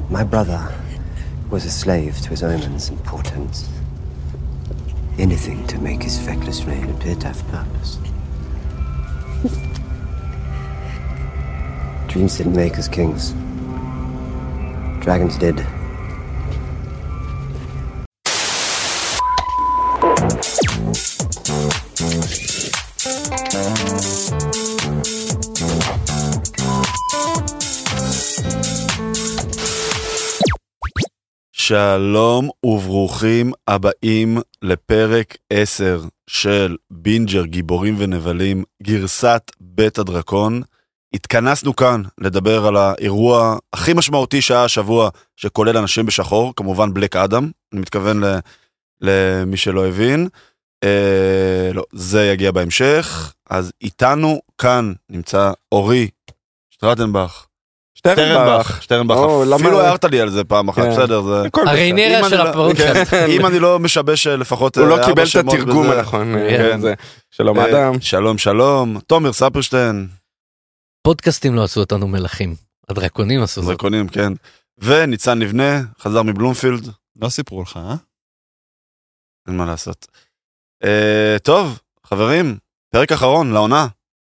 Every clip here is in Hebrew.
My brother was a slave to his omens and portents. Anything to make his feckless reign appear to have purpose. Dreams didn't make us kings. Dragons did. שלום וברוכים הבאים לפרק 10 של בינג'ר גיבורים ונבלים, גרסת בית הדרקון. התכנסנו כאן לדבר על האירוע הכי משמעותי שהיה השבוע, שכולל אנשים בשחור, כמובן בלק אדם, אני מתכוון למי שלא הבין. לא, זה יגיע בהמשך. אז איתנו כאן נמצא אורי שטרטנבך. שטרנבך, אפילו הערת לי על זה פעם אחת, בסדר, זה הריינרה של הפרודקאסט. אם אני לא משבש לפחות הוא לא קיבל את התרגום הנכון. שלום אדם. שלום, תומר ספרשטיין. פודקאסטים לא עשו אותנו מלכים, הדרקונים עשו זאת. דרקונים, כן. וניצן לבנה, חזר מבלומפילד. לא סיפרו לך, אין מה לעשות. טוב, חברים, פרק אחרון, לעונה.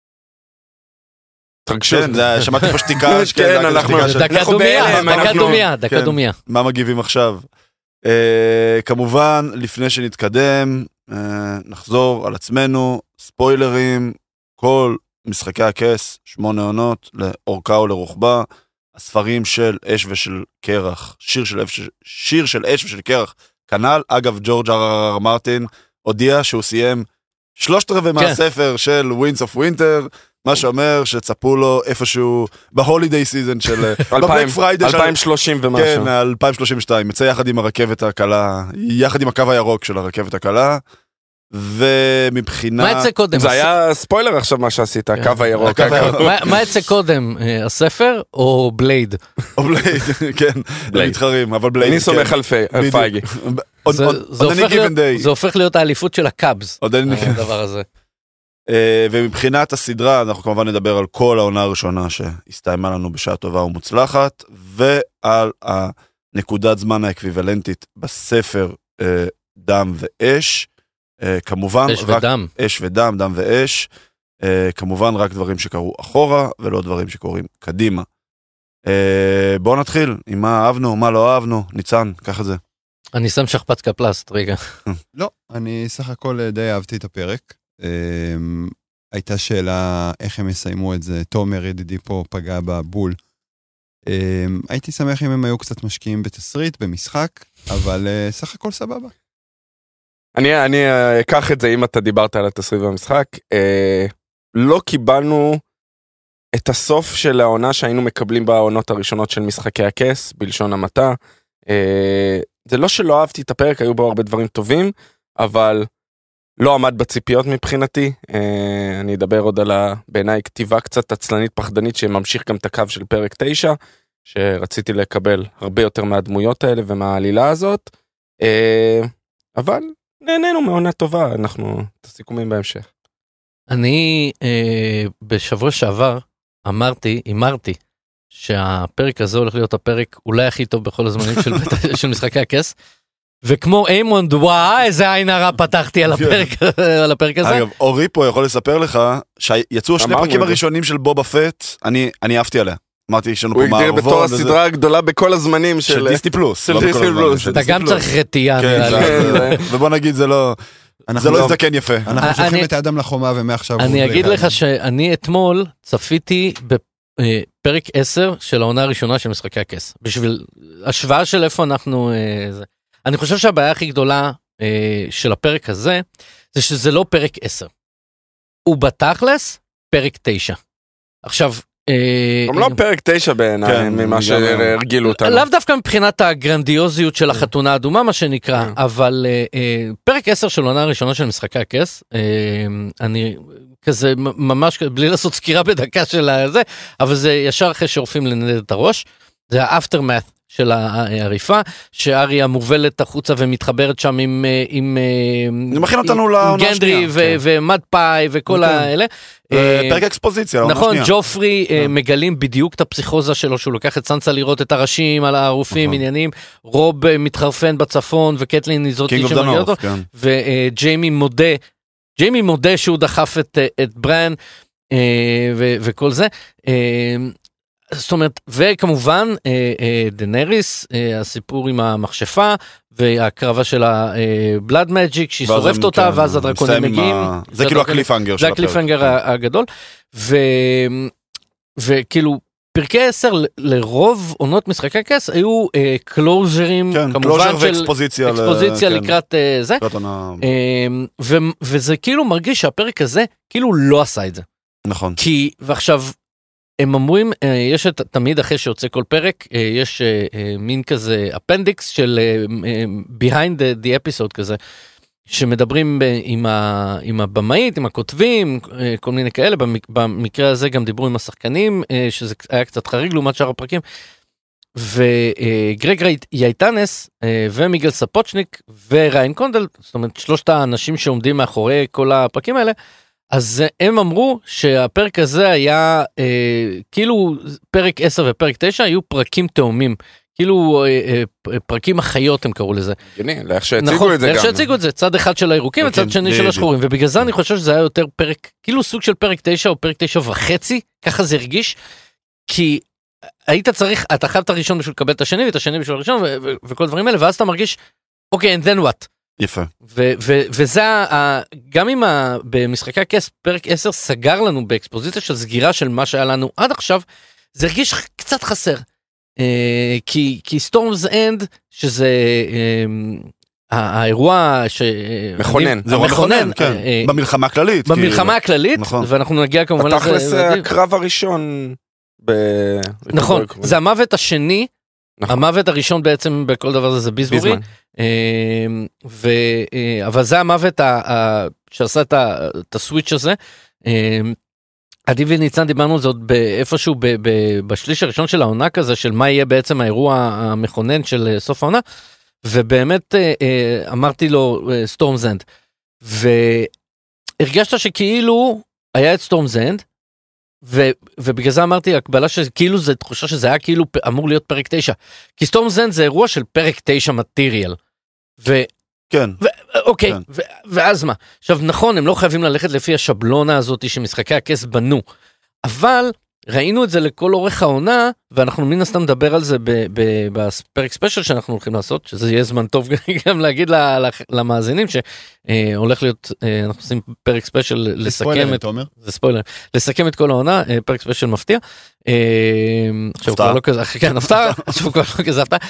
תרגשות. שמעתי פה שתיקה. כן, אנחנו דקה דומיה. מה מגיבים עכשיו? כמובן, לפני שנתקדם, נחזור על עצמנו, ספוילרים, כל משחקי הכס, 8 עונות, לאורכה או לרוחבה, הספרים של אש ושל קרח, שיר של אש ושל קרח, כנ"ל. אגב, ג'ורג' אר מרטין הודיע שהוא סיים 3/4 מהספר של Winds of Winter, מה שאומר שצפו לו איפשהו בהולידיי סיזן של 2030 ומשהו. כן, 2032, יצא יחד עם הרכבת הקלה, יחד עם הקו הירוק של הרכבת הקלה, ומבחינה... מה יצא קודם? זה היה ספוילר עכשיו מה שעשית, הקו הירוק. מה יצא קודם, הספר או בלייד? או בלייד, כן, מתחרים, אבל בלייד... אני סומך על פייגי. זה הופך להיות האליפות של הקאבס, הדבר הזה. ומבחינת הסדרה אנחנו כמובן נדבר על כל העונה הראשונה שהסתיימה לנו בשעה טובה ומוצלחת, ועל הנקודת זמן האקוויוולנטית בספר דם ואש, כמובן אש ודם. אש ודם, דם ואש, כמובן רק דברים שקרו אחורה ולא דברים שקורים קדימה. בואו נתחיל עם מה אהבנו, מה לא אהבנו. ניצן, קח את זה. אני שם שכפ"ץ קפלסט, רגע. לא, אני סך הכל די אהבתי את הפרק. הייתה שאלה איך הם יסיימו את זה, תומר ידידי פה פגע בבול. הייתי שמח אם הם היו קצת משקיעים בתסריט, במשחק, אבל סך הכל סבבה. אני אקח את זה אם אתה דיברת על התסריט במשחק. לא קיבלנו את הסוף של העונה שהיינו מקבלים בעונות הראשונות של משחקי הכס, בלשון המעטה. זה לא שלא אהבתי את הפרק, היו בו הרבה דברים טובים, אבל לא עמד בציפיות מבחינתי. אני אדבר עוד על בעיניי כתיבה קצת עצלנית פחדנית שממשיך גם את הקו של פרק 9, שרציתי לקבל הרבה יותר מהדמויות האלה ומהעלילה הזאת, אבל נהנינו מעונה טובה, אנחנו את הסיכומים בהמשך. אני בשבוע שעבר אמרתי שהפרק הזה הולך להיות הפרק אולי הכי טוב בכל הזמנים של משחקי הכס, וכמו איימונד, וואי, איזה עין הרע פתחתי על הפרק הזה. אגב, אורי פה יכול לספר לך, שיצאו 2 פרקים הראשונים של בובה פט, אני אהבתי עליה. אמרתי, יש לנו פה מערבון. הוא הגדיר בתור הסדרה הגדולה בכל הזמנים של דיסני פלוס. אתה גם צריך רתייה. ובוא נגיד, זה לא הזדקן יפה. אנחנו שולחים את האדם לחומה ומעכשיו... אני אגיד לך שאני אתמול צפיתי בפרק 10 של העונה הראשונה של משחקי הכס. בשביל השוואה של איפה אנחנו... אני חושב שהבעיה הכי גדולה של הפרק הזה, זה שזה לא פרק 10. הוא בתכלס פרק 9. עכשיו... גם לא פרק 9 בעיניי, ממה שהרגילו אותנו. לאו דווקא מבחינת הגרנדיוזיות של החתונה האדומה, מה שנקרא, אבל פרק 10 של העונה הראשונה של משחקי הכס, אני כזה ממש, בלי לעשות סקירה בדקה של זה, אבל זה ישר אחרי שורפים לנדד את הראש, זה האפטרמאט של העריפה, שאריה מובלת החוצה ומתחברת שם עם זה מכין אותנו לעונה השנייה. גנדרי ומד פאי וכל האלה. פרק אקספוזיציה, לעונה נכון, השנייה. ג'ופרי מגלים בדיוק את הפסיכוזה שלו, שהוא לוקח את סנסה לראות את הראשים על הערופים, עניינים, רוב מתחרפן בצפון, וקטלין היא זאת שמגיעה אותו, וג'יימי מודה שהוא דחף את ברן, וכל זה. זאת אומרת, וכמובן, דנריס, הסיפור עם המכשפה, והקרבה של הבלאד מג'יק, שהיא שורפת אותה, ואז הדרקונים מגיעים. זה כאילו הקליפהנגר של הפרק. זה הקליפהנגר הגדול. וכאילו, פרקי 10 לרוב עונות משחקי הכס, היו קלוז'רים, כמובן של אקספוזיציה לקראת זה. וזה כאילו מרגיש שהפרק הזה, כאילו לא עשה את זה. נכון. כי, ועכשיו, הם אומרים, יש תמיד אחרי שיוצא כל פרק, יש מין כזה אפנדיקס של behind the episode כזה, שמדברים עם הבמאית, עם הכותבים, כל מיני כאלה, במקרה הזה גם דיברו עם השחקנים, שזה היה קצת חריג לעומת שאר הפרקים, וגרג יייטנס, ומיגל ספוצ'ניק, וריין קונדל, זאת אומרת, שלושת האנשים שעומדים מאחורי כל הפרקים האלה, אז הם אמרו שהפרק הזה היה, כאילו פרק 10 ופרק 9 היו פרקים תאומים, כאילו פרקים החיות הם קראו לזה. איך שהציגו את זה גם. איך שהציגו את זה, צד אחד של הירוקים וצד שני של השחורים, ובגלל זה אני חושב שזה היה יותר פרק, כאילו סוג של פרק 9 או פרק 9.5, ככה זה הרגיש, כי היית צריך, אתה חייב את הראשון בשביל לקבל את השני, ואת השני בשביל הראשון, וכל דברים האלה, ואז אתה מרגיש, אוקיי, and then what? יפה. וזה, גם אם במשחקי הכס, פרק 10 סגר לנו באקספוזיציה של סגירה של מה שהיה לנו עד עכשיו, זה הרגיש קצת חסר. כי Storm's End, שזה האירוע מכונן. זה מכונן, כן. במלחמה הכללית. במלחמה הכללית, ואנחנו נגיע כמובן לזה. בתכלס הקרב הראשון. נכון, זה המוות השני, המוות הראשון בעצם בכל דבר הזה זה ביזבורי, אבל זה המוות שעשה את הסוויץ' הזה. עדי וניצן דיברנו על זה עוד איפשהו בשליש הראשון של העונה כזה, של מה יהיה בעצם האירוע המכונן של סוף העונה, ובאמת אמרתי לו Storm's End, והרגשת שכאילו היה את Storm's End, ובגלל זה אמרתי הקבלה שכאילו זה תחושה שזה היה כאילו אמור להיות פרק 9, כי Storm's End זה אירוע של פרק 9 מטריאל, כן. אוקיי, ואז מה? עכשיו נכון, הם לא חייבים ללכת לפי השבלונה הזאת שמשחקי הכס בנו, אבל ראינו את זה לכל אורך העונה, ואנחנו מן הסתם נדבר על זה בפרק ספיישל שאנחנו הולכים לעשות, שזה יהיה זמן טוב גם להגיד למאזינים שהולך להיות, אנחנו עושים פרק ספיישל לסכם את, זה ספוילר, לסכם את כל העונה, פרק ספיישל מפתיע. עכשיו כבר לא כזה, כן, הפתעה, עכשיו כבר לא כזה הפתעה.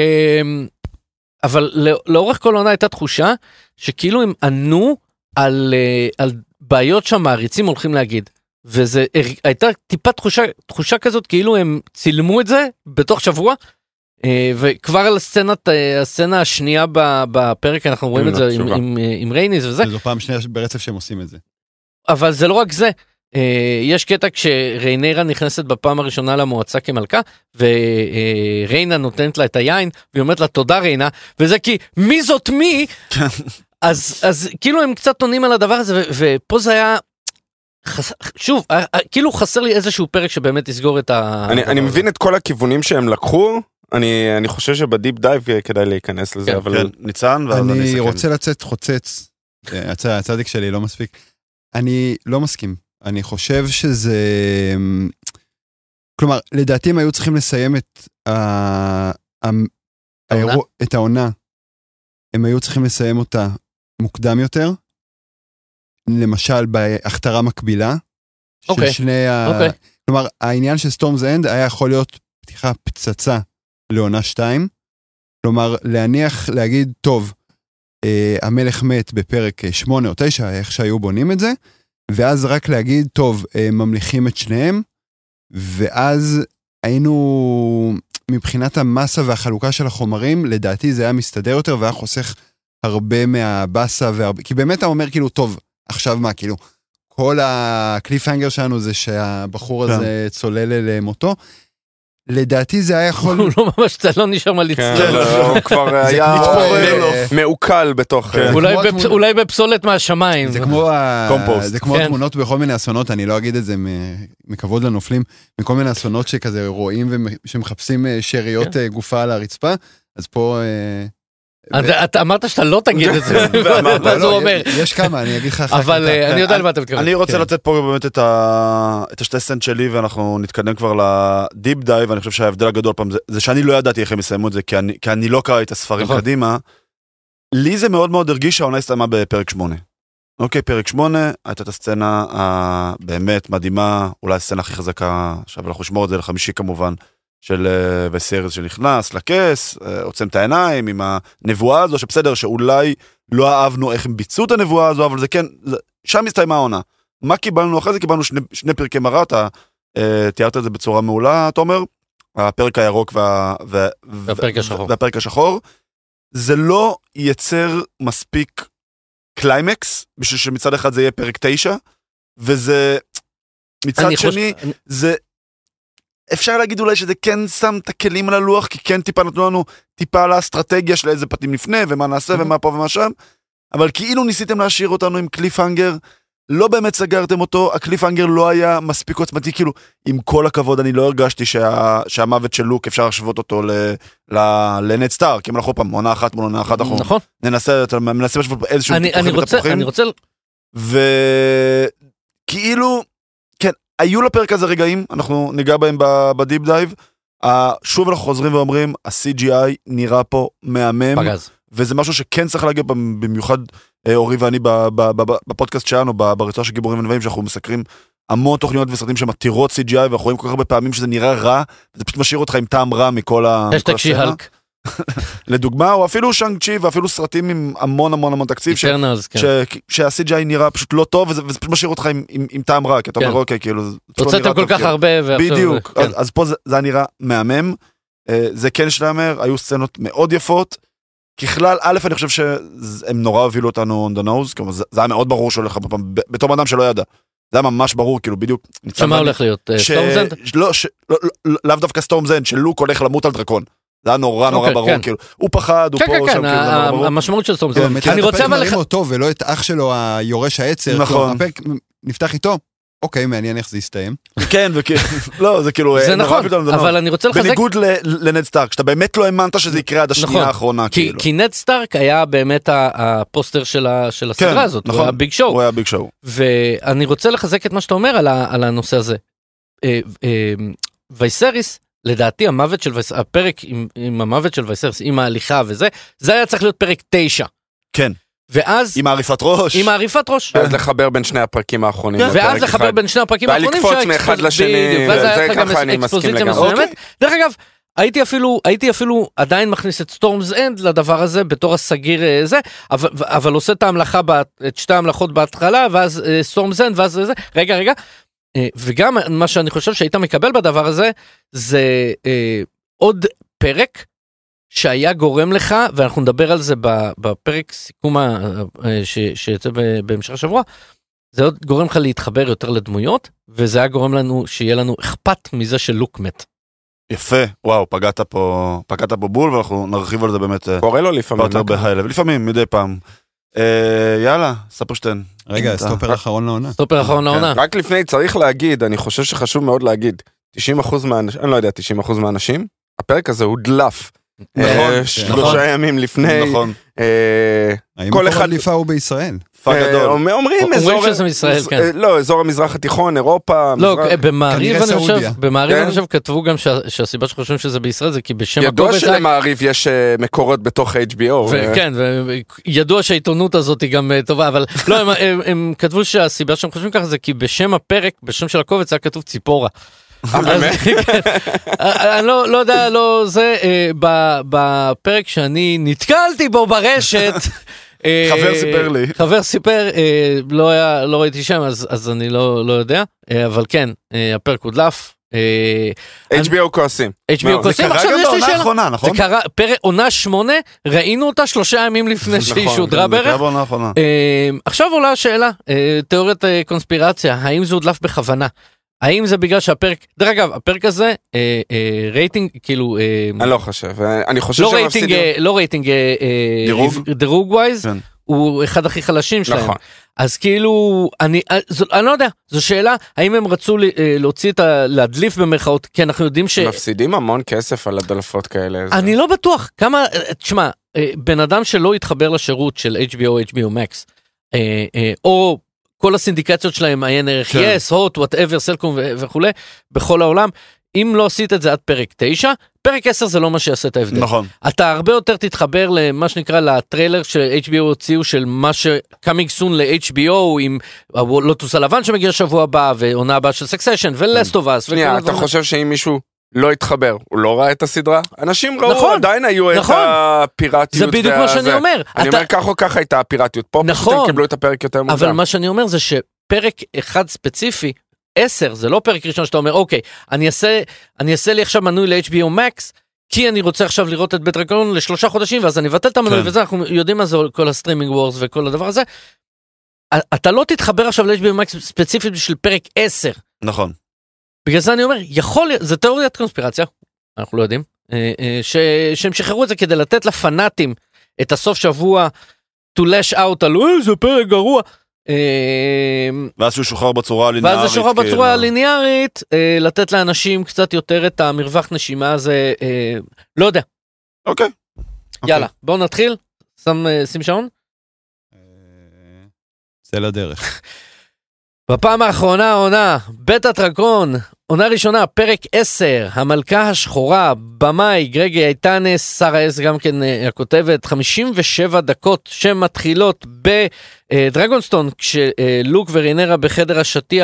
אבל לאורך כל העונה הייתה תחושה שכאילו הם ענו על בעיות שהמעריצים הולכים להגיד. וזה הייתה טיפה תחושה כזאת כאילו הם צילמו את זה בתוך שבוע, וכבר על הסצנה השנייה בפרק אנחנו רואים את זה עם רייניס וזה. זו פעם שנייה ברצף שהם עושים את זה. אבל זה לא רק זה. יש קטע כשריינרה נכנסת בפעם הראשונה למועצה כמלכה, וריינה נותנת לה את היין, והיא אומרת לה תודה ריינה, וזה כי מי זאת מי? אז כאילו הם קצת עונים על הדבר הזה, ופה זה היה, שוב, כאילו חסר לי איזשהו פרק שבאמת יסגור את אני מבין את כל הכיוונים שהם לקחו, אני חושב שבדיפ דייב כדאי להיכנס לזה, אבל ניצן, אני רוצה לצאת חוצץ, הצדיק שלי לא מספיק, אני לא מסכים. אני חושב שזה, כלומר, לדעתי הם היו צריכים לסיים את העונה, הם היו צריכים לסיים אותה מוקדם יותר, למשל בהכתרה מקבילה, של שני כלומר, העניין של Storm's End היה יכול להיות פתיחה פצצה לעונה 2, כלומר, להגיד, טוב, המלך מת בפרק 8 או 9, איך שהיו בונים את זה, ואז רק להגיד, טוב, ממליכים את שניהם, ואז היינו, מבחינת המסה והחלוקה של החומרים, לדעתי זה היה מסתדר יותר, והיה חוסך הרבה מהבאסה, כי באמת אתה אומר, כאילו, טוב, עכשיו מה, כאילו, כל הקליפהנגר שלנו זה שהבחור הזה צולל למותו, לדעתי זה היה יכול... הוא לא ממש, זה לא נשאר מה כן, לצלול. הוא כבר היה מעוקל בתוך... אולי בפסולת מהשמיים. זה כמו קומפוסט. זה כמו כן. התמונות בכל מיני אסונות, אני לא אגיד את זה מכבוד לנופלים, מכל מיני אסונות שכזה רואים שמחפשים שאריות גופה על הרצפה, אז פה... אתה אמרת שאתה לא תגיד את זה, ואז הוא אומר. יש כמה, אני אגיד לך אחר כך. אבל אני יודע למה אתה מתכוון. אני רוצה לתת פה באמת את השתי סנט שלי, ואנחנו נתקדם כבר לדיפ דייב, ואני חושב שההבדל הגדול פעם זה שאני לא ידעתי איך הם יסיימו את זה, כי אני לא קראתי את הספרים קדימה. לי זה מאוד מאוד הרגיש שהעונה הסתיימה בפרק 8. אוקיי, פרק 8, הייתה את הסצנה הבאמת מדהימה, אולי הסצנה הכי חזקה, עכשיו אנחנו נשמור את זה לחמישי כמובן, של וסיירס שנכנס לכס, עוצם את העיניים עם הנבואה הזו, שבסדר שאולי לא אהבנו איך הם ביצעו את הנבואה הזו, אבל זה כן, שם הסתיימה העונה. מה קיבלנו אחרי זה? קיבלנו שני פרקי מראה, אתה תיארת את זה בצורה מעולה, אתה אומר, הפרק הירוק והפרק השחור, זה לא ייצר מספיק קליימקס, בשביל שמצד אחד זה יהיה פרק 9, וזה מצד שני, זה אפשר להגיד אולי שזה כן שם את הכלים על הלוח, כי כן טיפה נתנו לנו טיפה על האסטרטגיה של איזה פתים לפני, ומה נעשה ומה פה ומה שם, אבל כאילו ניסיתם להשאיר אותנו עם קליפהנגר, לא באמת סגרתם אותו, הקליפהנגר לא היה מספיק עוצמתי, כאילו, עם כל הכבוד אני לא הרגשתי שהמוות של לוק אפשר להשוות אותו לנד סטארק, אם אנחנו פעם עונה אחת מול עונה אחת, נכון. ננסה להשוות איזשהו תפוחים אני רוצה... וכאילו, כן, היו לפרק הזה רגעים, אנחנו ניגע בהם בדיפ דייב, שוב אנחנו חוזרים ואומרים, ה-CGI נראה פה מהמם, פגז. וזה משהו שכן צריך להגיע במיוחד אורי ואני בפודקאסט שלנו, ברצועה של גיבורים ונבאים, שאנחנו מסקרים המון תוכניות וסרטים שמתירות CGI, ואנחנו רואים כל כך הרבה פעמים שזה נראה רע, וזה פשוט משאיר אותך עם טעם רע מכל הסצנה. לדוגמה, או אפילו שאנג צ'י, ואפילו סרטים עם המון המון המון תקציב, שה-CGI נראה פשוט לא טוב, וזה פשוט משאיר אותך עם טעם רע, כי אתה אומר, אוקיי, כאילו... הוצאתם כל כך הרבה, בדיוק, אז פה זה היה נראה מהמם, זה כן שלאמר, היו סצנות מאוד יפות, ככלל, א', אני חושב שהם נורא הובילו אותנו on the nose, כלומר, זה היה מאוד ברור שהולך בתור אדם שלא ידע. זה היה ממש ברור, כאילו, בדיוק. שמה הולך להיות? סטורמזנד? לאו דווקא סטורמזנד, שלוק הולך למות על דרקון. זה היה נורא נורא ברור, כאילו, הוא פחד, הוא פה, שם, כאילו, זה נורא ברור. המשמעות של סטורמזנד. אני רוצה מראים אותו, ולא את אח שלו, היורש העצר. נכון. הפרק נפתח איתו. אוקיי, מעניין איך זה יסתיים. כן, לא, זה כאילו... זה נכון, אבל אני רוצה לחזק... בניגוד לנד סטארק, שאתה באמת לא האמנת שזה יקרה עד השנייה האחרונה, כאילו. כי נד סטארק היה באמת הפוסטר של הסדרה הזאת, הוא היה ביג שואו. הוא היה ביג שואו. ואני רוצה לחזק את מה שאתה אומר על הנושא הזה. וייסריס, לדעתי המוות של וייסריס, הפרק עם המוות של וייסריס, עם ההליכה וזה, זה היה צריך להיות פרק 9. כן. ואז... עם העריפת ראש. עם העריפת ראש. ואז לחבר בין שני הפרקים האחרונים. ואז לחבר בין שני הפרקים האחרונים. ולקפוץ מאחד לשני. וזה ככה אני מסכים לגמרי. דרך אגב, הייתי אפילו עדיין מכניס את סטורמס אנד לדבר הזה, בתור הסגיר זה, אבל עושה את שתי המלאכות בהתחלה, ואז סטורמס אנד, ואז זה. רגע. וגם מה שאני חושב שהיית מקבל בדבר הזה, זה עוד פרק, שהיה גורם לך, ואנחנו נדבר על זה בפרק סיכום שיצא בהמשך השבוע, זה עוד גורם לך להתחבר יותר לדמויות, וזה היה גורם לנו שיהיה לנו אכפת מזה שלוק מת. יפה, וואו, פגעת פה בול, ואנחנו נרחיב על זה באמת. קורא לו לפעמים. יותר בהיילב, לפעמים, מדי פעם. יאללה, ספרשטיין. רגע, סטופר אחרון לעונה. סטופר אחרון לעונה. רק לפני, צריך להגיד, אני חושב שחשוב מאוד להגיד, 90% מהאנשים, אני לא יודע, 90% מהאנשים, הפרק הזה הוא דלף. נכון, 3 ימים לפני. נכון. האם כל הדליפה הוא בישראל? אומרים שזה מישראל, כן. לא, אזור המזרח התיכון, אירופה. לא, במעריב אני חושב כתבו גם שהסיבה שחושבים שזה בישראל זה כי בשם הקובץ... ידוע שלמעריב יש מקורות בתוך HBO. כן, וידוע שהעיתונות הזאת היא גם טובה, אבל לא, הם כתבו שהסיבה שהם חושבים ככה זה כי בשם הפרק, בשם של הקובץ היה כתוב ציפורה. אני לא יודע, לא זה, בפרק שאני נתקלתי בו ברשת, חבר סיפר, לא ראיתי שם, אז אני לא יודע, אבל כן, הפרק הודלף. HBO כועסים. עכשיו יש לי שאלה, זה קרה, עונה 8, ראינו אותה 3 ימים לפני שהיא שודרה בערך. עכשיו עולה השאלה, תיאוריית קונספירציה, האם זה הודלף בכוונה? האם זה בגלל שהפרק, דרך אגב, הפרק הזה, רייטינג, כאילו... אני לא חושב, אני חושב לא רייטינג, לא רייטינג, דירוג ווייז, הוא אחד הכי חלשים שלהם. נכון. אז כאילו, אני לא יודע, זו שאלה, האם הם רצו להוציא להדליף במרכאות, כי אנחנו יודעים ש... מפסידים המון כסף על הדלפות כאלה. אני לא בטוח, כמה, תשמע, בן אדם שלא יתחבר לשירות של HBO, HBO Max, או כל הסינדיקציות שלהם, עיין ערך יס, הוט, וואטאבר, סלקום וכו', בכל העולם, אם לא עשית את זה עד פרק 9, פרק 10 זה לא מה שיעשה את ההבדל. נכון. אתה הרבה יותר תתחבר למה שנקרא לטריילר של HBO הוציאו, של מה ש-coming soon ל-HBO, עם הלוטוס הלבן שמגיע שבוע הבא, ועונה הבאה של סקסשן, ולסט אוף אס. אתה חושב שאם מישהו לא התחבר, הוא לא ראה את הסדרה? אנשים ראו, עדיין היו את הפיראטיות. זה בדיוק מה שאני אומר. אני אומר, כך או כך הייתה הפיראטיות. פה פשוט הם קיבלו את הפרק יותר מוקדם. אבל מה שאני אומר זה שפרק אחד ספציפי, 10, זה לא פרק ראשון שאתה אומר, אוקיי, אני אעשה לי עכשיו מנוי ל-HBO Max, כי אני רוצה עכשיו לראות את בית דרקון ל3 חודשים, ואז אני אבטל את המנוי, וזה אנחנו יודעים מה זה כל הסטרימינג וורס וכל הדבר הזה. אתה לא תתחבר עכשיו ל-HBO Max ספציפית בשביל פרק 10. נכון. בגלל זה אני אומר, זה תיאוריית קונספירציה, אנחנו לא יודעים, שהם שחררו את זה כדי לתת לפנאטים את הסוף שבוע, to lash out על, זה פרק גרוע, ואז שהוא שוחרר בצורה הליניארית. ואז זה שוחרר בצורה הליניארית, לתת לאנשים קצת יותר את המרווח נשימה הזה, לא יודע. אוקיי. יאללה, בואו נתחיל, שים שעון. זה לדרך. בפעם האחרונה העונה, בית הדרקון, עונה ראשונה, פרק 10, המלכה השחורה, במאי, גרגי איתנס, שרה אס גם כן הכותבת, 57 דקות שמתחילות בדרגונסטון, כשלוק וריינרה בחדר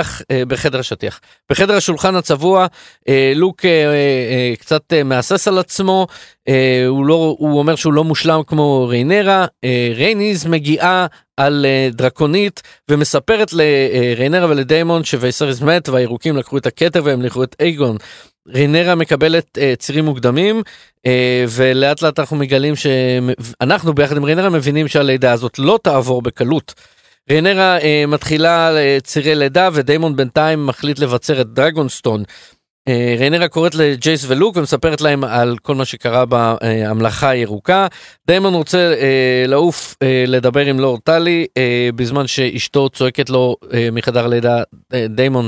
השולחן הצבוע, לוק קצת מאסס על עצמו, הוא אומר שהוא לא מושלם כמו ריינרה, רייניז מגיעה על דרקונית ומספרת לריינרה ולדיימון שוויסריס מת והירוקים לקחו את הכתר והם לקחו את אייגון. ריינרה מקבלת צירים מוקדמים ולאט לאט אנחנו מגלים שאנחנו ביחד עם ריינרה מבינים שהלידה הזאת לא תעבור בקלות. ריינרה מתחילה צירי לידה ודיימון בינתיים מחליט לבצר את דרגונסטון. ריינרה קוראת לג'ייס ולוק ומספרת להם על כל מה שקרה בממלכה הירוקה. דיימון רוצה לעוף לדבר עם לורד טלי בזמן שאשתו צועקת לו מחדר לידה דיימון.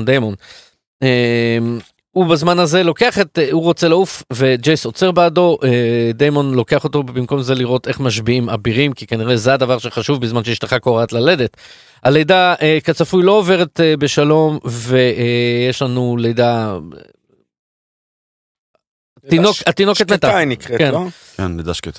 הוא בזמן הזה הוא רוצה לעוף וג'ייס עוצר בעדו, דיימון לוקח אותו במקום זה לראות איך משביעים אבירים, כי כנראה זה הדבר שחשוב בזמן שאשתך קוראת ללדת. הלידה כצפוי לא עוברת בשלום ויש לנו לידה... התינוקת מתה. שקטה היא נקראת, לא? כן, לידה שקטה.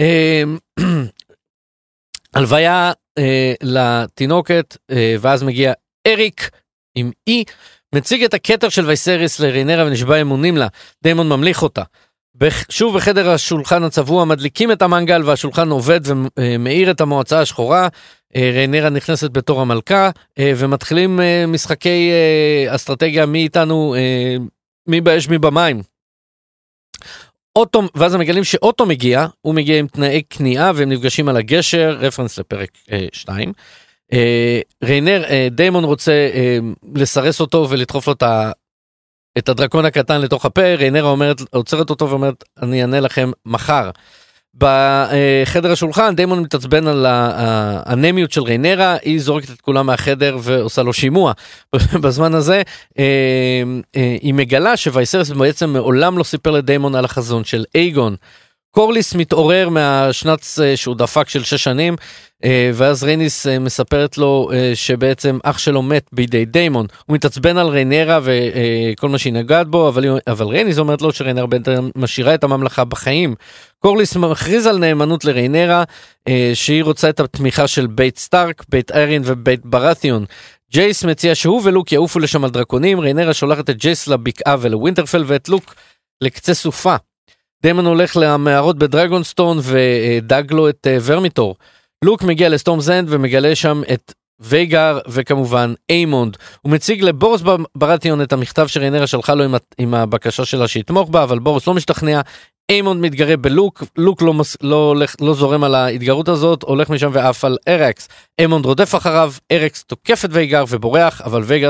הלוויה לתינוקת, ואז מגיע אריק עם אי, מציג את הכתר של וייסריס לריינרה ונשבע אמונים לה, דיימון ממליך אותה. שוב בחדר השולחן הצבוע מדליקים את המנגל והשולחן עובד ומאיר את המועצה השחורה, ריינרה נכנסת בתור המלכה, ומתחילים משחקי אסטרטגיה מי איתנו, מי באש מי במים. אוטו, ואז הם מגלים שאוטו מגיע, הוא מגיע עם תנאי כניעה והם נפגשים על הגשר, רפרנס לפרק 2. דיימון רוצה לסרס אותו ולדחוף לו את הדרקון הקטן לתוך הפה, ריינרה עוצרת אותו ואומרת, אני אענה לכם מחר. בחדר השולחן, דיימון מתעצבן על האנמיות של ריינרה, היא זורקת את כולם מהחדר ועושה לו שימוע. בזמן הזה, היא מגלה שווייסריס בעצם מעולם לא סיפר לדיימון על החזון של אייגון. קורליס מתעורר מהשנץ שהוא דפק של 6 שנים, ואז רייניס מספרת לו שבעצם אח שלו מת בידי דיימון. הוא מתעצבן על ריינרה וכל מה שהיא נגעת בו, אבל רייניס אומרת לו שריינרה בינתיים משאירה את הממלכה בחיים. קורליס מכריז על נאמנות לריינרה, שהיא רוצה את התמיכה של בית סטארק, בית איירין ובית ברתיון. ג'ייס מציע שהוא ולוק יעופו לשם על דרקונים, ריינרה שולחת את ג'ייס לבקעה ולווינטרפל ואת לוק לקצה סופה. דיימון הולך למערות בדרגונסטון ודג לו את ורמיטור. לוק מגיע לסטורמס אנד ומגלה שם את וייגר וכמובן איימונד. הוא מציג לבורוס ברטיון את המכתב שריינרה שלחה לו עם הבקשה שלה שיתמוך בה, אבל בורוס לא משתכנע. איימונד מתגרה בלוק, לוק לא זורם על ההתגרות הזאת, הולך משם ואף על ארקס. איימונד רודף אחריו, ארקס תוקף את וייגר ובורח, אבל וייגר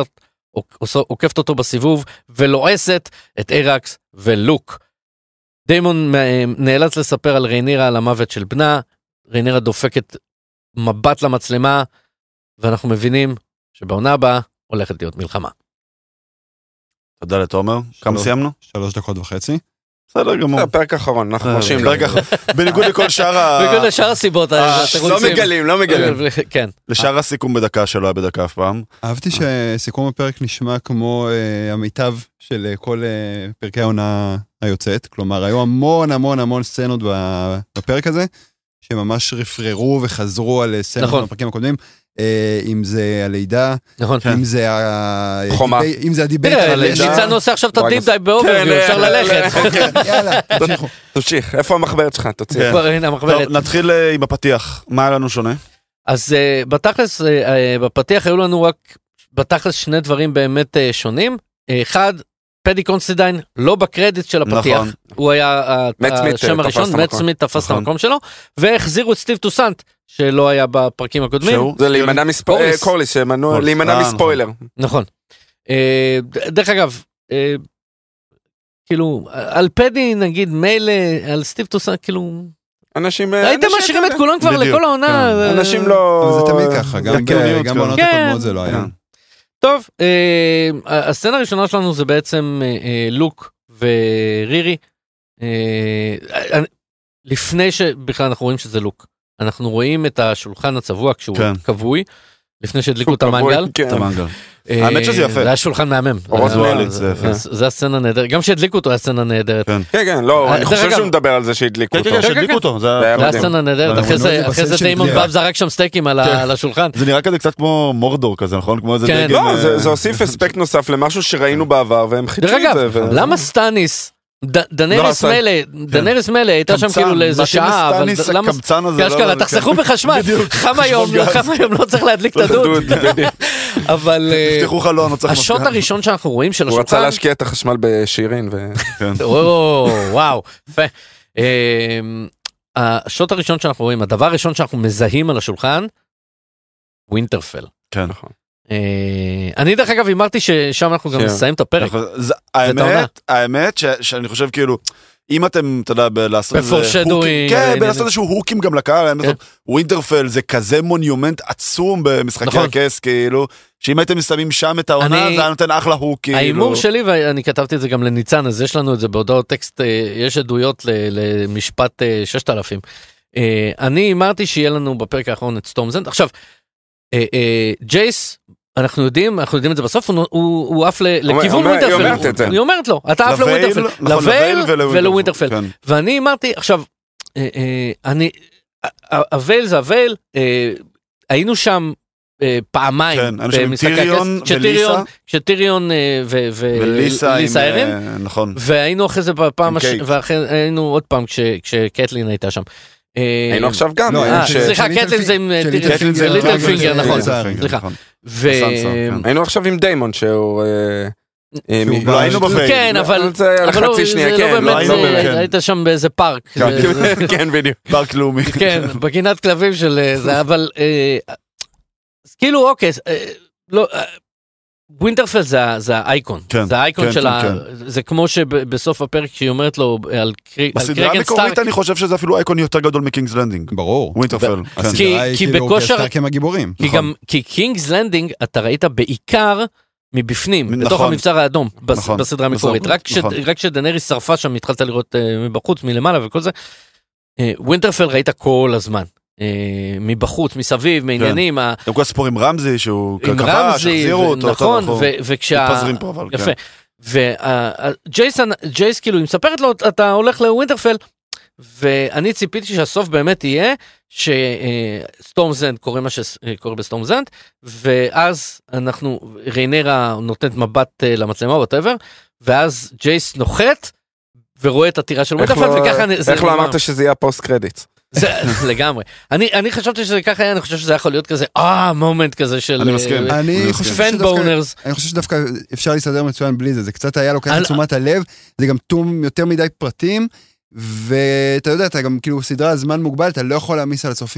עוקפת אותו בסיבוב, ולועסת את אירקס ולוק. דיימון נאלץ לספר על ריינרה על המוות של בנה, ריינרה דופקת מבט למצלמה, ואנחנו מבינים שבעונה הבאה הולכת להיות מלחמה. תודה לתומר. כמה סיימנו? 3 דקות וחצי. בסדר גמור. זה הפרק האחרון, אנחנו מרשים לו. בניגוד לכל שאר בניגוד לשאר הסיבות. לא מגלים. כן. לשאר הסיכום בדקה שלא היה בדקה אף פעם. אהבתי שסיכום הפרק נשמע כמו המיטב של כל פרקי העונה היוצאת, כלומר היו המון סצנות בפרק הזה, שממש רפררו וחזרו על סצנות בפרקים הקודמים, אם זה הלידה, אם זה הדיבייט על הלידה. ניצן עושה עכשיו את הדיפ דייב באוברוויו, אפשר ללכת. יאללה, תמשיכו. תמשיך, איפה המחברת שלך? תוציא. הנה המחברת. נתחיל עם הפתיח, מה היה לנו שונה? אז בתכלס, בפתיח היו לנו רק בתכלס 2 דברים באמת שונים. אחד, פדי קונסטידיין לא בקרדיט של הפתיח, הוא היה השם הראשון, מאט סמית תפס את המקום שלו, והחזירו את סטיב טוסנט, שלא היה בפרקים הקודמים. זה להימנע מספוילר. נכון. דרך אגב, כאילו, על פדי נגיד מייל, על סטיב טוסנט, כאילו... הייתם משאירים את כולם כבר לכל העונה. אנשים לא... זה תמיד ככה, גם בעונות הקודמות זה לא היה. טוב, הסצנה הראשונה שלנו זה בעצם לוק ורירי. לפני שבכלל אנחנו רואים שזה לוק. אנחנו רואים את השולחן הצבוע כשהוא כבוי, לפני שהדליקו את המנגל. האמת שזה יפה. זה היה שולחן מהמם. זה הסצנה נהדרת. גם שהדליקו אותו היה סצנה נהדרת. כן, לא, אני חושב שהוא מדבר על זה שהדליקו אותו. כן, שהדליקו אותו. זה היה הסצנה נהדרת. אחרי זה דיימון באב זרק שם סטייקים על השולחן. זה נראה כזה קצת כמו מורדור כזה, נכון? כמו איזה דגל. לא, זה הוסיף אספקט נוסף למשהו שראינו בעבר, והם חידשו את זה. למה סטאניס? דנריס מלא הייתה שם כאילו לאיזה שעה, אבל למה קשקרה, תחסכו בחשמל, חם היום לא צריך להדליק את הדוד, אבל השוט הראשון שאנחנו רואים של השולחן, הוא רצה להשקיע את החשמל בשירין, וואו, יפה, השוט הראשון שאנחנו רואים, הדבר הראשון שאנחנו מזהים על השולחן, ווינטרפל. כן, נכון. אני דרך אגב אמרתי ששם אנחנו גם נסיים את הפרק. האמת שאני חושב כאילו, אם אתם, אתה יודע, לעשות איזשהו הוקים גם לקהל, ווינטרפל זה כזה מוניומנט עצום במשחקי הכס, כאילו, שאם הייתם מסיימים שם את העונה, זה היה נותן אחלה הוק. האימור שלי, ואני כתבתי את זה גם לניצן, אז יש לנו את זה בהודעות טקסט, יש עדויות למשפט 6000. אני אמרתי שיהיה לנו בפרק האחרון את סטורמזנד. עכשיו, ג'ייס, אנחנו יודעים את זה בסוף, הוא עף לכיוון ווינטרפל. היא אומרת לו, אתה עף לווינטרפל. לווייל ולווינטרפל. ואני אמרתי, עכשיו, הווייל זה הווייל, היינו שם פעמיים במשחק הכס, כשטיריון וליסה ארן, והיינו אחרי זה בפעם, והיינו עוד פעם כשקטלין הייתה שם. היינו עכשיו גם. סליחה, קטלין זה עם ליטל פינגר, נכון. סליחה. היינו עכשיו עם דיימון שהוא... לא היינו בווייל. כן, אבל חצי שנייה, כן. לא באמת, היית שם באיזה פארק. כן, בדיוק. פארק לאומי. כן, בגינת כלבים של זה, אבל כאילו אוקיי, לא... ווינטרפל זה האייקון, זה האייקון של זה כמו שבסוף הפרק שהיא אומרת לו על קרגן סטארק. בסדרה המקורית אני חושב שזה אפילו אייקון יותר גדול מקינגס לנדינג. ברור. ווינטרפל. הסדרה היא כאילו סטארק הם הגיבורים. כי קינגס לנדינג אתה ראית בעיקר מבפנים, בתוך המבצר האדום בסדרה המקורית. רק כשדנריס שרפה שם התחלת לראות מבחוץ, מלמעלה וכל זה. ווינטרפל ראית כל הזמן. מבחוץ, מסביב, מעניינים. גם כל הסיפור עם רמזי, שהוא ככה, שחזירו אותו. נכון, מתפזרים פה, אבל יפה. וג'ייס כאילו, היא מספרת לו, אתה הולך לווינטרפל, ואני ציפיתי שהסוף באמת יהיה, שסטורמזנד קורה מה שקורה בסטורמזנד, ואז ריינרה נותנת מבט למצלמה, whatever, ואז ג'ייס נוחת, ורואה את הטירה של ווינטרפל, וככה... איך לא אמרת שזה יהיה פוסט קרדיט? זה לגמרי. אני חשבתי שזה ככה היה, אני חושב שזה יכול להיות כזה, מומנט כזה של פן בונרס. אני חושב שדווקא אפשר להסתדר מצוין בלי זה, זה קצת היה לוקח את תשומת הלב, זה גם תום יותר מדי פרטים, ואתה יודע, אתה גם כאילו סדרה זמן מוגבל, אתה לא יכול להמיס על הצופים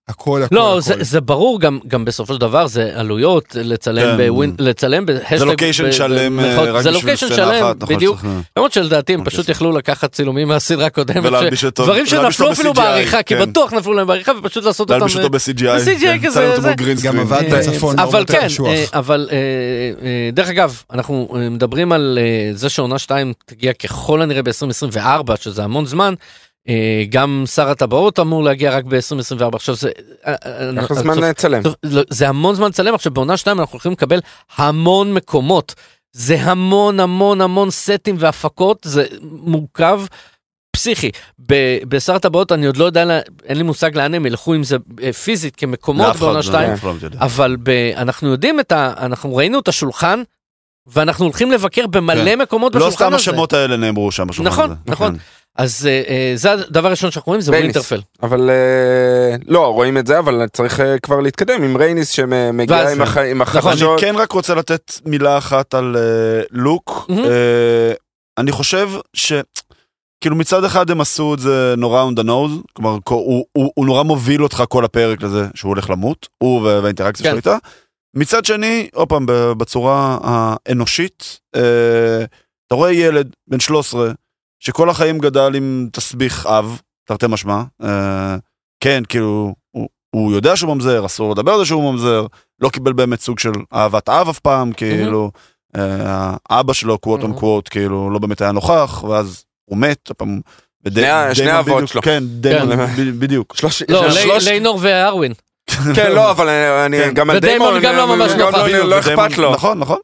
הכל. לא, זה ברור, גם בסופו של דבר זה עלויות לצלם בהשטג. זה לוקיישן שלם, זה לוקיישן שלם, בדיוק. למרות שלדעתי הם פשוט יכלו לקחת צילומים מהסדרה הקודמת, דברים שנפלו אפילו בעריכה, כי בטוח נפלו להם בעריכה, ופשוט לעשות אותם ב-CGI כזה. גם עבד בצפון. אבל כן, אבל דרך אגב, אנחנו מדברים על זה שעונה 2 תגיע ככל הנראה ב-2024, שזה המון זמן, גם שר הטבעות אמור להגיע רק ב-2024, עכשיו זה... זמן לצלם. זה המון זמן לצלם, עכשיו בעונה 2 אנחנו יכולים לקבל המון מקומות, זה המון המון המון סטים והפקות, זה מורכב פסיכי. בשר הטבעות אני עוד לא יודע, אין לי מושג לאן הם ילכו עם זה פיזית כמקומות בעונה 2, אבל אנחנו יודעים אנחנו ראינו את השולחן, ואנחנו הולכים לבקר במלא מקומות בשולחן הזה. לא סתם השמות האלה נאמרו שם בשולחן הזה. נכון, נכון. אז זה הדבר הראשון שאנחנו רואים, זה ווינטרפל. אבל לא, רואים את זה, אבל צריך כבר להתקדם עם רייניס שמגיע עם החדשות. אני כן רק רוצה לתת מילה אחת על לוק. אני חושב כאילו מצד אחד הם עשו את זה נורא on the nose, כלומר הוא נורא מוביל אותך כל הפרק לזה שהוא הולך למות, הוא והאינטראקציה שלו איתה. מצד שני, עוד פעם, בצורה האנושית, אתה רואה ילד בן 13, שכל החיים גדל עם תסביך אב, תרתי משמע, כן, כאילו, הוא יודע שהוא ממזר, אסור לדבר על זה שהוא ממזר, לא קיבל באמת סוג של אהבת אב אף פעם, כאילו, האבא שלו, קוואט און קוואט, כאילו, לא באמת היה נוכח, ואז הוא מת, הפעם, שני האבות שלו. כן, דיימון, בדיוק. לא, ליינור וארווין. כן, לא, אבל אני גם על דיימון, גם לא ממש נוחה. לא אכפת לו. נכון, נכון.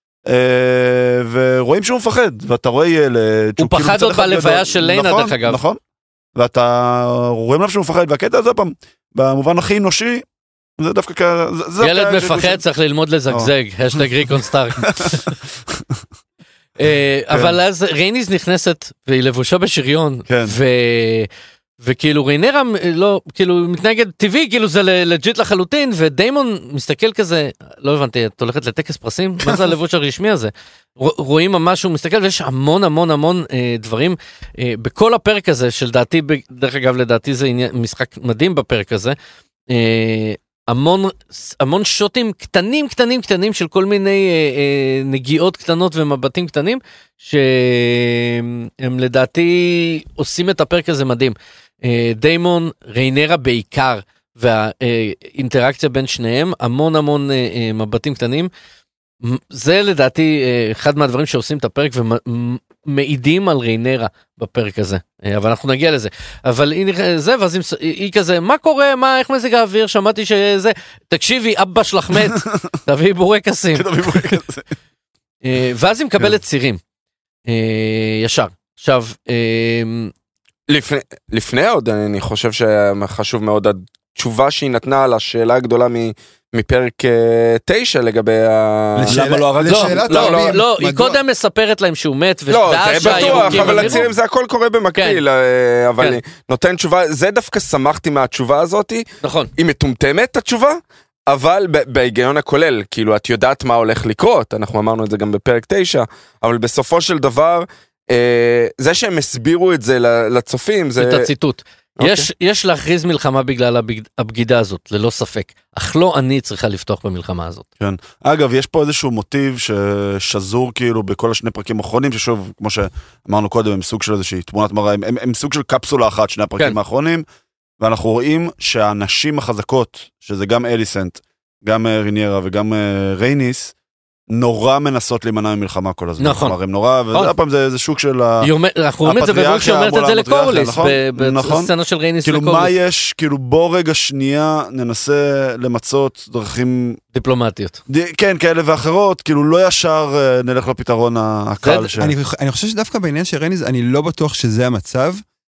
ורואים שהוא מפחד, ואתה רואה ילד... הוא פחד עוד בלוויה של ליינה, דרך אגב. נכון, ואתה רואים לב שהוא מפחד, והקטע הזה פעם, במובן הכי אנושי, זה דווקא כזה... ילד מפחד צריך ללמוד לזגזג, השטג ריקון סטארק. אבל אז רייניס נכנסת, והיא לבושה בשריון, וכאילו ריינרה לא, כאילו מתנהגת טבעי, כאילו זה לג'יט לחלוטין, ודיימון מסתכל כזה, לא הבנתי, את הולכת לטקס פרסים? מה זה הלבוש הרשמי הזה? רואים ממש שהוא מסתכל, ויש המון המון המון דברים בכל הפרק הזה, של דעתי, דרך אגב לדעתי זה משחק מדהים בפרק הזה, המון שוטים קטנים קטנים קטנים של כל מיני נגיעות קטנות ומבטים קטנים, שהם לדעתי עושים את הפרק הזה מדהים. דיימון, ריינרה בעיקר, והאינטראקציה בין שניהם, המון המון מבטים קטנים, זה לדעתי אחד מהדברים שעושים את הפרק ומעידים על ריינרה בפרק הזה, אבל אנחנו נגיע לזה. אבל זה, ואז היא כזה, מה קורה, איך מזג האוויר, שמעתי שזה, תקשיבי, אבא שלך מת, תביאי בורקסים. ואז היא מקבלת צירים, ישר. עכשיו, לפני עוד, אני חושב שחשוב מאוד התשובה שהיא נתנה על השאלה הגדולה מפרק 9 לגבי למה לא הרג? לא, היא קודם מספרת להם שהוא מת, לא, זה בטוח, אבל הצירים זה הכל קורה במקביל, אבל נותן תשובה, זה דווקא שמחתי מהתשובה הזאת, נכון. היא מטומטמת התשובה, אבל בהיגיון הכולל, כאילו את יודעת מה הולך לקרות, אנחנו אמרנו את זה גם בפרק 9, אבל בסופו של דבר, זה שהם הסבירו את זה לצופים, זה... את הציטוט. יש להכריז מלחמה בגלל הבגידה הזאת, ללא ספק. אך לא אני צריכה לפתוח במלחמה הזאת. כן. אגב, יש פה איזשהו מוטיב ששזור כאילו בכל השני פרקים האחרונים, ששוב, כמו שאמרנו קודם, הם סוג של איזושהי תמונת מראה, הם סוג של קפסולה אחת, שני הפרקים האחרונים, ואנחנו רואים שהנשים החזקות, שזה גם אליסנט, גם ריניירה וגם רייניס, נורא מנסות להימנע ממלחמה כל הזמן. נכון. הם נורא, הפעם זה שוק של אנחנו רואים את זה בדמות שאומרת את זה לקורליס, בסצנה של רייניס לקורליס. כאילו מה יש, כאילו בוא רגע שנייה ננסה למצות דרכים דיפלומטיות. כן, כאלה ואחרות, כאילו לא ישר נלך לפתרון הקל. אני חושב שדווקא בעניין של רייניס, אני לא בטוח שזה המצב.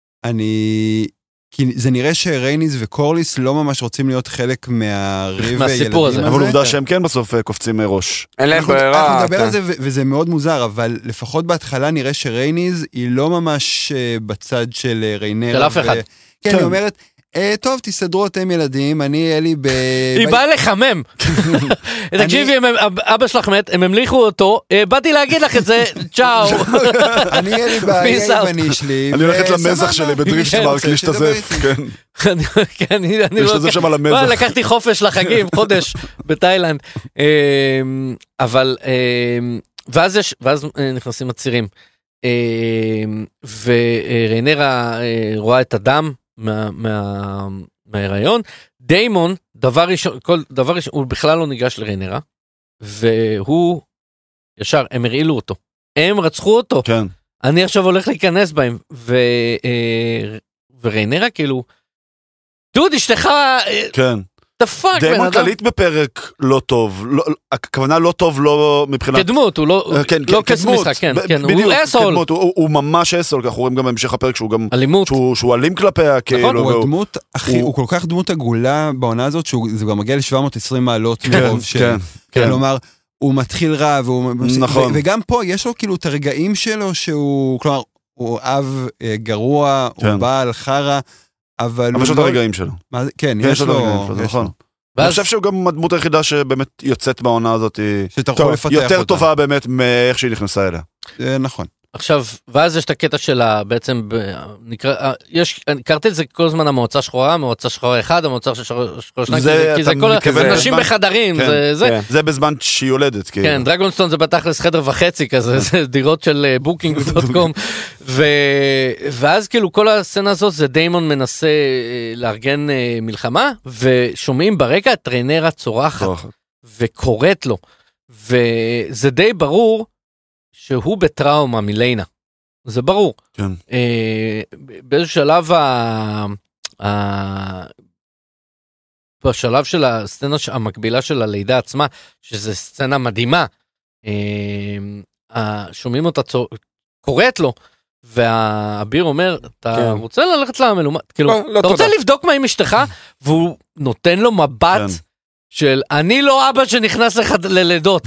כי זה נראה שרייניס וקורליס לא ממש רוצים להיות חלק מהריב מהסיפור הזה. אבל עובדה שהם כן בסוף קופצים מראש. אין להם ברירה. אנחנו נדבר על זה וזה מאוד מוזר, אבל לפחות בהתחלה נראה שרייניס היא לא ממש בצד של ריינרה. של אף אחד. כן, היא אומרת, טוב, תסדרו אתם ילדים, אני אלי היא באה לחמם. תקשיבי, אבא שלך מת, הם המליכו אותו, באתי להגיד לך את זה, צ'או. אני אלי ביוני שלי. אני הולכת למזח שלי בדריפט מרק להשתזף, כן. להשתזף שם על המזח. לקחתי חופש לחגים, חודש בתאילנד. אבל, ואז נכנסים הצירים. וריינרה רואה את הדם מההיריון. דיימון, דבר ראשון, הוא בכלל לא ניגש לריינרה, והוא ישר, הם הרעילו אותו, הם רצחו אותו, כן. אני עכשיו הולך להיכנס בהם, וריינרה כאילו, דוד, אשתך, כן. תפק, דיימון קליט בפרק לא טוב, הכוונה לא טוב לא מבחינת... כדמות, הוא לא כס משחק, כן, הוא אסול. הוא ממש אסול, אנחנו רואים גם בהמשך הפרק שהוא גם... אלימות. שהוא אלים כלפיה, כאילו... הוא הדמות, הוא כל כך דמות עגולה בעונה הזאת, שזה גם מגיע ל-720 מעלות מרוב של... כלומר, הוא מתחיל רע, וגם פה יש לו כאילו את הרגעים שלו, שהוא, כלומר, הוא אב גרוע, הוא בעל חרה, אבל יש לו את הרגעים שלו. כן, יש לו. נכון. אני חושב שהוא גם הדמות היחידה שבאמת יוצאת מהעונה הזאת, יותר אותה. טובה באמת מאיך שהיא נכנסה אליה. נכון. עכשיו, ואז יש את הקטע שלה, בעצם, הכרתי את זה כל הזמן המועצה שחורה, המועצה שחורה אחד, המועצה שחורה שניים, כי זה כל נשים בחדרים, זה בזמן שהיא יולדת. כן, דרגונסטון זה בתכלס חדר וחצי כזה, זה דירות של booking.com, ואז כאילו כל הסצנה הזאת, זה דיימון מנסה לארגן מלחמה, ושומעים ברקע את ריינרה צורחת, וקוראת לו, וזה די ברור, שהוא בטראומה מליינה, זה ברור. כן. באיזשהו שלב, בשלב של הסצנה המקבילה של הלידה עצמה, שזו סצנה מדהימה, שומעים אותה, קוראת לו, והאביר אומר, אתה רוצה ללכת למלומת? כאילו, אתה רוצה לבדוק מה עם אשתך? והוא נותן לו מבט של, אני לא אבא שנכנס לך ללידות.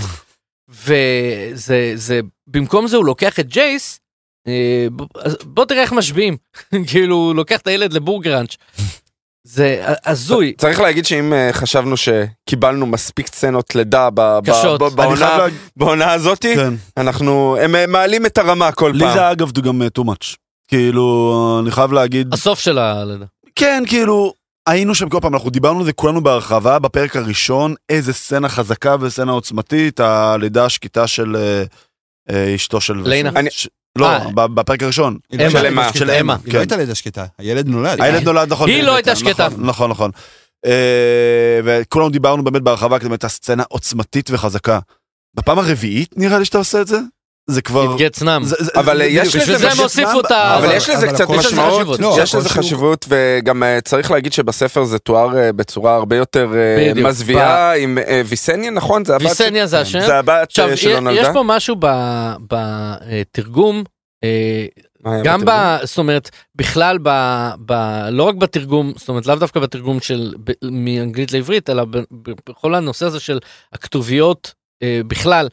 וזה, במקום זה הוא לוקח את ג'ייס, בוא תראה איך משביעים, כאילו הוא לוקח את הילד לבורגראנץ', זה הזוי. צריך להגיד שאם חשבנו שקיבלנו מספיק סצנות לידה בעונה הזאת, הם מעלים את הרמה כל פעם. לי זה אגב גם too much, כאילו אני חייב להגיד... הסוף של הלידה. כן, כאילו... היינו שם כל פעם, אנחנו דיברנו על זה כולנו בהרחבה, בפרק הראשון, איזה סצנה חזקה וסצנה עוצמתית, הלידה השקיטה של אשתו של... ליינה. לא, בפרק הראשון. של אמה. היא לא הייתה לידה שקטה, הילד נולד. הילד נולד, נכון. היא לא הייתה שקטה. נכון. וכולנו דיברנו באמת בהרחבה, כדי הייתה סצנה עוצמתית וחזקה. בפעם הרביעית נראה לי שאתה עושה את זה? זה כבר... גצנם. אבל יש לזה קצת משמעות, יש לזה חשיבות, וגם צריך להגיד שבספר זה תואר בצורה הרבה יותר מזוויעה, עם ויסניה, נכון? ויסניה זה השם. זה הבת שלא נולדה. יש פה משהו בתרגום, גם זאת אומרת, בכלל, לא רק בתרגום, זאת אומרת, לאו דווקא בתרגום מאנגלית לעברית, אלא בכל הנושא הזה של הכתוביות בכלל,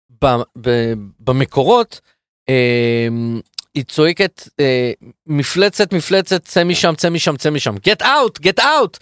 במקורות, היא צועקת מפלצת, צא משם, get out,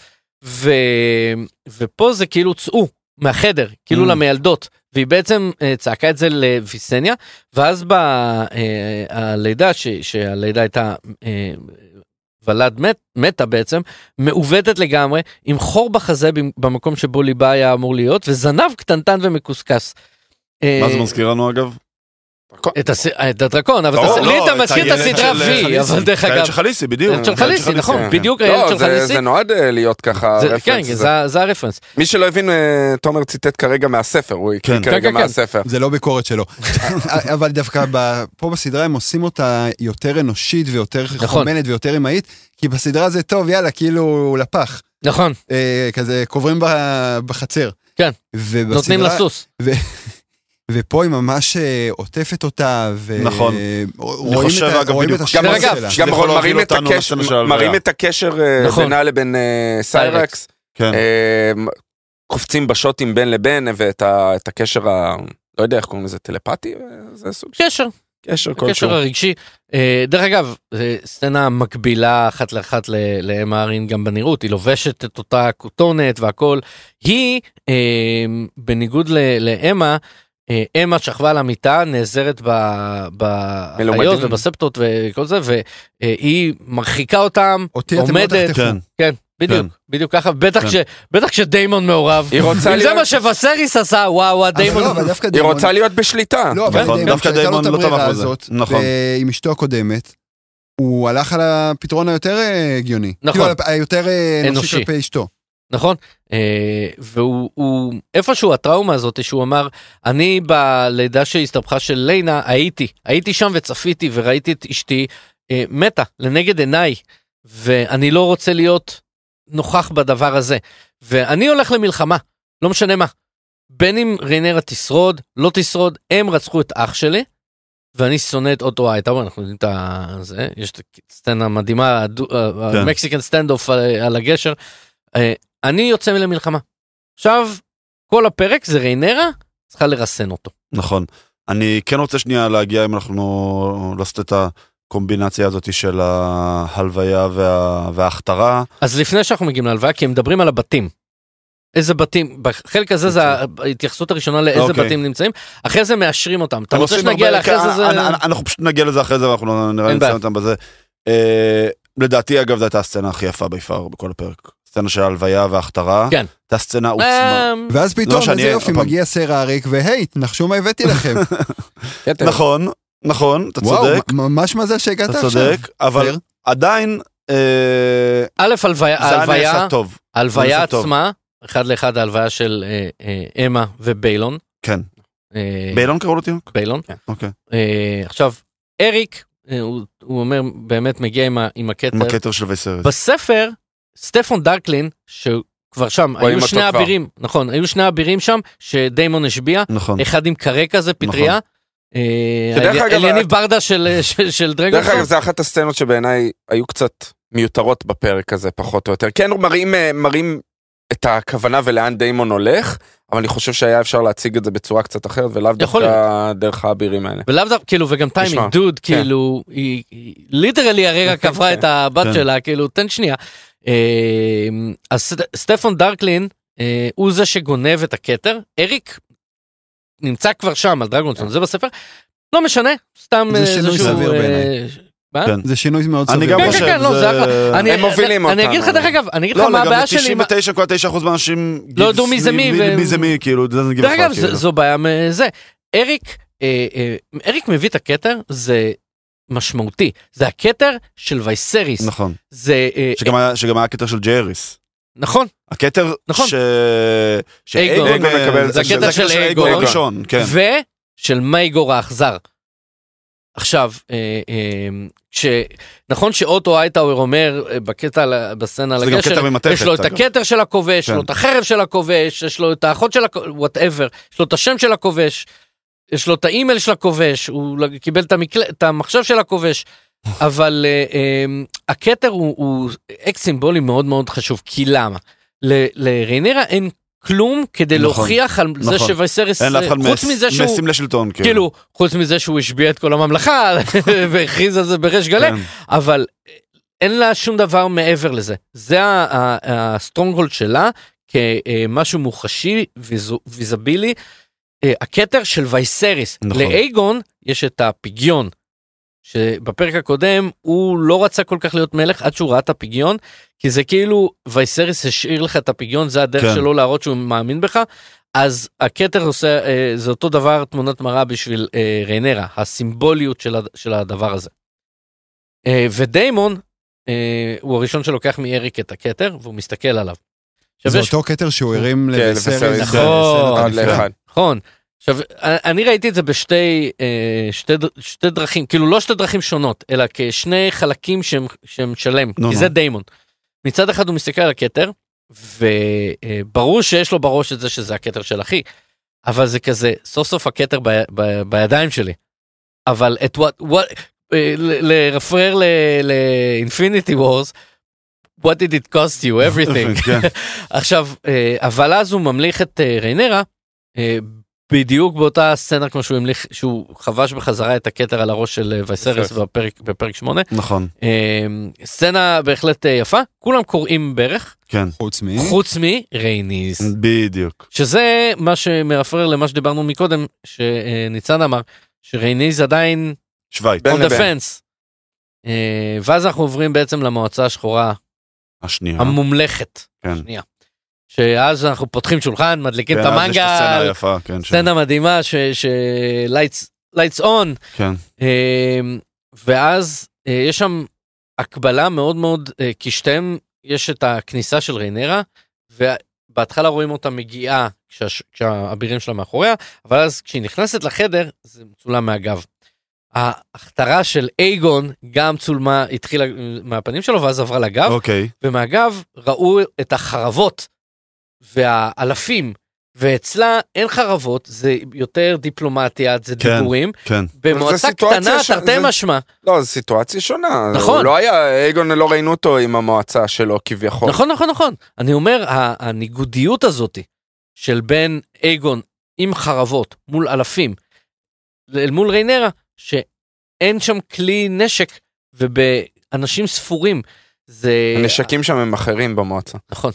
ופה זה כאילו צאו מהחדר, כאילו למיילדות, והיא בעצם צעקה את זה לויסניה, ואז הלידה, שהלידה הייתה ולד מתה בעצם, מעוותת לגמרי, עם חור בחזה במקום שבו ליבה היה אמור להיות, וזנב קטנטן ומקוסקס. מה זה מזכיר לנו אגב? את הדרקון, אבל לי אתה מזכיר את הסדרה וי, אבל דרך אגב. הילד של חליסי, בדיוק. הילד של חליסי, נכון, בדיוק הילד של חליסי. זה נועד להיות ככה רפרנס. כן, זה הרפרנס. מי שלא הבין, תומר ציטט כרגע מהספר, הוא הקריא כרגע מהספר. זה לא ביקורת שלו. אבל דווקא פה בסדרה הם עושים אותה יותר אנושית ויותר חומנת ויותר אמהית, כי בסדרה זה טוב, יאללה, כאילו לפח. נכון. כזה קוברים בחצר. כן, נותנים לסוס. ופה היא ממש עוטפת אותה, נכון. רואים את השלב שלה. גם מראים את הקשר בינה לבין סיירקס, קופצים בשוטים בין לבין, ואת הקשר, לא יודע איך קוראים לזה, טלפתי? זה סוג קשר. קשר כלשהו. הקשר הרגשי. דרך אגב, סצנה מקבילה אחת לאחת לאמה ארין גם בנראות, היא לובשת את אותה כותונת והכל. היא, בניגוד לאמה, אמה שכבה על המיטה, נעזרת באחיות ובספטות וכל זה, והיא מרחיקה אותם, עומדת, כן, בדיוק ככה, בטח כשדיימון מעורב, אם זה מה שווסריס עשה, וואו, דיימון, היא רוצה להיות בשליטה. לא, אבל דווקא דיימון לא טבח בזה. עם אשתו הקודמת, הוא הלך על הפתרון היותר הגיוני, כאילו היותר אנושי כלפי אשתו. נכון, והוא איפשהו הטראומה הזאת שהוא אמר, אני בלידה שהסתבכה של לינה הייתי שם וצפיתי וראיתי את אשתי מתה לנגד עיניי, ואני לא רוצה להיות נוכח בדבר הזה, ואני הולך למלחמה, לא משנה מה, בין אם ריינרה תשרוד, לא תשרוד, הם רצחו את אח שלי, ואני שונא את אוטו הייטאוור, אנחנו יודעים את זה, יש את הסצנה מדהימה, המקסיקן סטנד אוף על הגשר, אני יוצא למלחמה. עכשיו, כל הפרק זה ריינרה, צריכה לרסן אותו. נכון. אני כן רוצה שנייה להגיע, אם אנחנו לעשות את הקומבינציה הזאת של ההלוויה וההכתרה. אז לפני שאנחנו מגיעים להלוויה, כי הם מדברים על הבתים. איזה בתים, בחלק הזה זה ההתייחסות הראשונה לאיזה בתים נמצאים, אחרי זה מאשרים אותם. אתה רוצה שנגיע לאחרי זה? אנחנו פשוט נגיע לזה אחרי זה, ואנחנו נראה נסיים אותם בזה. לדעתי, אגב, זו הייתה הסצנה הכי יפה ביפר בכל הפרק. סצנה של הלוויה והכתרה. כן. הייתה סצנה עוצמה. ואז פתאום, איזה יופי, מגיע סר האריק, והי, נחשו מה הבאתי לכם. נכון, אתה צודק. וואו, ממש מזל שהגעת עכשיו. אתה צודק, אבל עדיין... א', הלוויה, טוב. הלוויה עצמה, אחד לאחד ההלוויה של אמה וביילון. כן. ביילון קראו לו תינוק? ביילון. אוקיי. עכשיו, אריק, הוא אומר, באמת מגיע עם הכתר. עם הכתר של וייסרס. בספר, סטפון דרקלין, שכבר שם, היו שני אבירים, נכון, היו שני אבירים שם, שדיימון השביע, אחד עם קרה כזה, פטריה, אליניב ברדה של דרגון. דרך אגב, זה אחת הסצנות שבעיניי היו קצת מיותרות בפרק הזה, פחות או יותר. כן, מראים את הכוונה ולאן דיימון הולך, אבל אני חושב שהיה אפשר להציג את זה בצורה קצת אחרת, ולאו דווקא דרך האבירים האלה. ולאו דווקא, כאילו, וגם טיימינג, דוד, כאילו, היא ליטרלי הרגע קברה את הבת שלה, כאילו, תן שנייה. אז סטפון דרקלין, הוא זה שגונב את הכתר, אריק נמצא כבר שם על דרגונסון, זה בספר, לא משנה, סתם זה שינוי סביר בעיניי. זה שינוי מאוד סביר. אני גם חושב, הם מובילים אותנו. אני אגיד לך דרך אגב, אני אגיד לך מה הבעיה שלי. 99.9% מהאנשים לא ידעו מי זה מי. מי זה מי, כאילו. דרך אגב, זו בעיה מזה. אריק מביא את הכתר, זה משמעותי. זה הכתר של וייסריס. נכון. שגם היה הכתר של ג'ייריס. נכון. הכתר שאייגון מקבל. זה הכתר של אייגון הראשון, כן. ושל מייגור האכזר. עכשיו, נכון שאוטו הייטאוור אומר בקטע, בסצנה על הגשר, יש לו את הכתר של הכובש, יש לו את החרב של הכובש, יש לו את האחות של הכובש, whatever, יש לו את השם של הכובש, יש לו את האימייל של הכובש, הוא קיבל את המחשב של הכובש, אבל הכתר הוא אקט סימבולי מאוד מאוד חשוב, כי למה? לריינרה אין כלום כדי להוכיח על זה שווייסרס, חוץ מזה שהוא מסים לשלטון, כאילו, חוץ מזה שהוא השביע את כל הממלכה והכריז על זה בריש גלי, אבל אין לה שום דבר מעבר לזה. זה הסטרונגהולד שלה כמשהו מוחשי ויזבילי, הכתר של וייסרס. לאייגון יש את הפיגיון, שבפרק הקודם הוא לא רצה כל כך להיות מלך עד שהוא ראה את הפיגיון, כי זה כאילו וייסרס השאיר לך את הפיגיון, זה הדרך שלו להראות שהוא מאמין בך, אז הכתר עושה, זה אותו דבר תמונת מראה בשביל ריינרה, הסימבוליות של הדבר הזה. ודיימון הוא הראשון שלוקח מאריק את הכתר, והוא מסתכל עליו. זה אותו כתר שהוא הרים לוייסרס. נכון. עכשיו, אני ראיתי את זה בשתי דרכים, כאילו לא שתי דרכים שונות, אלא כשני חלקים שהם שלם, כי זה דיימון. מצד אחד הוא מסתכל על הכתר, וברור שיש לו בראש את זה שזה הכתר של אחי, אבל זה כזה, סוף סוף הכתר בידיים שלי. אבל לרפרר ל-Infinity Wars, what did it cost you? Everything. עכשיו, אבל אז הוא ממליך את ריינרה, בדיוק באותה סצנה כמו שהוא המליך, שהוא חבש בחזרה את הכתר על הראש של וייסריס בפרק 8. נכון. סצנה בהחלט יפה, כולם קוראים בערך. כן. חוץ מרייניז. בדיוק. שזה מה שמרפרר למה שדיברנו מקודם, שניצן אמר, שרייניז עדיין שווייץ. on the fence. ואז אנחנו עוברים בעצם למועצה השחורה. השנייה. המומלכת. כן. השנייה. שאז אנחנו פותחים שולחן, מדליקים את אז יש את המנגל. הסצנה היפה, כן. סצנה מדהימה, lights on. כן. ואז יש שם הקבלה מאוד מאוד, כי שתיהם יש את הכניסה של ריינרה, ובהתחלה רואים אותה מגיעה כשהאבירים שלה מאחוריה, אבל אז כשהיא נכנסת לחדר, זה מצולם מהגב. ההכתרה של אייגון גם צולמה, התחילה מהפנים שלו, ואז עברה לגב, אוקיי. ומהגב ראו את החרבות והאלפים, ואצלה אין חרבות, זה יותר דיפלומטיה, זה דיבורים. כן. במועצה קטנה, תרתי משמע. לא, זו סיטואציה שונה. נכון. לא היה, אייגון לא ראינו אותו עם המועצה שלו כביכול. נכון. אני אומר, הניגודיות הזאת של בין אייגון עם חרבות מול אלפים, אל מול ריינרה, שאין שם כלי נשק, ובאנשים ספורים, זה... הנשקים שם הם אחרים במועצה. נכון.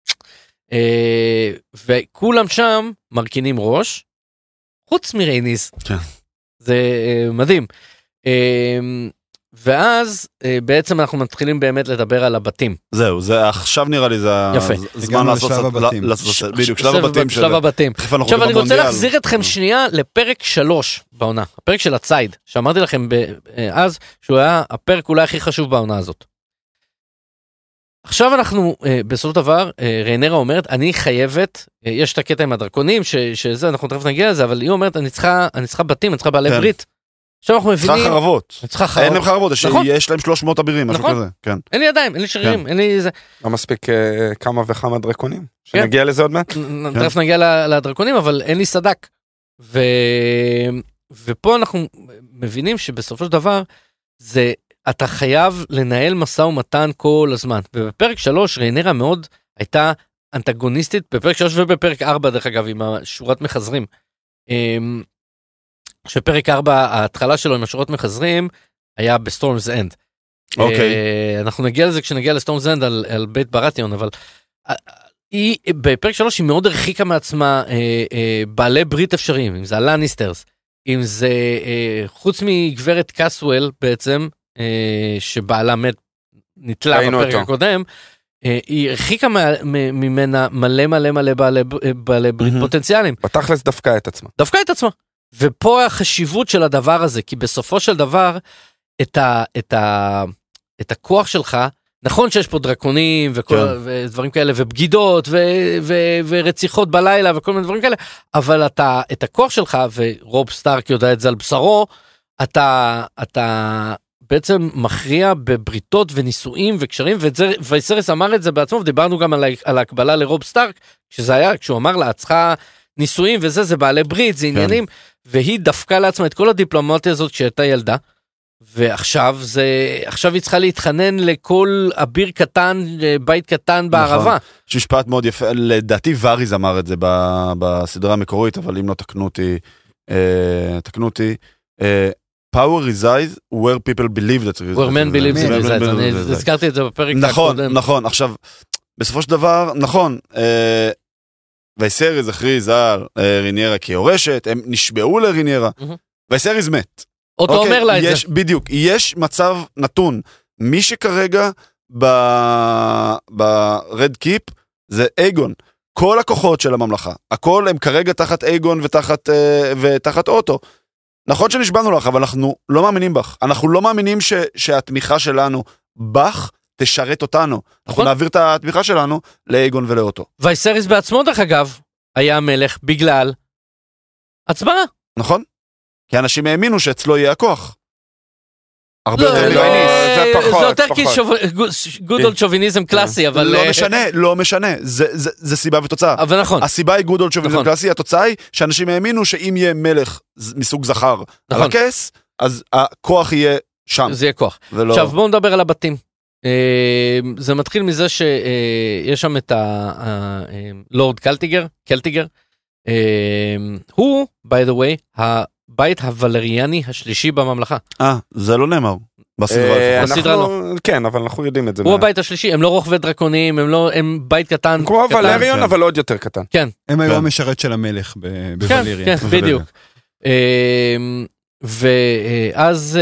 וכולם שם מרכינים ראש, חוץ מרייניס. כן. זה מדהים. ואז בעצם אנחנו מתחילים באמת לדבר על הבתים. זהו, זה עכשיו נראה לי זה הזמן לעשות בדיוק, שלב הבתים. עכשיו אני רוצה להחזיר אתכם שנייה לפרק 3 בעונה, הפרק של הצייד, שאמרתי לכם אז שהוא היה הפרק אולי הכי חשוב בעונה הזאת. עכשיו אנחנו בסופו של דבר, ריינרה אומרת, אני חייבת, יש את הקטע עם הדרקונים, שזה אנחנו תכף נגיע לזה, אבל היא אומרת, אני צריכה בתים, אני צריכה בעלי ברית. עכשיו אנחנו מבינים... צריכה חרבות. אין להם חרבות, נכון. יש להם 300 אבירים, משהו כזה. כן. אין לי ידיים, אין לי שרירים, אין לי זה. לא מספיק כמה וכמה דרקונים. שנגיע לזה עוד מעט? תכף נגיע לדרקונים, אבל אין לי סדק. ופה אנחנו מבינים שבסופו של דבר, זה... אתה חייב לנהל מסע ומתן כל הזמן. ובפרק 3 ריינרה מאוד הייתה אנטגוניסטית, בפרק 3 ובפרק 4 דרך אגב, עם השורת מחזרים. שפרק 4, ההתחלה שלו עם השורות מחזרים, היה בסטורמס אנד. אוקיי. אנחנו נגיע לזה כשנגיע לסטורמס אנד על בית ברטיון, אבל היא, בפרק 3 היא מאוד הרחיקה מעצמה בעלי ברית אפשריים, אם זה הלניסטרס, אם זה חוץ מגברת קאסוול בעצם, שבעלה מת נתלה בפרק הקודם, היא הרחיקה ממנה מלא בעלי ברית פוטנציאליים. בתכלס דווקא את עצמה. דווקא את עצמה. ופה החשיבות של הדבר הזה, כי בסופו של דבר, את הכוח שלך, נכון שיש פה דרקונים ודברים כאלה, ובגידות ורציחות בלילה וכל מיני דברים כאלה, אבל את הכוח שלך, ורוב סטארק יודע את זה על בשרו, אתה בעצם מכריע בבריתות ונישואים וקשרים, וייסריס אמר את זה בעצמו, ודיברנו גם על ההקבלה לרוב סטארק, שזה היה, כשהוא אמר לה, צריכה נישואים וזה, זה בעלי ברית, זה עניינים, והיא דפקה לעצמה את כל הדיפלומטיה הזאת כשהייתה ילדה, ועכשיו היא צריכה להתחנן לכל אביר קטן, בית קטן בערבה. יש משפט מאוד יפה, לדעתי וריז אמר את זה בסדרה המקורית, אבל אם לא תקנו אותי, power resides where people believe that where men believe that resides, אני הזכרתי את זה בפרק הקודם. נכון, עכשיו, בסופו של דבר, נכון, וייסריס הכריז על ריניירה כיורשת, הם נשבעו לריניירה, וייסריס מת. אותו אומר לה את זה. בדיוק, יש מצב נתון, מי שכרגע ברד קיפ זה אייגון, כל הכוחות של הממלכה, הכל הם כרגע תחת אייגון ותחת אוטו. נכון שנשבענו לך, אבל אנחנו לא מאמינים בך, אנחנו לא מאמינים שהתמיכה שלנו בך תשרת אותנו, אנחנו נעביר את התמיכה שלנו לאייגון ולאוטו. וייסריס בעצמו דרך אגב, היה המלך בגלל הצבעה. נכון? כי אנשים האמינו שאצלו יהיה הכוח. הרבה זה יותר גוד אולד שוביניזם קלאסי, אבל לא משנה, זה סיבה ותוצאה. אבל נכון. הסיבה היא גוד אולד שוביניזם קלאסי, התוצאה היא שאנשים האמינו שאם יהיה מלך מסוג זכר על הכס, אז הכוח יהיה שם. זה יהיה כוח. עכשיו בואו נדבר על הבתים. זה מתחיל מזה שיש שם את הלורד קלטיגר, הוא, by the way, הבית הוולריאני השלישי בממלכה. זה לא נאמר. בסדרה לא. כן, אבל אנחנו יודעים את זה. הוא הבית השלישי, הם לא רוכבי דרקונים, הם בית קטן. כמו ולריון, אבל עוד יותר קטן. כן. הם היו המשרת של המלך בוולריה. כן, בדיוק. ואז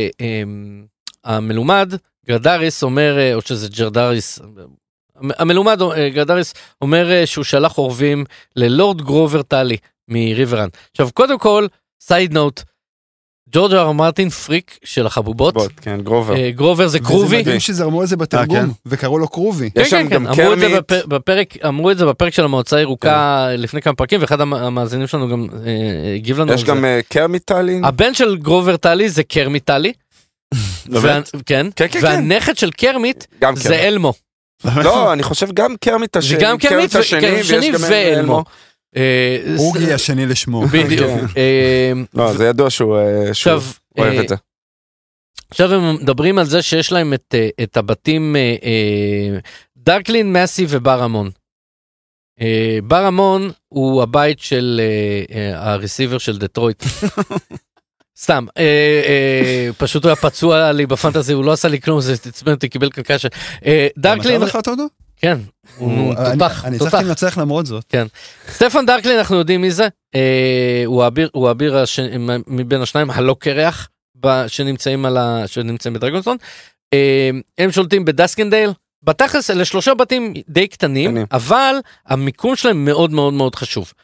המלומד, גרדריס אומר, או שזה ג'רדריס, המלומד גרדריס אומר שהוא שלח אורבים ללורד גרובר טלי מריברן. עכשיו, קודם כל, סייד נוט, ג'ורג' אר מרטין פריק של החבובות. כן, גרובר. גרובר זה קרובי. וזה מדהים שזרמו את זה בתרגום, וקראו לו קרובי. כן, כן, כן, אמרו את זה בפרק של המועצה הירוקה לפני כמה פרקים, ואחד המאזינים שלנו גם הגיב לנו. יש גם קרמיט טלי. הבן של גרובר טלי זה קרמיט טלי. כן, והנכד של קרמיט זה אלמו. לא, אני חושב גם קרמיט השני. זה גם קרמיט השני ואלמו. אוגי השני לשמו. בדיוק. לא, זה ידוע שהוא אוהב את זה. עכשיו הם מדברים על זה שיש להם את הבתים דארקלין, מסי וברמון. ברמון הוא הבית של הרסיבר של דטרויט. סתם, פשוט הוא היה פצוע לי בפנטזי, הוא לא עשה לי כלום, זה תצמן אותי, קיבל קלקשה. דארקלין... אתה הולך אותו? כן, הוא תותח. אני צריך לנצח למרות זאת. כן. סטפן דארקלין, אנחנו יודעים מי זה, הוא האביר מבין השניים, הלא קרח, שנמצאים בדרגונסטון. הם שולטים בדסקנדייל, בתכלס אלה 3 בתים די קטנים, אבל המיקום שלהם מאוד מאוד מאוד חשוב.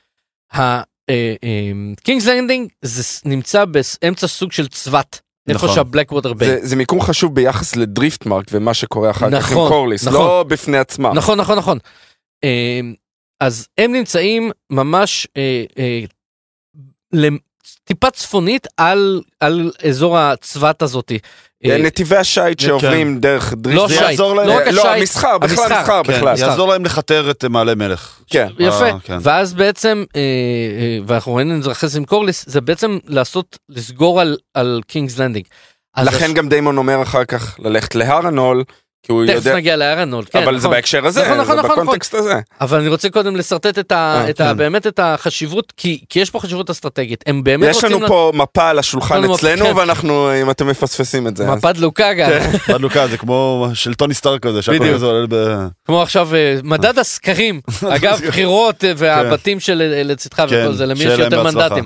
קינגס לנדינג זה נמצא באמצע סוג של צוות, איפה שהבלק ווטר ביי. זה מיקום חשוב ביחס לדריפט מרק ומה שקורה אחר כך עם קורליס, לא בפני עצמם. נכון, נכון, נכון. אז הם נמצאים ממש טיפה צפונית על אזור הצוות הזאתי. נתיבי השייט שעוברים דרך דריפט. לא שייט, לא המסחר, בכלל. יעזור להם לחתר את מעלה מלך. יפה, ואז בעצם, ואנחנו ראינו את זה אחרי זה עם קורליס, זה בעצם לסגור על קינגס לנדינג. לכן גם דיימון אומר אחר כך ללכת להרנול, כי הוא יודע... תכף נגיע להרנול, כן. אבל זה בהקשר הזה, זה בקונטקסט הזה. אבל אני רוצה קודם לסרטט באמת את החשיבות, כי יש פה חשיבות אסטרטגית. הם באמת רוצים... יש לנו פה מפה על השולחן אצלנו, ואנחנו, אם אתם מפספסים את זה. מפת לוקה גם. מפת לוקה, זה כמו של טוני סטארק כזה, כמו עכשיו, מדד הסקרים, אגב, בחירות והבתים לצדך וכל זה, למי יש יותר מנדטים.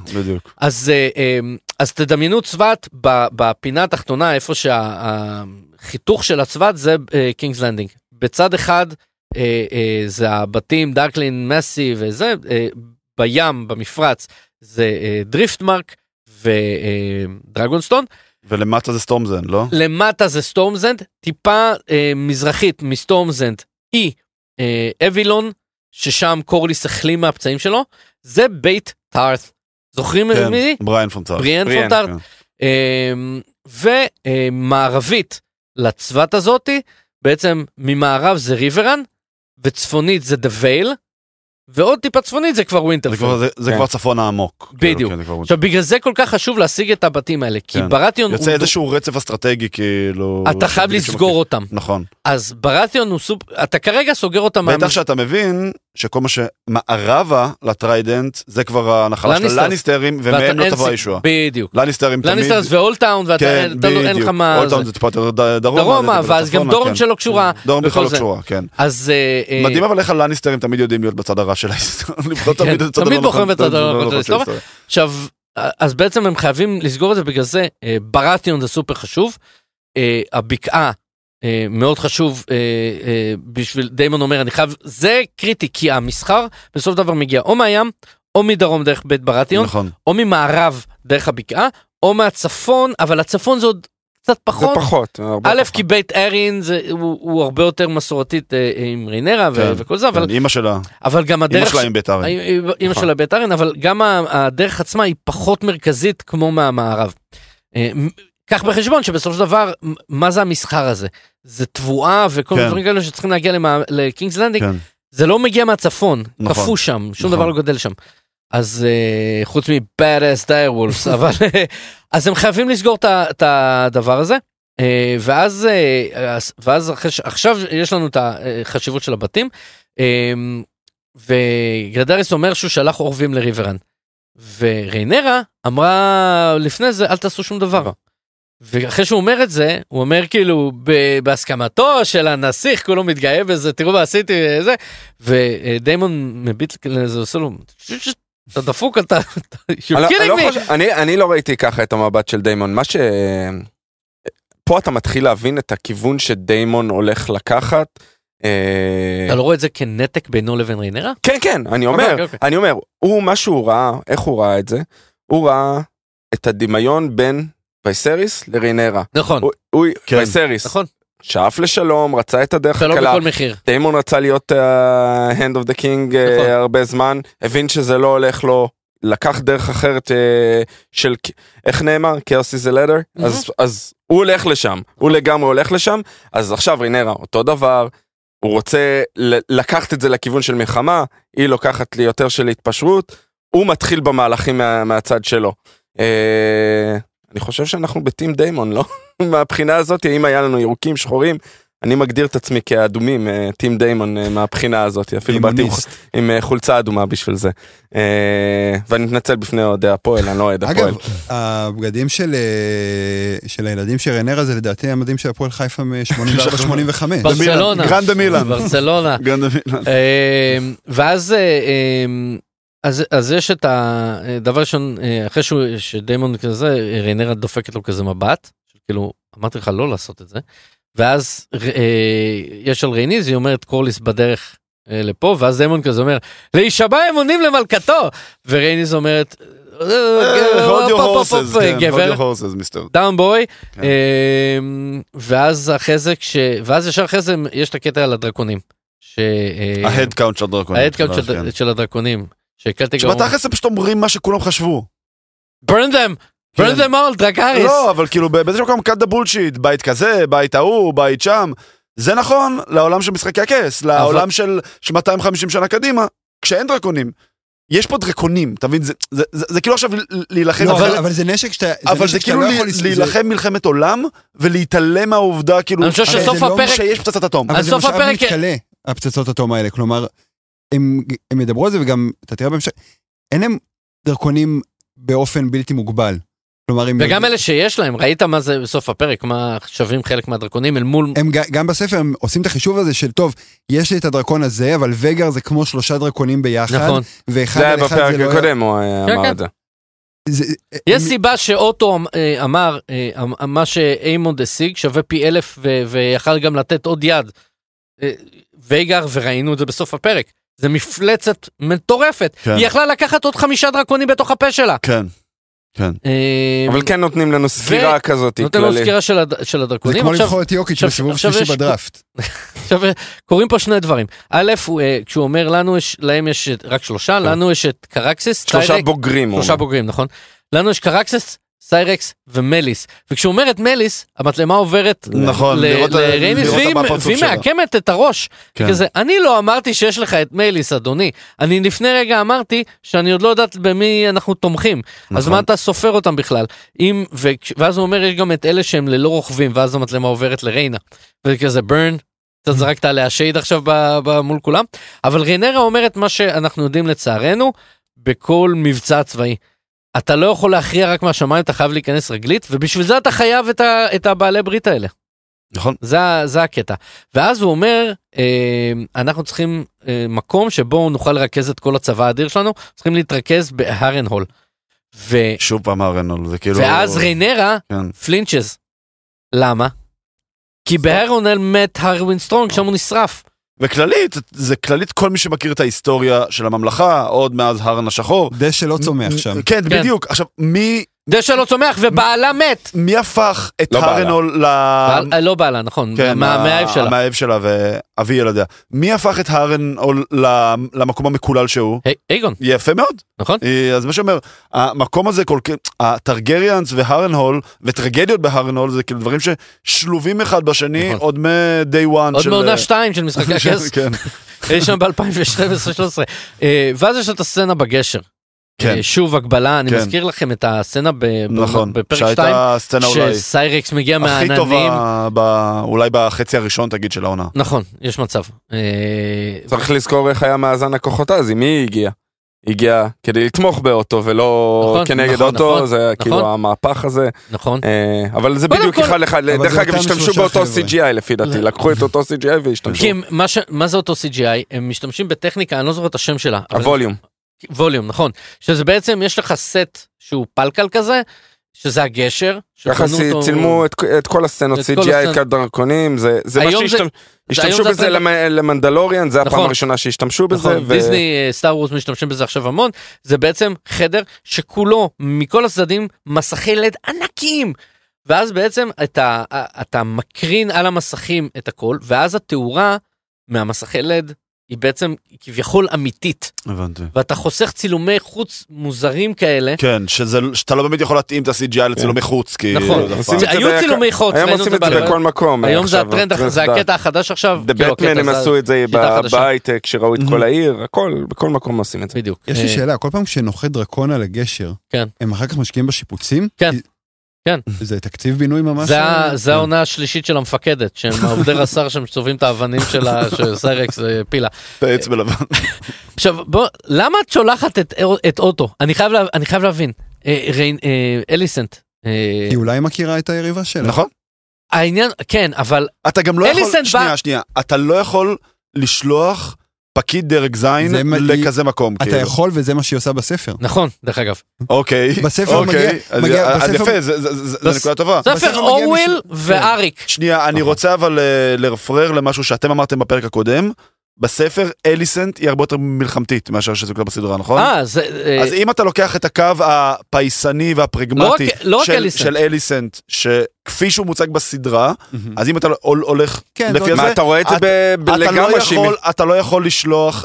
אז תדמיינו צוות בפינה התחתונה, איפה חיתוך של הצוות זה קינגס לנדינג. בצד אחד זה הבתים דארקלין, מסי וזה, בים, במפרץ, זה דריפט מרק ודרגונסטון. ולמטה זה סטורמזנד, לא? למטה זה סטורמזנד, טיפה מזרחית מסטורמזנד היא אבילון, ששם קורליס החלים מהפצעים שלו, זה בית טארת. זוכרים מי? בריאן פון טארת. בריאן פון טארת. ומערבית לצוות הזאתי, בעצם ממערב זה ריברן, וצפונית זה דווייל, ועוד טיפה צפונית זה כבר ווינטרפל. זה כבר צפון העמוק. בדיוק. עכשיו בגלל זה כל כך חשוב להשיג את הבתים האלה, כי ברטיון... יוצא איזשהו רצף אסטרטגי כאילו... אתה חייב לסגור אותם. נכון. אז ברטיון הוא אתה כרגע סוגר אותם... בטח שאתה מבין שכל מה שמערבה לטריידנט, זה כבר הנחלה של הלניסטרים, ומהם לא תבוא הישועה. בדיוק. לניסטרים תמיד... לניסטרס ואולטאון, ואין לך מה... אולטאון זה טיפה יותר דרומה, ואז גם דורן שלא קשורה. דורן בכלל לא קשורה, כן. אז... מדהים אבל איך הלניסטרים תמיד יודעים להיות בצד הרע של ההיסטוריה. תמיד בוחרים בצד הרע של ההיסטוריה. עכשיו, אז בעצם הם חייבים לסגור את זה, בגלל זה ברטיון זה סופר חשוב. הבקעה מאוד חשוב בשביל דיימון אומר אני חייב, זה קריטי כי המסחר בסוף דבר מגיע או מהים או מדרום דרך בית ברטיון, נכון. או ממערב דרך הבקעה או מהצפון, אבל הצפון זה עוד קצת פחות. זה פחות. א' כי בית ארין הוא הרבה יותר מסורתית עם ריינרה וכל זה, אבל אמא שלה, אבל גם הדרך, אמא שלה עם בית ארין, אמא שלה בית ארין, אבל גם הדרך עצמה היא פחות מרכזית כמו מהמערב. כך בחשבון שבסוף של דבר, מה זה המסחר הזה? זה תבואה וכל מיני דברים כאלה שצריכים להגיע לקינגס לנדינג, זה לא מגיע מהצפון, קפוא שם, שום דבר לא גדל שם. אז חוץ מבאדאס דיירוולפס, אבל אז הם חייבים לסגור את הדבר הזה, ואז עכשיו יש לנו את החשיבות של הבתים, וגלדריס אומר שהוא שלח אורבים לריברן. וריינרה אמרה לפני זה, אל תעשו שום דבר. ואחרי שהוא אומר את זה, הוא אומר כאילו, בהסכמתו של הנסיך, כולו מתגאה בזה, תראו מה עשיתי, זה, ודיימון מביט לזה, עושה לו, אתה דפוק, אתה, אני לא ראיתי ככה את המבט של דיימון, מה פה אתה מתחיל להבין את הכיוון שדיימון הולך לקחת. אתה לא רואה את זה כנתק בינו לבין ריינרה? כן, כן, אני אומר, הוא מה שהוא ראה, איך הוא ראה את זה? הוא ראה את הדמיון בין וייסריס לריינרה. נכון. וייסריס. נכון. שאף לשלום, רצה את הדרך הקלה. שלא בכל מחיר. דיימון רצה להיות hand of the king הרבה זמן, הבין שזה לא הולך לו, לקח דרך אחרת של, איך נאמר? chaos is a ladder? אז הוא הולך לשם, הוא לגמרי הולך לשם, אז עכשיו ריינרה, אותו דבר, הוא רוצה לקחת את זה לכיוון של מלחמה, היא לוקחת לי יותר של התפשרות, הוא מתחיל במהלכים מהצד שלו. אני חושב שאנחנו בטים דיימון, לא? מהבחינה הזאת, אם היה לנו ירוקים, שחורים, אני מגדיר את עצמי כאדומים, טים דיימון מהבחינה הזאת, אפילו באתי עם חולצה אדומה בשביל זה. ואני מתנצל בפני אוהדי הפועל, אני לא אוהד הפועל. אגב, הבגדים של הילדים של ריינרה זה לדעתי המדים של הפועל חיפה מ-84-85. ברצלונה. גרנדה מילאן. ברצלונה. גרנדה מילאן. אז יש את הדבר ראשון, אחרי שדיימון כזה, ריינרה דופקת לו כזה מבט, כאילו, אמרתי לך לא לעשות את זה, ואז יש על רייניז, היא אומרת קורליס בדרך לפה, ואז דיימון כזה אומר, להישבע אמונים למלכתו, ורייניז אומרת, hold your horses, מיסטר. דאון בוי, ואז אחרי זה, ואז ישר אחרי זה, יש את הקטע על הדרקונים. ההדקאונט של הדרקונים. ההדקאונט של הדרקונים. שבתכלס הם פשוט אומרים מה שכולם חשבו. burn them all, דרקאריס. לא, אבל כאילו באיזשהו מקום cut the bullshit, בית כזה, בית ההוא, בית שם. זה נכון לעולם של משחקי הכס, לעולם של 250 שנה קדימה, כשאין דרקונים. יש פה דרקונים, אתה מבין? זה כאילו עכשיו להילחם... אבל זה נשק שאתה... אבל זה כאילו להילחם מלחמת עולם, ולהתעלם מהעובדה, כאילו... אני חושב שסוף הפרק... שיש פצצת אטום. אבל זה משאב מתקלה, הפצצות אטום האלה. כלומר, הם ידברו על זה, וגם, אתה תראה בהמשך, אין להם דרקונים באופן בלתי מוגבל. וגם אלה שיש להם, ראית מה זה בסוף הפרק, מה שווים חלק מהדרקונים אל מול... הם גם בספר הם עושים את החישוב הזה של טוב, יש לי את הדרקון הזה, אבל וגר זה כמו 3 דרקונים ביחד, נכון. ואחד זה היה בפרק הקודם, הוא אמר את זה. יש סיבה שאוטו אמר, מה שאיימונד השיג שווה פי 1000, ויכל גם לתת עוד יד. וגר, וראינו את זה בסוף הפרק, זה מפלצת מטורפת, היא יכלה לקחת עוד 5 דרקונים בתוך הפה שלה. כן. כן. אבל כן נותנים לנו סקירה כזאת. נותנים לנו סקירה של הדרקונים. זה כמו לבחור את יוקיץ' בסיבוב שלישי בדראפט. עכשיו, קוראים פה שני דברים. א', כשהוא אומר לנו, להם יש רק 3, לנו יש את קרקסיס. 3 בוגרים. 3 בוגרים, נכון. לנו יש קרקסיס, סיירקס ומליס. וכשהוא אומר את מליס, המצלמה עוברת לרייניס, והיא מעקמת את הראש. כזה, אני לא אמרתי שיש לך את מליס, אדוני. אני לפני רגע אמרתי שאני עוד לא יודעת במי אנחנו תומכים. אז מה אתה סופר אותם בכלל? ואז הוא אומר, יש גם את אלה שהם ללא רוכבים, ואז המצלמה עוברת לריינה. וכזה, ברן, אתה זרקת עליה שייד עכשיו מול כולם. אבל ריינרה אומרת מה שאנחנו יודעים לצערנו, בכל מבצע צבאי. אתה לא יכול להכריע רק מהשמיים, אתה חייב להיכנס רגלית, ובשביל זה אתה חייב את הבעלי ברית האלה. נכון. זה הקטע. ואז הוא אומר, אנחנו צריכים מקום שבו נוכל לרכז את כל הצבא האדיר שלנו, צריכים להתרכז בהרנהול. שוב פעם הרנהול, זה כאילו... ואז ריינרה פלינצ'ז. למה? כי בהרנהול מת הרווין סטרונג, שם הוא נשרף. וכללית, זה כללית כל מי שמכיר את ההיסטוריה של הממלכה, עוד מאז הרן השחור. דשא לא צומח שם. כן, בדיוק. עכשיו, מי... דשא לא צומח, ובעלה מת. מי הפך את הרנול לא בעלה, נכון. מהאב שלה. מהאב שלה ואבי ילדיה. מי הפך את הרנול למקום המקולל שהוא? אייגון. יפה מאוד. נכון. אז מה שאומר, המקום הזה, הטרגריאנס והרנהול, וטרגדיות בהרנהול, זה כאילו דברים ששלובים אחד בשני, עוד מ-day one. עוד מעונה 2 של משחקי הכס. כן. יש שם ב-2012-2013. ואז יש את הסצנה בגשר. כן. שוב הגבלה, אני כן. מזכיר לכם את הסצנה נכון, בפרק 2, שהייתה סצנה אולי שסיירקס מגיע הכי מהעננים. טובה, אולי בחצי הראשון תגיד של העונה. נכון, יש מצב. צריך לזכור איך היה מאזן הכוחות אז, עם מי היא הגיעה כדי לתמוך באוטו ולא נכון, כנגד נכון, אוטו, נכון, זה נכון. כאילו המהפך הזה. נכון. אבל זה קודם בדיוק כל- אחד לאחד, אבל דרך זה אגב אותם השתמשו שלושה באותו חבר'ה. CGI לפי דעתי, לקחו את אותו CGI והשתמשו. כי מה זה אותו CGI? הם משתמשים בטכניקה, אני לא זוכר את השם שלה. אבל- הווליום. ווליום, נכון. שזה בעצם, יש לך סט שהוא פלקל כזה, שזה הגשר. ככה שבנו אותו- צילמו את כל הסצנות את כל CGI, הסצנות. את הדרכונים, זה מה היום זה- שהשתמשו זה בזה הטרנד. למנדלוריאן, זה הפעם נכון. הראשונה שהשתמשו בזה. נכון, דיסני, סטאר וורס משתמשים בזה עכשיו המון, זה בעצם חדר שכולו, מכל הצדדים, מסכי לד ענקים. ואז בעצם אתה מקרין על המסכים את הכל, ואז התאורה מהמסכי לד היא בעצם כביכול אמיתית, הבנתי. ואתה חוסך צילומי חוץ מוזרים כאלה. כן, שאתה לא באמת יכול להתאים את ה-CGI לצילומי חוץ, כי... נכון, זה אף עושים פעם. את זה היו ב- צילומי חוץ, היום ראינו עושים את זה בעבר. בכל מקום. היום זה עכשיו, הטרנד, זה הקטע החדש עכשיו. The כאילו, Batman הקטע הם זה- עשו את זה שיטה חדשה. בהייטק, שראו את כל העיר, הכל, בכל מקום עושים את זה. בדיוק. יש לי שאלה, כל פעם כשנוחת דרקון על הגשר, כן. הם אחר כך משקיעים בשיפוצים? כן. כי- כן. זה תקציב בינוי ממש... זה העונה השלישית של המפקדת, שהם העובדי רס"ר שהם צובעים את האבנים של סיירקס פילה. בעץ בלבן. עכשיו, בוא, למה את שולחת את אוטו? אני חייב להבין. אליסנט. כי אולי היא מכירה את היריבה שלה. נכון? העניין, כן, אבל אתה גם לא יכול... אליסנט בא- שנייה. אתה לא יכול לשלוח פקיד דרג זין זה מה- לכזה מקום. אתה כאילו. יכול, וזה מה שהיא עושה בספר. נכון, דרך אגב. אוקיי. בספר אוקיי. מגיע- אז בספר- יפה, זה נקודה טובה. ספר בספר מגיע אורוויל מישהו- ואריק. שנייה, אני רוצה אבל לרפרר למשהו שאתם אמרתם בפרק הקודם. בספר אליסנט היא הרבה יותר מלחמתית מאשר שזה קורה בסדרה, נכון? אז אם אתה לוקח את הקו הפייסני והפרגמטי לא רק אליסנט. של אליסנט, שכפי שהוא מוצג בסדרה, מהמם. אז אם אתה הולך כן, לפי זאת- זה, מה, אתה רואה את זה לגמרי אתה לא יכול לשלוח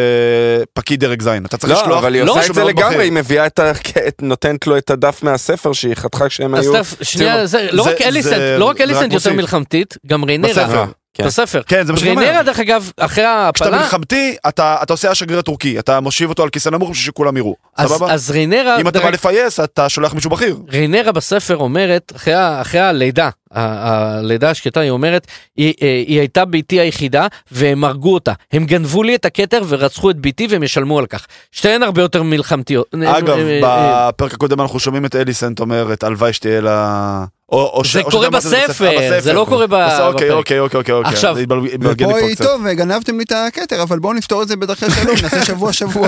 פקיד דרג זין, אתה צריך לא, לשלוח... אבל היא לא, עושה את משהו זה מאוד לגמרי, בכיר. היא מביאה נותנת לו את הדף מהספר שהיא חתכה כשהם אז היו... שנייה, לא זה- רק אליסנט, זה- לא רק זה אליסנט רק יותר מוסיף. מלחמתית, גם ריינרה. בספר. כן. בספר. כן, זה מה שאני אומר. ריינרה, דרך אגב, אחרי כשאתה ההפלה, מלחמתי, אתה עושה השגריר הטורקי, אתה מושיב אותו על כיסא נמוך בשביל שכולם יראו, סבבה? אז ריינרה, אם אתה בא לפייס, אתה שולח מישהו בכיר. ריינרה בספר אומרת, אחרי הלידה, הלידה השקטה, היא אומרת, היא הייתה ביתי היחידה, והם הרגו אותה. הם גנבו לי את הכתר ורצחו את ביתי, והם ישלמו על כך. שתיהן הרבה יותר מלחמתיות. אגב, בפרק הקודם אנחנו שומעים את אליסנט אומרת, הלוואי שתהיה לה... זה קורה בספר, זה לא קורה בפרק. אוקיי. עכשיו, ופה היא טוב, גנבתם לי את הכתר, אבל בואו נפתור את זה בדרכי שלום, נעשה שבוע.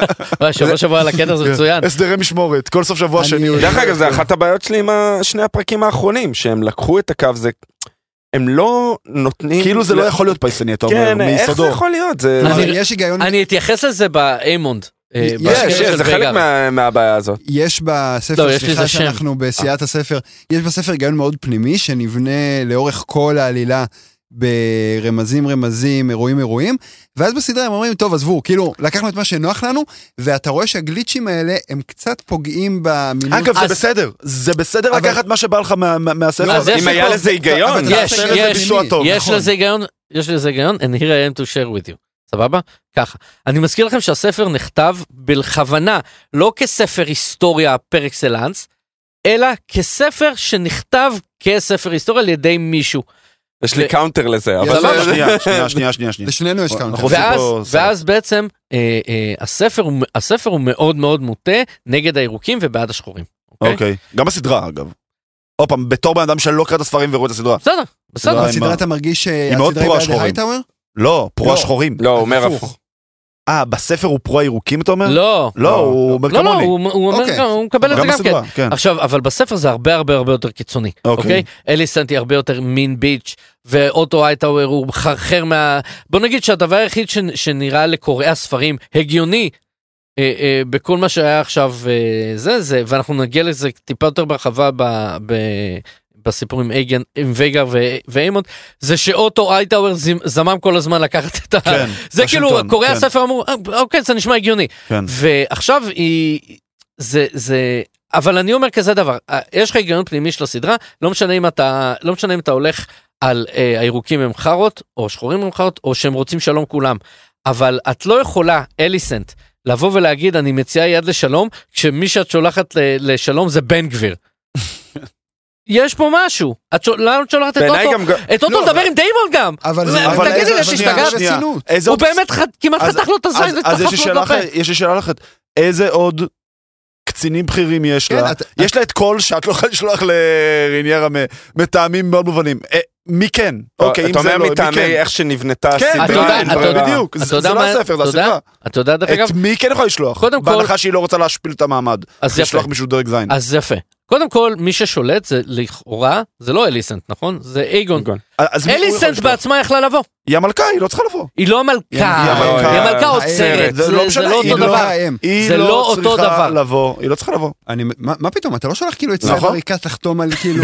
שבוע על הכתר זה מצוין. הסדרי משמורת, כל סוף שבוע אני- שני. דרך אגב, זה אחת הבעיות שלי עם שני הפרקים האחרונים, שהם לקחו את הקו, הם לא נותנים... כאילו זה לא יכול להיות פייסני, אתה אומר, כן, איך מיסודו. זה יכול להיות? זה... אני- אבל יש היגיון, אני אתייחס לזה באיימונד. זה חלק מהבעיה הזאת. יש בספר, לא, יש סליחה לזה שם. שאנחנו בסיעת הספר, יש בספר היגיון מאוד פנימי, שנבנה לאורך כל העלילה, ברמזים, אירועים, ואז בסדרה הם אומרים, טוב, עזבו, כאילו, לקחנו את מה שנוח לנו, ואתה רואה שהגליצ'ים האלה, הם קצת פוגעים במילון. אגב, אז- זה בסדר אבל- לקחת מה שבא לך מהספר. אז יש אם היה פה- לזה היגיון. אבל יש, הסרט הזה יש, פנימי. יש נכון. לזה היגיון, and here I am to share with you. סבבה? ככה. אני מזכיר לכם שהספר נכתב בכוונה, לא כספר היסטוריה פר אקסלנס, אלא כספר שנכתב כספר היסטוריה על ידי מישהו. יש לי קאונטר לזה, אבל... סבבה. שנייה. לשנינו יש אנחנו קאונטר. עושים פה ואז בעצם הספר הוא מאוד מאוד מוטה נגד הירוקים ובעד השחורים. אוקיי. גם בסדרה, אגב. עוד פעם, בתור בן אדם שלא קרא את הספרים ורואה את הסדרה. בסדר. לא, בסדרה אתה מרגיש מאוד שהסדרה היא פרו בעד השחורים. הייטאוור? לא, פרו לא. השחורים. לא, הוא אומר הפוך. הפוך. בספר הוא פרו הירוקים, אתה אומר? לא. לא, הוא אומר לא, כמוני. הוא אומר אוקיי. גם, הוא מקבל את זה גם גם כן. בסדרה, כן. עכשיו, אבל בספר זה הרבה יותר קיצוני, אוקיי. אוקיי? אליסנט היא הרבה יותר מין ביץ', ואוטו הייטאוור הוא מחרחר בוא נגיד שהדבר היחיד שנראה לקוראי הספרים הגיוני, בכל מה שהיה עכשיו זה, ואנחנו נגיע לזה טיפה יותר ברחבה בסיפור עם וייגר ואיימונד, זה שאוטו הייטאוור זמם כל הזמן לקחת את ה... כן, זה כאילו, השלטון, קוראי כן. הספר אמרו, אוקיי, זה נשמע הגיוני. כן. ועכשיו אבל אני אומר כזה דבר, יש לך היגיון פנימי של הסדרה, לא משנה אם אתה הולך על הירוקים הם חרות, או שחורים הם חרות, או שהם רוצים שלום כולם, אבל את לא יכולה, אליסנט, לבוא ולהגיד, אני מציעה יד לשלום, כשמי שאת שולחת לשלום זה בן גביר. יש פה משהו. למה את שולחת את אוטו? את אוטו לדבר עם דיימון גם. תגידי לי, תשתגעת. הוא באמת כמעט חתך לו את הזין. אז יש לי שאלה לכת. איזה עוד קצינים בכירים יש לה? יש לה את כל שאת לא יכולה לשלוח לריניירה מטעמים מאוד מובנים. מי כן? אוקיי, אתה אומר מטעמי איך שנבנתה הסדרה. בדיוק, זה לא הספר, זה הסדרה. אתה יודע, דרך אגב, את מי כן יכול לשלוח? בהנחה שהיא לא רוצה להשפיל את המעמד. אז לשלוח מישהו דרג זין. אז יפה. קודם כל, מי ששולט זה לכאורה, זה לא אליסנט, נכון? זה אייגון. אליסנט בעצמה יכלה לבוא. היא המלכה, היא לא צריכה לבוא. היא לא המלכה, היא המלכה עוצרת, זה לא אותו דבר. היא לא צריכה לבוא, היא לא צריכה לבוא. מה פתאום, אתה לא שולח כאילו את סייבר ריקת לחתום על כאילו...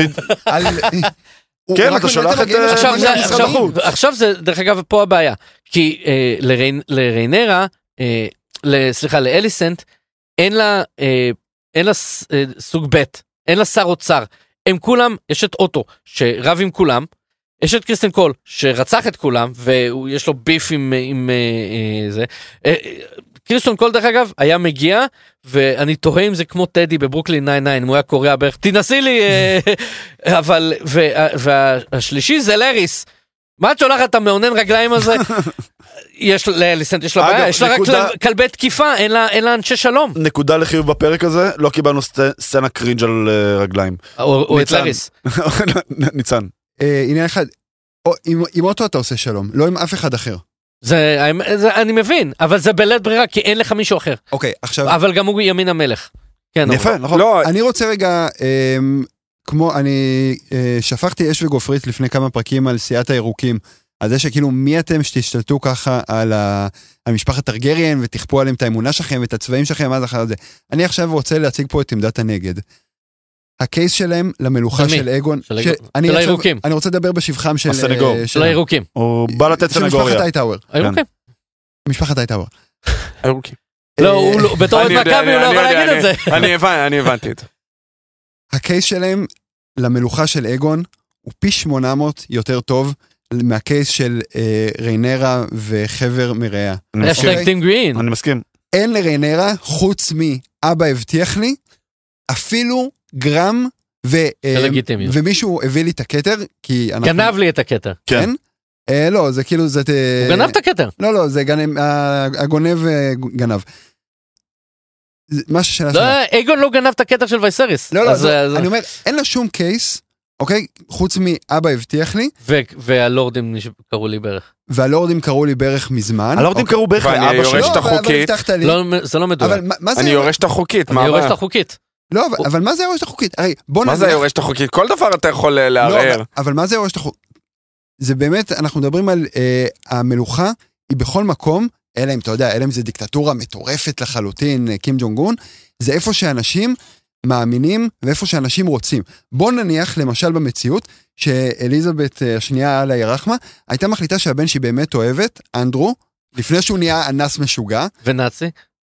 כן, אתה שולח את... עכשיו זה, דרך אגב, פה הבעיה. כי לריינרה, סליחה, לאליסנט, אין לה סוג ב', אין לה שר אוצר. הם כולם, יש את אוטו שרב עם כולם, יש את קריסטן קול שרצח את כולם, ויש לו ביף עם זה. קריסטן קול דרך אגב היה מגיע, ואני תוהה אם זה כמו טדי בברוקלין 99, אם הוא היה קורא בערך, תנסי לי, אבל, והשלישי זה לריס. מה את שולחת את המעונן רגליים הזה? יש לאליסנט, יש לה בעיה, יש לה רק כלבי תקיפה, אין לה אנשי שלום. נקודה לחיוב בפרק הזה, לא קיבלנו סצנה קרינג' על רגליים. או את לריס. ניצן. עניין אחד, עם אוטו אתה עושה שלום, לא עם אף אחד אחר. אני מבין, אבל זה בלית ברירה, כי אין לך מישהו אחר. אוקיי, עכשיו... אבל גם הוא ימין המלך. יפה, נכון. אני רוצה רגע... כמו, אני שפכתי אש וגופרית לפני כמה פרקים על סיעת הירוקים, על זה שכאילו מי אתם שתשתלטו ככה על משפחת טרגריאן ותכפו עליהם את האמונה שלכם ואת הצבעים שלכם עד אחר זה. אני עכשיו רוצה להציג פה את עמדת הנגד. הקייס שלהם למלוכה של אגון, של הירוקים. אני רוצה לדבר בשבחם של... הסנגור. של הירוקים. הוא בא לתת סנגוריה. של משפחת הייטאוור. הירוקים. משפחת הייטאוור. הירוקים. לא, הוא בתור את מכבי הוא לא יכול להגיד את זה. אני הבנתי את זה. הקייס שלהם למלוכה של אגון הוא פי 800 יותר טוב מהקייס של ריינרה וחבר מרעה. אני מסכים. אין לריינרה חוץ מאבא הבטיח לי אפילו גרם ומישהו הביא לי את הכתר כי גנב לי את הכתר. כן? לא, זה כאילו זה... הוא גנב את הכתר. לא, זה הגונב גנב. אגון לא גנב את הקטע של וייסריס. לא, אני אומר, אין לה שום קייס, אוקיי? חוץ מאבא הבטיח לי. והלורדים קראו לי בערך. והלורדים קראו לי בערך מזמן. הלורדים קראו בערך לאבא שלו. זה לא מדויק. אני יורש את החוקית. אני יורש את החוקית. לא, אבל מה זה יורש את החוקית? מה זה יורש את החוקית? כל דבר אתה יכול לערער. אבל מה זה יורש את החוקית? זה באמת, אנחנו מדברים על המלוכה, היא בכל מקום, אלא אם אתה יודע, אלא אם זה דיקטטורה מטורפת לחלוטין, קים ג'ונג און, זה איפה שאנשים מאמינים ואיפה שאנשים רוצים. בוא נניח, למשל במציאות, שאליזבת השנייה על הירחמה, הייתה מחליטה שהבן שהיא באמת אוהבת, אנדרו, לפני שהוא נהיה אנס משוגע. ונאצי?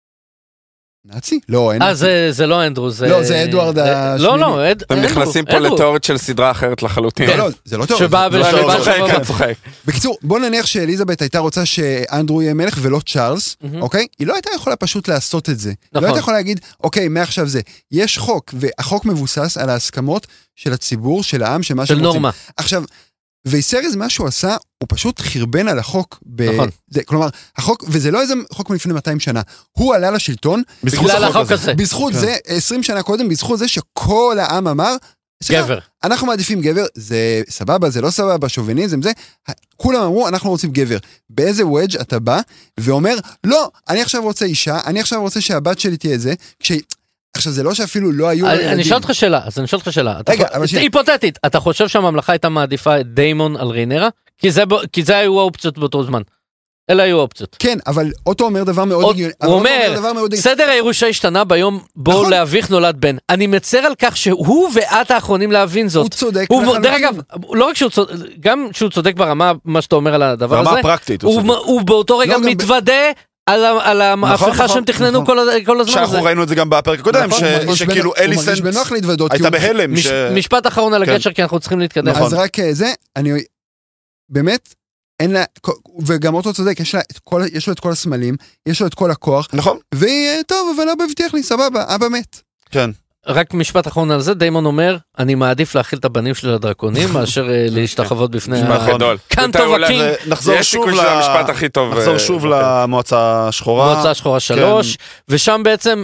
נאצי? לא, אין נאצי. זה לא אנדרו, זה... לא, זה אדוארד השמיני. לא, אתם נכנסים פה לתיאוריות של סדרה אחרת לחלוטין. לא, זה לא תיאוריות. שבא צוחק. בקיצור, בוא נניח שאליזבת הייתה רוצה שאנדרו יהיה מלך ולא צ'ארלס, אוקיי? היא לא הייתה יכולה פשוט לעשות את זה. לא הייתה יכולה להגיד, אוקיי, מעכשיו זה. יש חוק, והחוק מבוסס על ההסכמות של הציבור, של העם, של מה שהם רוצים. של נורמה. עכשיו, וייסריס מה שהוא עשה, הוא פשוט חרבן על החוק. נכון. כלומר, החוק, וזה לא איזה חוק מלפני 200 שנה, הוא עלה לשלטון, בגלל החוק הזה. בזכות זה, 20 שנה קודם, בזכות זה שכל העם אמר, גבר. אנחנו מעדיפים גבר, זה סבבה, זה לא סבבה, שוביניזם, זה, כולם אמרו, אנחנו רוצים גבר. באיזה ווידג' אתה בא, ואומר, לא, אני עכשיו רוצה אישה, אני עכשיו רוצה שהבת שלי תהיה זה, עכשיו זה לא שאפילו לא היו... אני אשאל אותך שאלה, רגע, היפותטית, אתה חושב שהממלכה הייתה מעדיפה את דיימון על ריינרה? כי זה היו האופציות באותו זמן. אלה היו האופציות. כן, אבל אוטו אומר דבר מאוד הגיוני. הוא אומר, סדר הירושה השתנה ביום בו לאביך נולד בן. אני מצר על כך שהוא ואת האחרונים להבין זאת. הוא צודק. דרך אגב, לא רק שהוא צודק, גם שהוא צודק ברמה, מה שאתה אומר על הדבר הזה. ברמה הפרקטית. הוא באותו רגע מתוודה על ההפיכה שהם תכננו כל הזמן הזה. שאנחנו ראינו את זה גם בפרק הקודם, שכאילו אליסנט הייתה בהלם. משפט אחרון על הגשר, כי אנחנו צריכים להתקדם. אז רק זה, אני באמת, אין לה, וגם אותו צודק, יש לו את כל הסמלים, יש לו את כל הכוח, נכון. והיא, טוב, אבל אבא הבטיח לי, סבבה, אבא מת. כן. רק משפט אחרון על זה, דיימון אומר, אני מעדיף להכיל את הבנים שלי לדרקונים, מאשר להשתחוות בפני קאנט אוף הקינג. נחזור שוב למועצה השחורה. מועצה השחורה 3, ושם בעצם,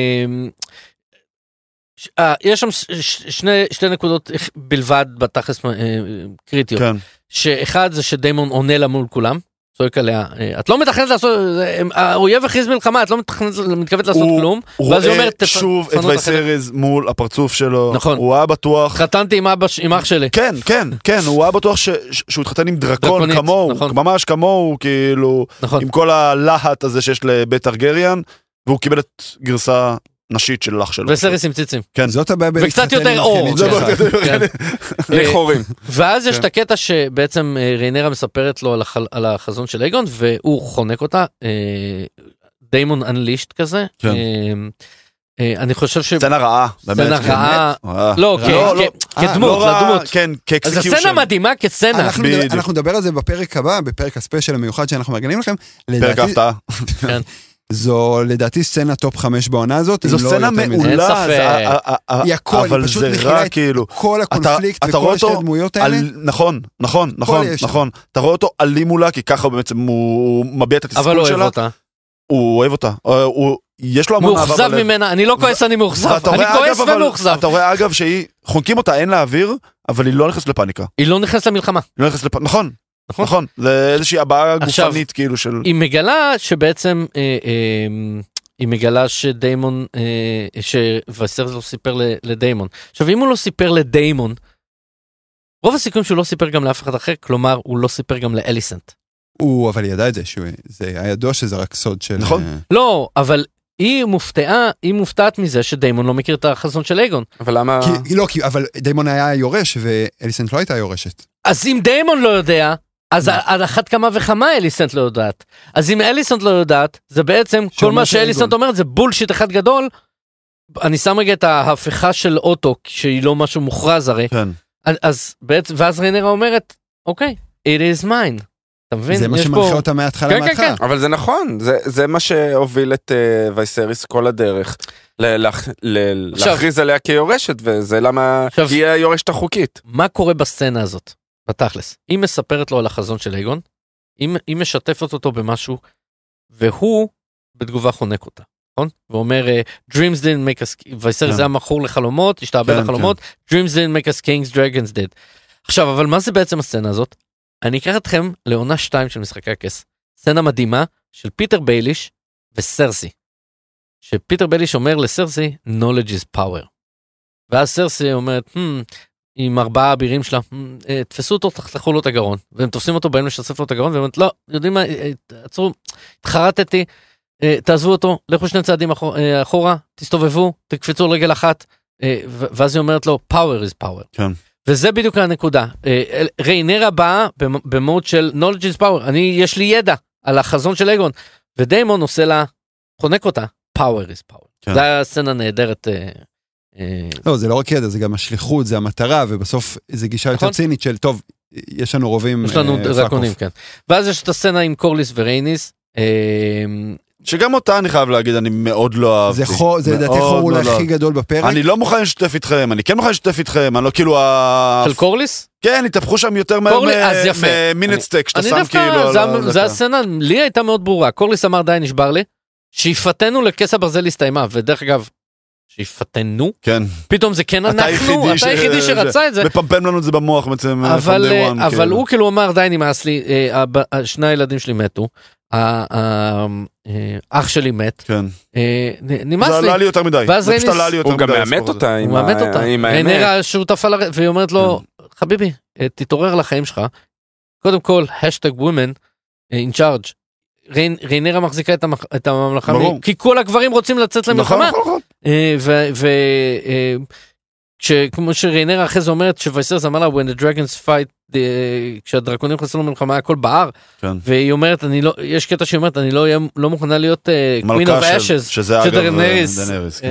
יש שם שתי נקודות בלבד בתכלס קריטיות. שאחד זה שדיימון עונה לה מול כולם, צועק עליה, את לא מתכנת לעשות, האויב הכריז מלחמה, את לא מתכוונת לעשות כלום. הוא רואה שוב את וייסריס מול הפרצוף שלו, הוא היה בטוח... חתנתי עם אח שלי. כן, הוא היה בטוח שהוא התחתן עם דרקון כמוהו, ממש כמוהו, כאילו, עם כל הלהט הזה שיש לבית טרגריאן, והוא קיבל את גרסה נשית של אח שלו. וייסריס עם ציצים. כן. זאת הבעיה וקצת יותר אור. לכורים. ואז יש את הקטע שבעצם ריינרה מספרת לו על החזון של אייגון, והוא חונק אותה, דיימון אנלישט כזה. אני חושב ש... סצנה רעה. סצנה רעה. לא, כדמות, לדמות. כן, כאקסקיושן. אז הסצנה מדהימה כסצנה. אנחנו נדבר על זה בפרק הבא, בפרק הספיישל המיוחד שאנחנו מארגנים לכם. פרק ההפתעה. כן. זו לדעתי סצנה טופ 5 בעונה הזאת. זו סצנה מעולה, היא הכל, אבל זה רע כאילו. כל הקונפליקט וכל שתי הדמויות האלה. נכון. אתה רואה אותו עלים מולה, כי ככה בעצם הוא מביע את התסכול שלה. אבל הוא אוהב אותה. הוא אוהב אותה. יש לו המון אהבה בלב. מאוכזב ממנה, אני לא כועס, אני מאוכזב. אני כועס ומאוכזב. אתה רואה אגב שהיא, חונקים אותה, אין לה אוויר, אבל היא לא נכנסת לפאניקה. היא לא נכנסת למלחמה. נכון, זה איזושהי הבעה גופנית כאילו של... היא מגלה שבעצם, היא מגלה שדיימון, שוייסריס לא סיפר לדיימון. עכשיו, אם הוא לא סיפר לדיימון, רוב הסיכויים שהוא לא סיפר גם לאף אחד אחר, כלומר, הוא לא סיפר גם לאליסנט. אבל היא ידעה את זה, זה היה ידוע שזה רק סוד של... נכון. לא, אבל... היא מופתעת מזה שדיימון לא מכיר את החזון של אייגון. אבל למה... אבל דיימון היה יורש ואליסנט לא הייתה יורשת. אז אם דיימון לא יודע, אז על אחת כמה וכמה אליסנט לא יודעת. אז אם אליסנט לא יודעת, זה בעצם כל מה שאליסנט אומרת, זה בולשיט אחד גדול. אני שם רגע את ההפיכה של אוטו, שהיא לא משהו מוכרז הרי. אז בעצם, ואז ריינרה אומרת, אוקיי, it is mine. זה מה שמנחה אותה מההתחלה. אבל זה נכון, זה מה שהוביל את וייסריס כל הדרך, להכריז עליה כיורשת, וזה למה היא היורשת החוקית. מה קורה בסצנה הזאת, בתכלס? היא מספרת לו על החזון של אייגון, היא משתפת אותו במשהו, והוא בתגובה חונק אותה, נכון? ואומר, Dreams didn't make us, וייסריס זה המכור לחלומות, השתעבד לחלומות, Dreams didn't make us kings, dragons did. עכשיו, אבל מה זה בעצם הסצנה הזאת? אני אקח אתכם לעונה 2 של משחקי הכס. סצנה מדהימה של פיטר בייליש וסרסי. שפיטר בייליש אומר לסרסי, knowledge is power. ואז סרסי אומרת, עם 4 אבירים שלה, תפסו אותו, תחתכו לו את הגרון. והם תופסים אותו, באים לשסף לו את הגרון, והם אומרת, לא, יודעים מה, עצרו, התחרטתי, תעזבו אותו, לכו 2 צעדים אחורה, תסתובבו, תקפצו על רגל אחת, ואז היא אומרת לו, power is power. כן. וזה בדיוק הנקודה. ריינרה באה במוד של knowledge is power. יש לי ידע על החזון של אייגון, ודיימון עושה לה, חונק אותה, power is power. כן. זה הסצנה נהדרת. לא, זה לא רק ידע, זה גם השליחות, זה המטרה, ובסוף זה גישה יותר צינית של, טוב, יש לנו רובים. יש לנו דרקונים, כן. ואז יש את הסצנה עם קורליס ורייניס, שגם אותה אני חייב להגיד, אני מאוד לא אהבתי. זה לדעתי חור הכי גדול בפרק. אני לא מוכן לשתף איתכם, אני כן מוכן לשתף איתכם, אני לא כאילו... של קורליס? כן, התהפכו שם יותר מינטסטק, שאתה שם כאילו... זה הסצנה, לי הייתה מאוד ברורה, קורליס אמר די נשבר לי, שאיפתנו לכס הברזל הסתיימה, ודרך אגב, שאיפתנו, פתאום זה כן אנחנו, אתה היחידי שרצה את זה. מפמפם לנו את זה במוח בעצם. אבל הוא כאילו אמר די נמאס לי, 2 הילדים שלי מתו, אח שלי מת, נמאס לי. זה עלה לי יותר מדי. הוא גם מאמת אותה עם האמת. נראה שותפה, והיא אומרת לו, חביבי, תתעורר לחיים שלך, קודם כל, #women in charge, ריינרה מחזיקה את הממלכה, כי כל הגברים רוצים לצאת למלחמה, וכמו שריינרה אחרי זה אומרת, שווייסריס אמר לה, when the dragons fight, כשהדרקונים נכנסו למלחמה, הכל בער, והיא אומרת, יש קטע שהיא אומרת, אני לא מוכנה להיות queen of ashes, שזה אגב דנריס,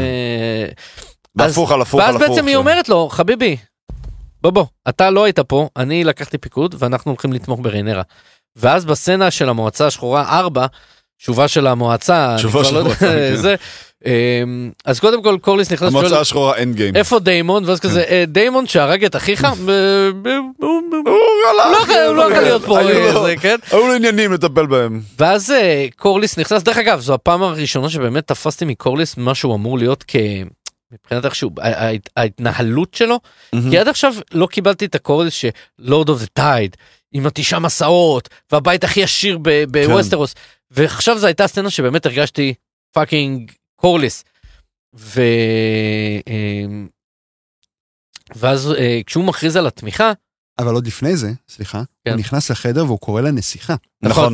בהפוך על הפוך. ואז בעצם היא אומרת לו, חביבי, בוא, אתה לא היית פה, אני לקחתי פיקוד, ואנחנו הולכים לתמוך בריינרה. ואז בסצנה של המועצה השחורה 4, שובה של המועצה, שובה של המועצה, כן. אז קודם כל קורליס נכנס, המועצה השחורה אין גיים. איפה דיימון? ואז כזה, דיימון שהרג את אחיך? הוא לא יכול להיות פה, כן? היו לו עניינים לטפל בהם. ואז קורליס נכנס, דרך אגב, זו הפעם הראשונה שבאמת תפסתי מקורליס מה שהוא אמור להיות מבחינת איכשהו, ההתנהלות שלו, כי עד עכשיו לא קיבלתי את הקורליס שלורד אוף דה טייד, עם 9 מסעות, והבית הכי עשיר בווסטרוס, ועכשיו זו הייתה סצנה שבאמת הרגשתי פאקינג קורליס, ואז כשהוא מכריז על התמיכה, אבל עוד לפני זה, סליחה, הוא נכנס לחדר והוא קורא לה נסיכה. נכון.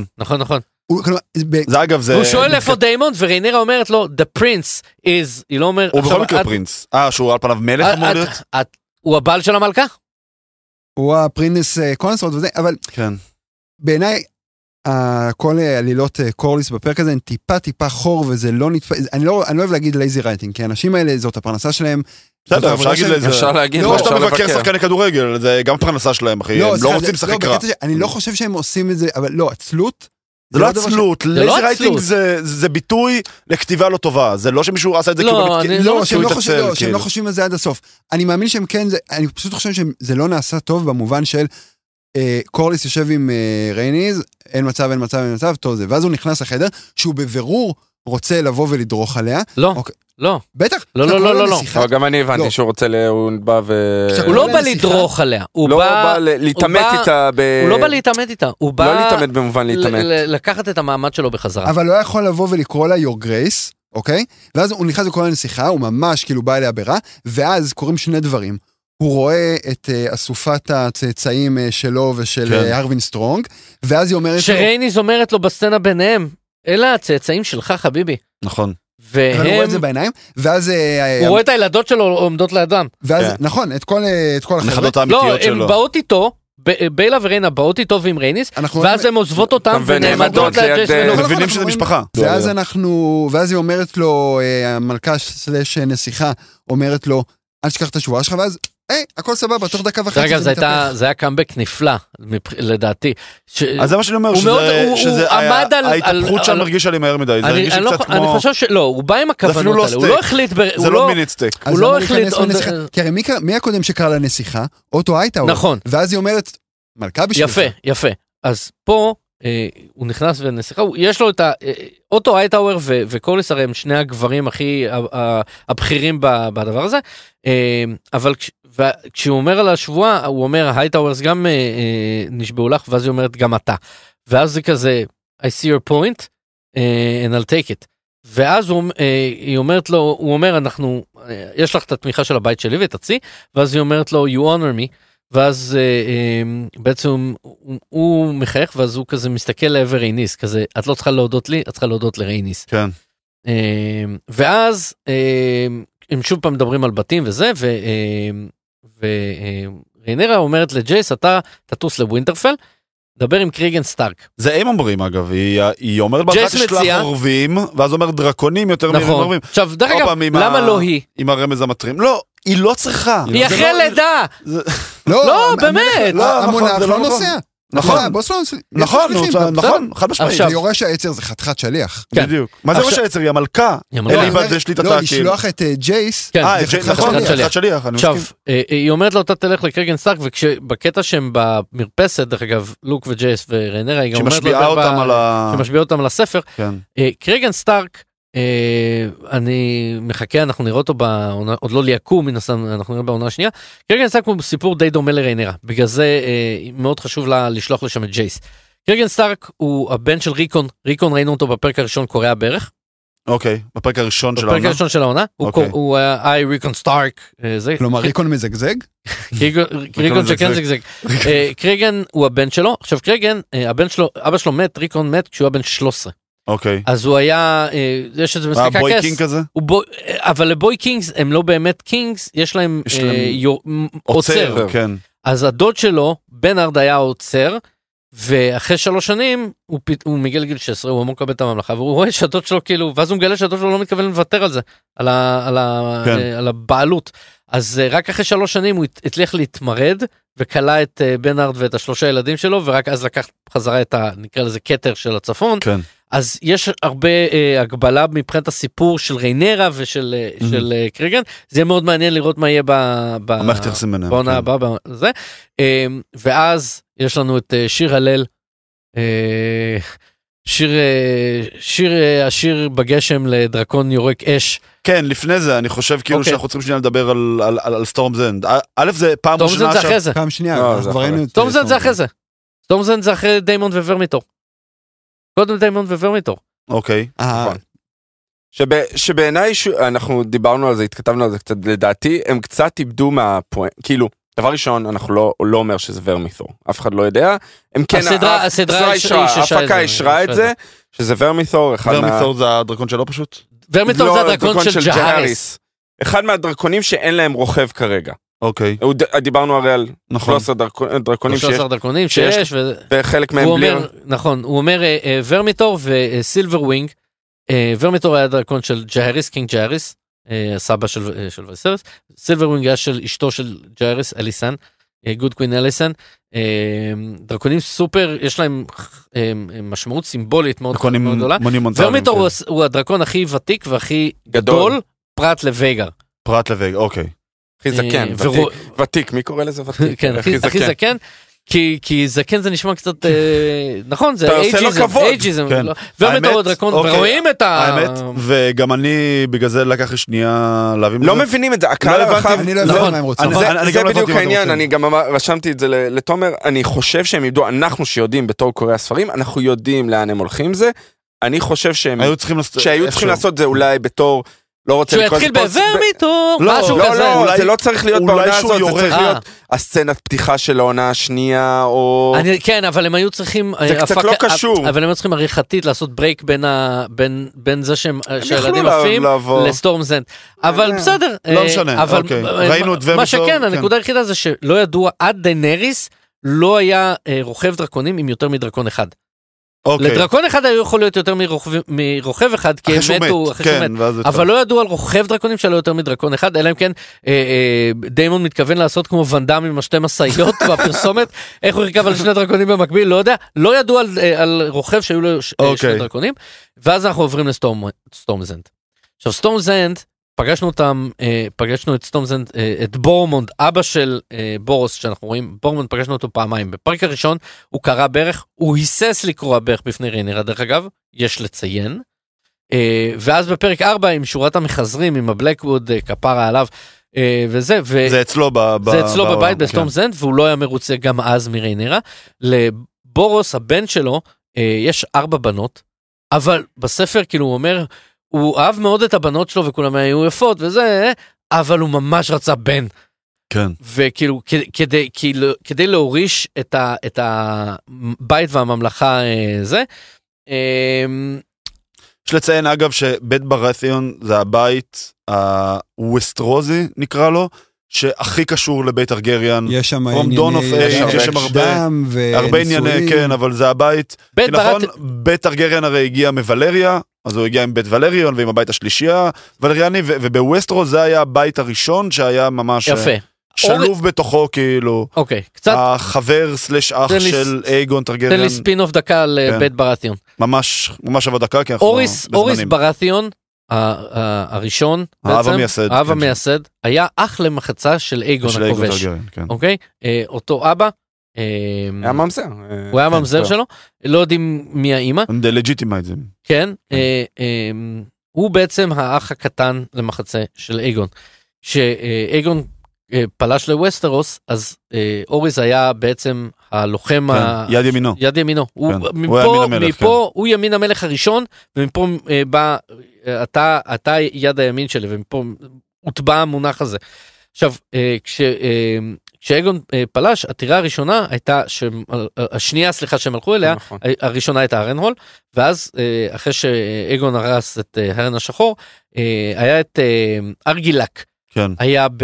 זה אגב זה... הוא שואל איפה דיימון, וריינרה אומרת לו, the prince is, היא לא אומרת... הוא בכל מקרה פרינס. שהוא על פניו מלך אמור להיות? הוא הבעל של המלכה? הוא הפרינס קונסורט וזה, אבל בעיניי, כל עלילות קורליס בפרק הזה הן טיפה חור, וזה לא נתפס, אני לא אוהב להגיד לייזי רייטינג, כי האנשים האלה זאת הפרנסה שלהם. בסדר, אפשר להגיד, כמו שאתה מבקר שחקני כדורגל, זה גם פרנסה שלהם, אחי, הם לא רוצים לשחק רע. אני לא חושב שהם עושים את זה, אבל לא, עצלות. זה לא עצלות, לייזי רייטינג זה ביטוי לכתיבה לא טובה, זה לא שמישהו עשה את זה שהם לא חושבים על זה עד הסוף. אני מאמין שהם כן, אני פשוט חושב שזה לא נעשה טוב במובן של קורליס יושב עם רייניז, אין מצב, טוב זה, ואז הוא נכנס לחדר, שהוא בבירור רוצה לבוא ולדרוך עליה. לא. בטח. לא. גם אני הבנתי שהוא רוצה, הוא בא הוא לא בא לדרוך עליה. הוא בא להתאמת איתה. הוא לא בא להתאמת איתה. הוא בא... לא להתאמת במובן להתאמת. לקחת את המעמד שלו בחזרה. אבל לא יכול לבוא ולקרוא לה your grace, אוקיי? ואז הוא נכנס לקרוא לה נסיכה, הוא ממש כאילו בא אליה ברע, ואז קוראים שני דברים. הוא רואה את אסופת הצאצאים שלו ושל הרווין סטרונג, ואז היא אומרת שרייניז אומרת לו בסצנה ביניהם, אלה הצאצאים שלך חביבי. נכון. אבל הוא רואה את זה בעיניים, ואז... הוא רואה את הילדות שלו עומדות לידם. ואז, נכון, את כל החבר'ה האמיתיות שלו. לא, הם באות איתו, ביילה וריינה באות איתו ועם רייניס, ואז הם עוזבות אותם ונעמדות ליד... הם מבינים שזה משפחה. ואז היא אומרת לו, המלכה סלש נסיכה, אומרת לו, אל תשכח את השבועה שלך, ואז... הכל סבבה, תוך דקה וחצי. רגע, זה היה קאמבק נפלא, לדעתי. אז זה מה שאני אומר, שזה ההתהפכות שם מרגיש עלי מהר מדי. זה הרגיש קצת כמו... אני חושב שלא, הוא בא עם הכוונות האלה, הוא לא החליט... זה לא מינית סטייק. הוא לא החליט... כי הרי מי הקודם שקרא לה נסיכה? אוטו הייטאוור. נכון. ואז היא אומרת, מלכה בשבילך. יפה. אז פה... הוא נכנס ונסיכה, יש לו את אוטו הייטאוור וקורליס הרי הם שני הגברים הכי הבכירים בדבר הזה, אבל כשהוא אומר על השבועה, הוא אומר הייטאוורס גם נשבעו לך, ואז היא אומרת גם אתה, ואז זה כזה I see your point and I'll take it, ואז היא אומרת לו, הוא אומר יש לך את התמיכה של הבית שלי ותצי, ואז היא אומרת לו you honor me, ואז בעצם הוא מחייך, ואז הוא כזה מסתכל לעבר רייניס, כזה, את לא צריכה להודות לי, את צריכה להודות לרייניס. כן. ואז הם שוב פעם מדברים על בתים וזה, וריינרה אומרת לג'ייס, אתה תטוס לווינטרפל, דבר עם קריגן סטארק. זה הם אומרים אגב, היא אומרת בהתחלה תשלח עורבים, ואז אומרת דרקונים יותר מעורבים. עכשיו, דרך אגב, למה לא היא? עם הרמז המטרים. לא, היא לא צריכה. היא אחרי לידה. לא, באמת. המונח לא נוסע. נכון, חד משמעית. ויורש העצר זה חתיכת שליח. בדיוק. מה זה יורש העצר? היא המלכה. אליבא דשליטתה. לא, לשלוח את ג'ייס. נכון, חתיכת שליח. עכשיו, היא אומרת לו, אתה תלך לקריגן סטארק, וכשבקטע שהם במרפסת, דרך אגב, לוק וג'ייס וריינרה, היא גם אומרת לו, שמשביעה אותם על הספר, קריגן סטארק, אני מחכה, אנחנו נראה אותו בעונה, עוד לא ליעקו מן הסתם, אנחנו נראה בעונה השנייה. קריגן סטארק הוא סיפור די דומה לריינרה, בגלל זה מאוד חשוב לה לשלוח לשם את ג'ייס. קריגן סטארק הוא הבן של ריקון ראינו אותו בפרק הראשון קורע ברך. אוקיי, בפרק הראשון של העונה? בפרק הראשון של העונה, הוא היה ריקון סטארק. כלומר ריקון מזגזג? קריגן שכן זגזג. קריגן הוא הבן שלו, עכשיו קריגן, אבא שלו מת, ריקון מת כשהוא היה בן 13. אוקיי. אז הוא היה, יש איזה משחק בוי קינג כזה? אבל לבוי קינגס הם לא באמת קינגס, יש להם עוצר. כן. אז הדוד שלו, בנארד היה עוצר, ואחרי 3 שנים, הוא מגיע לגיל 16, הוא אמור לקבל את הממלכה, והוא רואה שהדוד שלו כאילו, ואז הוא מגלה שהדוד שלו לא מתכוון לוותר על זה, על הבעלות. אז רק אחרי 3 שנים הוא הצליח להתמרד, וקלה את בנארד ואת 3 ילדים שלו, ורק אז לקח חזרה את נקרא לזה כתר של הצפון. כן. אז יש הרבה הגבלה מבחינת הסיפור של ריינרה ושל קריגן, זה יהיה מאוד מעניין לראות מה יהיה בעונה הבאה בזה, ואז יש לנו את שיר הלל, השיר בגשם לדרקון יורק אש. כן, לפני זה אני חושב כאילו שאנחנו צריכים שנייה לדבר על סטורמס אנד. א' זה פעם ראשונה. סטורמס אנד זה אחרי זה. פעם שנייה. סטורמס אנד זה אחרי זה. סטורמס אנד זה אחרי דיימון וורמיטור. קודם דיימון וורמיטור. אוקיי. שבעיניי, אנחנו דיברנו על זה, התכתבנו על זה קצת, לדעתי, הם קצת איבדו מהפואנט, כאילו, דבר ראשון, אנחנו לא אומר שזה ורמיתור, אף אחד לא יודע, הם כן, ההפקה אישרה את זה, שזה ורמיתור, ורמיתור זה הדרקון שלו פשוט? ורמיתור זה הדרקון של ג'האריס. אחד מהדרקונים שאין להם רוכב כרגע. אוקיי. דיברנו הרי על 13 דרקונים שיש, וחלק מהם בלי... נכון, הוא אומר ורמיתור וסילבר ווינג, ורמיתור היה דרקון של ג'האריס, קינג ג'האריס, הסבא של וסרס, סילבר ווינג היה של אשתו של ג'האריס, אליסן, גוד קווין אליסן, דרקונים סופר, יש להם משמעות סימבולית מאוד גדולה, ורמיתור הוא הדרקון הכי ותיק והכי גדול, פרט לוויגר. פרט לוויגר, אוקיי. הכי זקן, ותיק, מי קורא לזה ותיק? כן, הכי זקן. כי זקן זה נשמע קצת, נכון, זה אייג'יזם, ורמיתור הדרקון, ורואים את האמת, וגם אני בגלל זה לקח לי שנייה להבין. לא מבינים את זה, הקהל הרחב, אני לא יודע מה הם רוצים. זה בדיוק העניין, אני גם רשמתי את זה לתומר, אני חושב שהם ידעו, אנחנו שיודעים בתור קוראי הספרים, אנחנו יודעים לאן הם הולכים זה, אני חושב שהיו צריכים לעשות זה אולי בתור, לא רוצה שהוא יתחיל בוורמיתור, משהו כזה. זה לא צריך להיות בעונה הזאת, זה צריך להיות הסצנת פתיחה של העונה השנייה, או... כן, אבל הם היו צריכים... זה קצת לא קשור. אבל הם היו צריכים עריכתית לעשות ברייק בין זה שהילדים עפים לסטורמס אנד. אבל בסדר. לא משנה, אוקיי. ראינו את ורמיתור. מה שכן, הנקודה היחידה זה שלא ידוע, עד דיינריס לא היה רוכב דרקונים עם יותר מדרקון אחד. לדרקון אחד היו יכול להיות יותר מרוכב אחד, כי הם מתו אחרי שהוא מת, אבל לא ידעו על רוכב דרקונים שלא יותר מדרקון אחד, אלא אם כן דיימון מתכוון לעשות כמו ונדם עם 2 משאיות בפרסומת, איך הוא ירכב על 2 דרקונים במקביל, לא יודע, לא ידעו על רוכב שהיו לו 2 דרקונים, ואז אנחנו עוברים לסטורמס אנד. עכשיו סטורמס אנד, פגשנו את סטורמס אנד, את בורמונד, אבא של בורוס שאנחנו רואים, בורמונד פגשנו אותו פעמיים, בפרק הראשון הוא קרא ברך, הוא היסס לקרוא ברך בפני ריינרה, דרך אגב, יש לציין, ואז בפרק 4 עם שורת המחזרים, עם הבלקווד, כפרה עליו, וזה, זה אצלו בבית בסטורמס אנד, והוא לא היה מרוצה גם אז מריינרה, לבורוס, הבן שלו, יש 4 בנות, אבל בספר כאילו הוא אומר, הוא אהב מאוד את הבנות שלו וכולם היו יפות וזה, אבל הוא ממש רצה בן. כן. וכאילו, כדי להוריש את הבית והממלכה זה. יש לציין אגב שבית ברת'יון זה הבית הווסטרוזי נקרא לו, שהכי קשור לבית ארגריאן. יש שם הרבה ענייני, כן, אבל זה הבית. נכון, בית ארגריאן הרי הגיע מוולריה, אז הוא הגיע עם בית ולריון ועם הבית השלישייה ולריאני, ובווסטרוס זה היה הבית הראשון שהיה ממש שלוב בתוכו, כאילו, החבר סלש אח של אייגון טרגריאן. תן לי ספין אוף דקה על בית ברת'יון. ממש עבוד דקה, כי אנחנו אוריס ברת'יון, הראשון, האב המייסד, היה אח למחצה של אייגון הכובש. אוקיי? אותו אבא, היה ממזר. הוא היה ממזר שלו, לא יודעים מי האמא. זה לגיטימייזם. כן, הוא בעצם האח הקטן למחצה של אייגון. כשאייגון פלש לווסטרוס, אז אוריס היה בעצם הלוחם, יד ימינו. יד ימינו. מפה הוא ימין המלך הראשון, ומפה בא, אתה יד הימין שלי, ומפה הוטבע המונח הזה. עכשיו, כשאייגון פלש, הטירה הראשונה הייתה, השנייה, סליחה, שהם הלכו אליה, הראשונה הייתה הרנהול, ואז אחרי שאייגון הרס את הרן השחור, היה את ארגילק, היה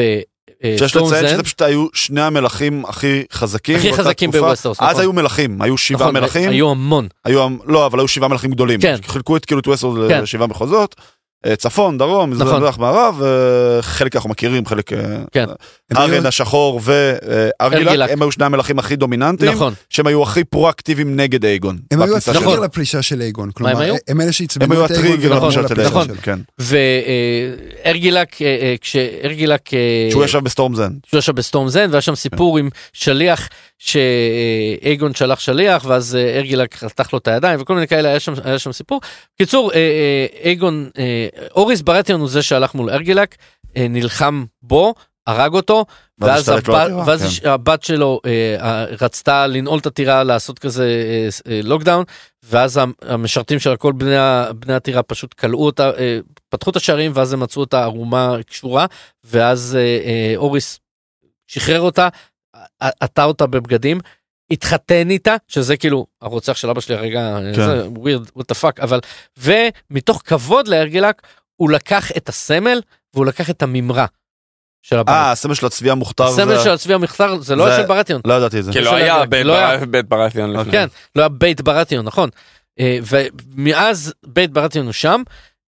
שיש לציין שזה פשוט היו שני המלכים הכי חזקים. הכי חזקים בווסטרוס. אז היו מלכים, היו 7 מלכים. היו המון. לא, אבל היו 7 מלכים גדולים. כן. חילקו את כאילו את ווסטרוס ל7 מחוזות. צפון, דרום, מזרח, מערב, חלק אנחנו מכירים, חלק... כן. ארן השחור וארגילק, הם היו שני המלכים הכי דומיננטיים, שהם היו הכי פרואקטיביים נגד אייגון. הם היו הטריגר לפלישה של אייגון, כלומר, הם אלה שהצבנו את אייגון. הם היו הטריגר לפלישה של אייגון, כן. וארגילק, כשארגילק... שהוא ישב בסטורם זן. שהוא ישב בסטורם זן, והיה שם סיפור עם שליח, שאייגון שלח שליח, ואז ארגילק חתך לו את הידיים, וכל מיני כאלה, היה שם סיפור. קיצור, אייגון... אוריס ברטיון הוא זה שהלך מול ארגילק, נלחם בו, הרג אותו, ואז הבת שלו רצתה לנעול את הטירה, לעשות כזה לוקדאון, ואז המשרתים של כל בני הטירה פשוט קלעו אותה, פתחו את השערים, ואז הם מצאו אותה ערומה קשורה, ואז אוריס שחרר אותה, עטה אותה בבגדים, התחתן איתה, שזה כאילו הרוצח של אבא שלי הרגע, זה weird, what the fuck, אבל, ומתוך כבוד לארגילק, הוא לקח את הסמל, והוא לקח את הממרה של הבית. הסמל של הצבי המוכתר. הסמל של הצבי המוכתר, זה לא היה של ברטיון. לא ידעתי את זה. כי לא היה בית ברטיון לפני. כן, לא היה בית ברטיון, נכון. ומאז בית ברטיון הוא שם,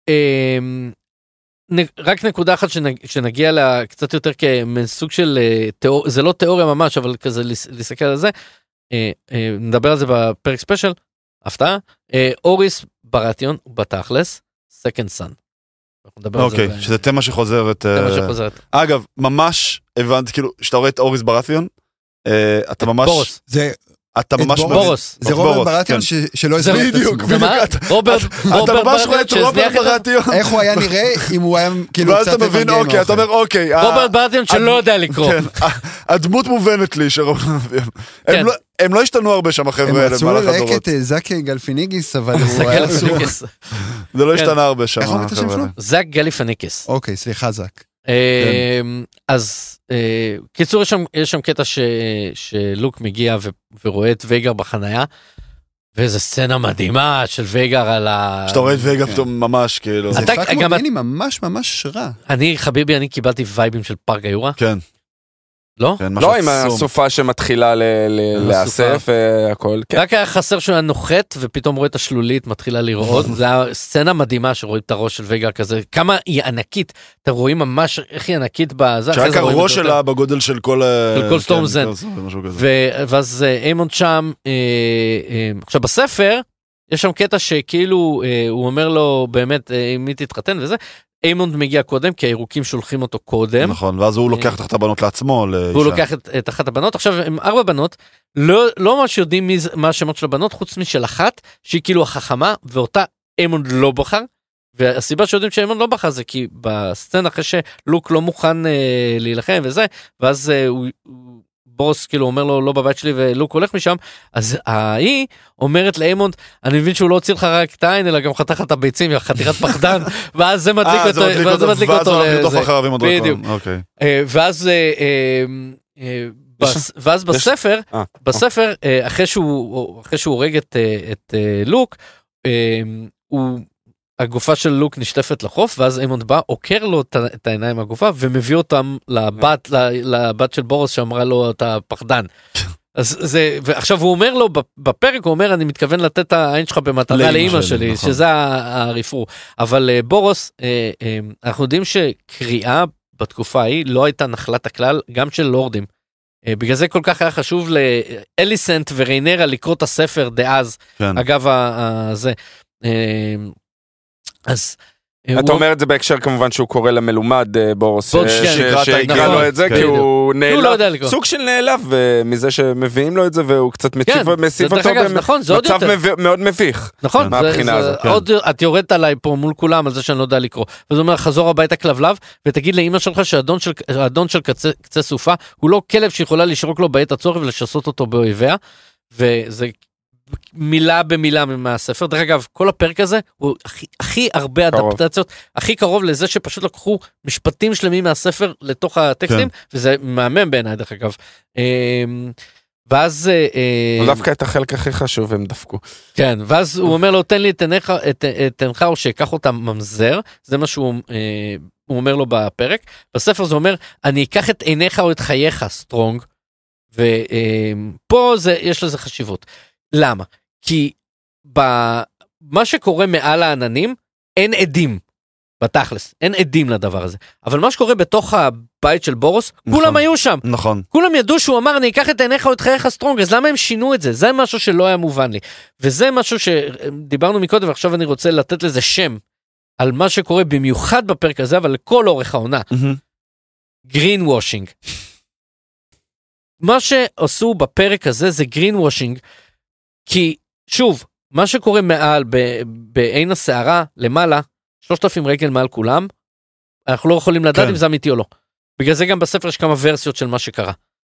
רק נקודה אחת שנגיע לה קצת יותר כסוג של תיאוריה, זה לא תיאוריה ממש, אבל כזה להסתכל על זה, נדבר על זה בפרק ספיישל, הפתעה, אוריס ברטיון הוא בתכלס, סקנד סן. אוקיי, שזה תמה שחוזרת. אגב, ממש הבנתי, כאילו, שאתה רואה את אוריס ברטיון, אתה ממש... בורוס. אתה ממש... בורוס. זה רוברט ברטיון שלא הסביר את עצמו. בדיוק. אתה ממש רואה את רוברט ברטיון. איך הוא היה נראה אם הוא היה כאילו קצת... ואז אתה מבין, אוקיי, אתה אומר, אוקיי. רוברט ברטיון שלא יודע לקרוא. הדמות מובנת לי שרוברט ברטיון. הם לא השתנו הרבה שם, החבר'ה האלה. הם רצו ללהק את זק גלפיניגיס, אבל הוא היה אסור. זה לא השתנה הרבה שם. איך הוא את השם שלו? זק גליפניקיס. אוקיי, סליחה זק. אז קיצור יש שם קטע שלוק מגיע ורואה את וייגר בחנייה, ואיזו סצנה מדהימה של וייגר על ה... שאתה רואה את וייגר פתאום ממש כאילו... זה פאק מודיעיני ממש ממש רע. חביבי, אני קיבלתי וייבים של פארק היורה. כן. לא? לא עם הסופה שמתחילה להיאסף והכל. רק היה חסר שהוא היה נוחת ופתאום רואה את השלולית מתחילה לראות. זה היה סצנה מדהימה שרואים את הראש של וייגר כזה. כמה היא ענקית. אתם רואים ממש איך היא ענקית בזה. שרק הראש שלה בגודל של כל... של כל סטורם זן. ואז איימונד שם... עכשיו בספר יש שם קטע שכאילו הוא אומר לו באמת אם היא תתחתן וזה. איימונד מגיע קודם, כי הירוקים שולחים אותו קודם. נכון, ואז הוא לוקח את אחת הבנות לעצמו. הוא לוקח את אחת הבנות, עכשיו הם 4 בנות, לא ממש יודעים מה השמות של הבנות, חוץ משל אחת, שהיא כאילו החכמה, ואותה איימונד לא בחר, והסיבה שיודעים שאיימונד לא בחר זה כי בסצנה אחרי שלוק לא מוכן להילחם וזה, ואז בוס כאילו אומר לו לא בבית שלי ולוק הולך משם, אז היא אומרת לאיימונד, אני מבין שהוא לא הוציא לך רק את העין אלא גם חתך את הביצים, חתיכת פחדן, ואז זה מדליק אותו, ואז בספר אחרי שהוא הורג את לוק, הגופה של לוק נשטפת לחוף, ואז איימונד בא, עוקר לו את העיניים מהגופה, ומביא אותם לבת של בורוס, שאמרה לו, אתה פחדן. אז זה, ועכשיו הוא אומר לו, בפרק הוא אומר, אני מתכוון לתת את העין שלך במתנה לאמא שלי, שזה הרפרור. אבל בורוס, אנחנו יודעים שקריאה בתקופה ההיא, לא הייתה נחלת הכלל, גם של לורדים. בגלל זה כל כך היה חשוב לאליסנט וריינרה לקרוא את הספר דאז, אגב זה. אז אתה אומר את זה בהקשר כמובן שהוא קורא למלומד בורוס שיקרא לו את זה כי הוא נעלב, סוג של נעלב מזה שמביאים לו את זה והוא קצת מציב אותו במצב מאוד מביך. נכון, את יורדת עליי פה מול כולם על זה שאני לא יודע לקרוא, וזה אומר חזור הביתה כלבלב ותגיד לאמא שלך שהאדון של קצה סופה הוא לא כלב שיכולה לשרוק לו בעת הצורך ולשסות אותו באויביה, וזה מילה במילה מהספר. דרך אגב, כל הפרק הזה הוא הכי הרבה אדפטציות, הכי קרוב לזה שפשוט לקחו משפטים שלמים מהספר לתוך הטקסטים, וזה מהמם בעיניי דרך אגב. ואז... דווקא את החלק הכי חשוב הם דפקו. כן, ואז הוא אומר לו, תן לי את עינך או שיקח אותה ממזר, זה מה שהוא הוא אומר לו בפרק, בספר זה אומר, אני אקח את עיניך או את חייך, סטרונג, ופה יש לזה חשיבות. למה? כי מה שקורה מעל העננים, אין עדים, בתכלס, אין עדים לדבר הזה. אבל מה שקורה בתוך הבית של בורוס, כולם היו שם. נכון. כולם ידעו שהוא אמר, אני אקח את עיניך או את חייך סטרונג, אז למה הם שינו את זה? זה משהו שלא היה מובן לי. וזה משהו שדיברנו מקודם, ועכשיו אני רוצה לתת לזה שם, על מה שקורה במיוחד בפרק הזה, אבל לכל אורך העונה. גרין וושינג. מה שעשו בפרק הזה זה גרין וושינג, כי שוב, מה שקורה מעל, בעין הסערה, למעלה, 3,000 רגל מעל כולם, אנחנו לא יכולים לדעת אם זה אמיתי או לא. בגלל זה גם בספר יש כמה ורסיות של מה שקרה.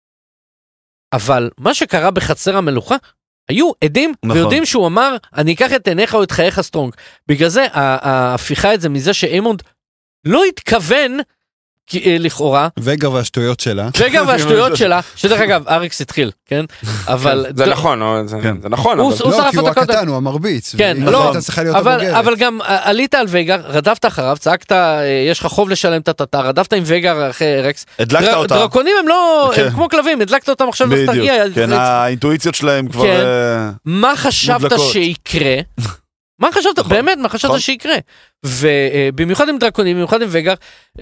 אבל מה שקרה בחצר המלוכה, היו עדים, ויודעים שהוא אמר, אני אקח את עיניך או את חייך סטרונג. בגלל זה, ההפיכה את זה מזה שאיימונד לא התכוון, לכאורה. וגר והשטויות שלה. וגר והשטויות שלה, שדרך אגב, אריקס התחיל, כן? אבל... זה נכון, זה נכון. הוא לא, כי הוא הקטן, הוא המרביץ. כן, לא, אבל גם עלית על וגר, רדפת אחריו, צעקת, יש לך חוב לשלם את התתה, רדפת עם וגר אחרי אריקס. הדלקת אותם. דרקונים הם לא, הם כמו כלבים, הדלקת אותם עכשיו לסטרגיה. כן, האינטואיציות שלהם כבר... מה חשבת שיקרה? מה חשבת, באמת, מה חשבת שיקרה? ובמיוחד עם דרקונים, במיוחד עם וגר,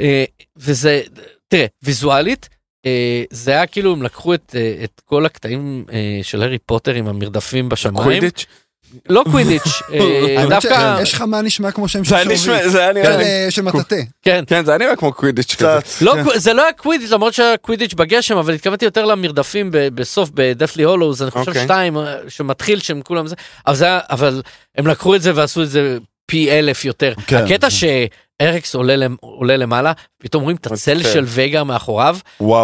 וזה, תראה, ויזואלית, זה היה כאילו, הם לקחו את כל הקטעים של הארי פוטר עם המרדפים בשמיים. קווידיץ'? לא קווידיץ', דווקא... יש לך מה נשמע כמו שם של שורביט. זה היה נראה... של מטאטה. כן, זה היה נראה כמו קווידיץ' כזה. זה לא היה קווידיץ', למרות שהיה קווידיץ' בגשם, אבל התכוונתי יותר למרדפים בסוף, בדפלי הולוז, אני חושב 2, שמתחיל שהם כולם זה, אבל הם לקחו את זה ועשו את זה פי 1000 יותר. הקטע שאריקס עולה למעלה, פתאום רואים את הצל של וגר מאחוריו.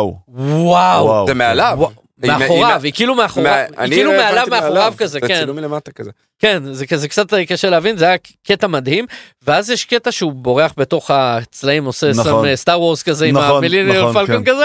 וואו. זה מעליו. מאחוריו, היא כאילו מעליו מאחוריו כזה, כן. זה צילום מלמטה כזה. כן, זה קצת קשה להבין, זה היה קטע מדהים, ואז יש קטע שהוא בורח בתוך הצלעים, עושה סטאר וורס כזה, עם המיליניום פלקון כזה,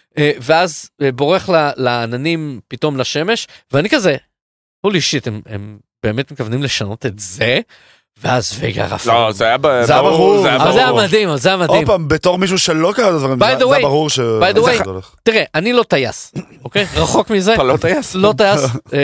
ואז בורח לעננים פתאום לשמש, ואני כזה, הולי שיט, הם באמת מכוונים לשנות את זה, ואז וגר אפילו. לא, זה היה ברור. זה היה מדהים, זה היה מדהים. עוד פעם, בתור מישהו שלא קרא את הדברים, זה ברור ש... by the way, תראה, אני לא טייס, אוקיי? רחוק מזה. אתה לא טייס? לא טייס,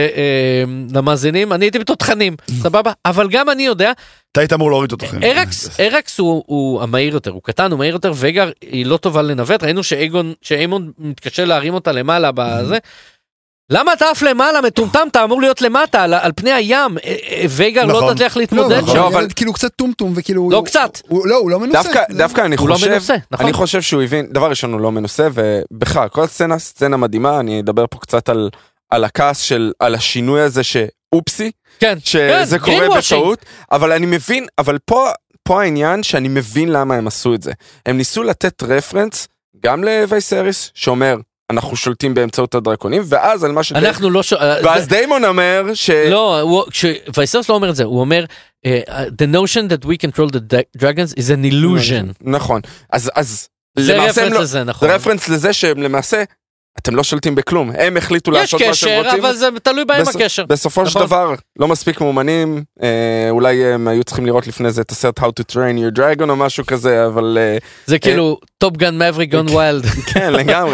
למאזינים, אני הייתי בתותחנים, סבבה? אבל גם אני יודע... אתה היית אמור להוריד אותכם. אריקס הוא המהיר יותר, הוא קטן, הוא מהיר יותר, וגר היא לא טובה לנווט, ראינו שאיימון מתקשה להרים אותה למעלה בזה, למה אתה אף למעלה, מטומטם, אתה אמור להיות למטה, על פני הים, וגר לא תצליח להתמודד שם. אבל כאילו קצת טומטום, וכאילו... לא קצת. הוא לא מנוסה. דווקא אני חושב שהוא הבין, דבר ראשון הוא לא מנוסה, ובכלל, כל סצנה מדהימה, אני אדבר פה קצת על הכעס על השינוי הזה שאופסי, שזה קורה בטעות, אבל אני מבין, אבל פה העניין שאני מבין למה הם עשו את זה. הם ניסו לתת רפרנס, גם לווייסריס, שאומר, אנחנו שולטים באמצעות הדרקונים, ואז על מה אנחנו לא ואז דיימון אומר לא, וייסרס לא אומר את זה, הוא אומר, the notion that we control the dragons is an illusion. נכון, אז זה רפרנס לזה, נכון. זה רפרנס לזה שהם למעשה, אתם לא שולטים בכלום, הם החליטו לעשות מה שהם רוצים. יש קשר, אבל זה תלוי בהם הקשר. בסופו של דבר, לא מספיק מאומנים, אולי הם היו צריכים לראות לפני זה את הסרט How to Train Your Dragon או משהו כזה, אבל... זה כאילו, Top Gun Maverick Gone Wild. כן, לגמרי.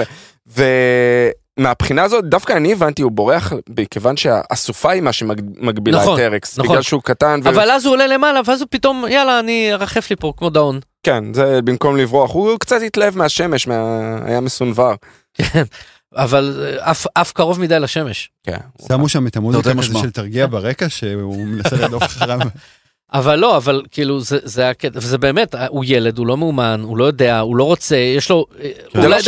ומהבחינה הזאת, דווקא אני הבנתי, הוא בורח, בכיוון שהסופה היא מה שמגבילה את אריקס, בגלל שהוא קטן. אבל אז הוא עולה למעלה, ואז הוא פתאום, יאללה, אני ארחף לי פה, כמו דאון. כן, זה במקום לברוח, הוא קצת התלהב מהשמש, היה מסונבר. כן, אבל אף קרוב מדי לשמש. שמו שם את המוזיקה כזה של תרגיע ברקע, שהוא מנסה לדוף אחריו. אבל לא, אבל כאילו זה הקטע, וזה באמת, הוא ילד, הוא לא מאומן, הוא לא יודע, הוא לא רוצה, יש לו... דרך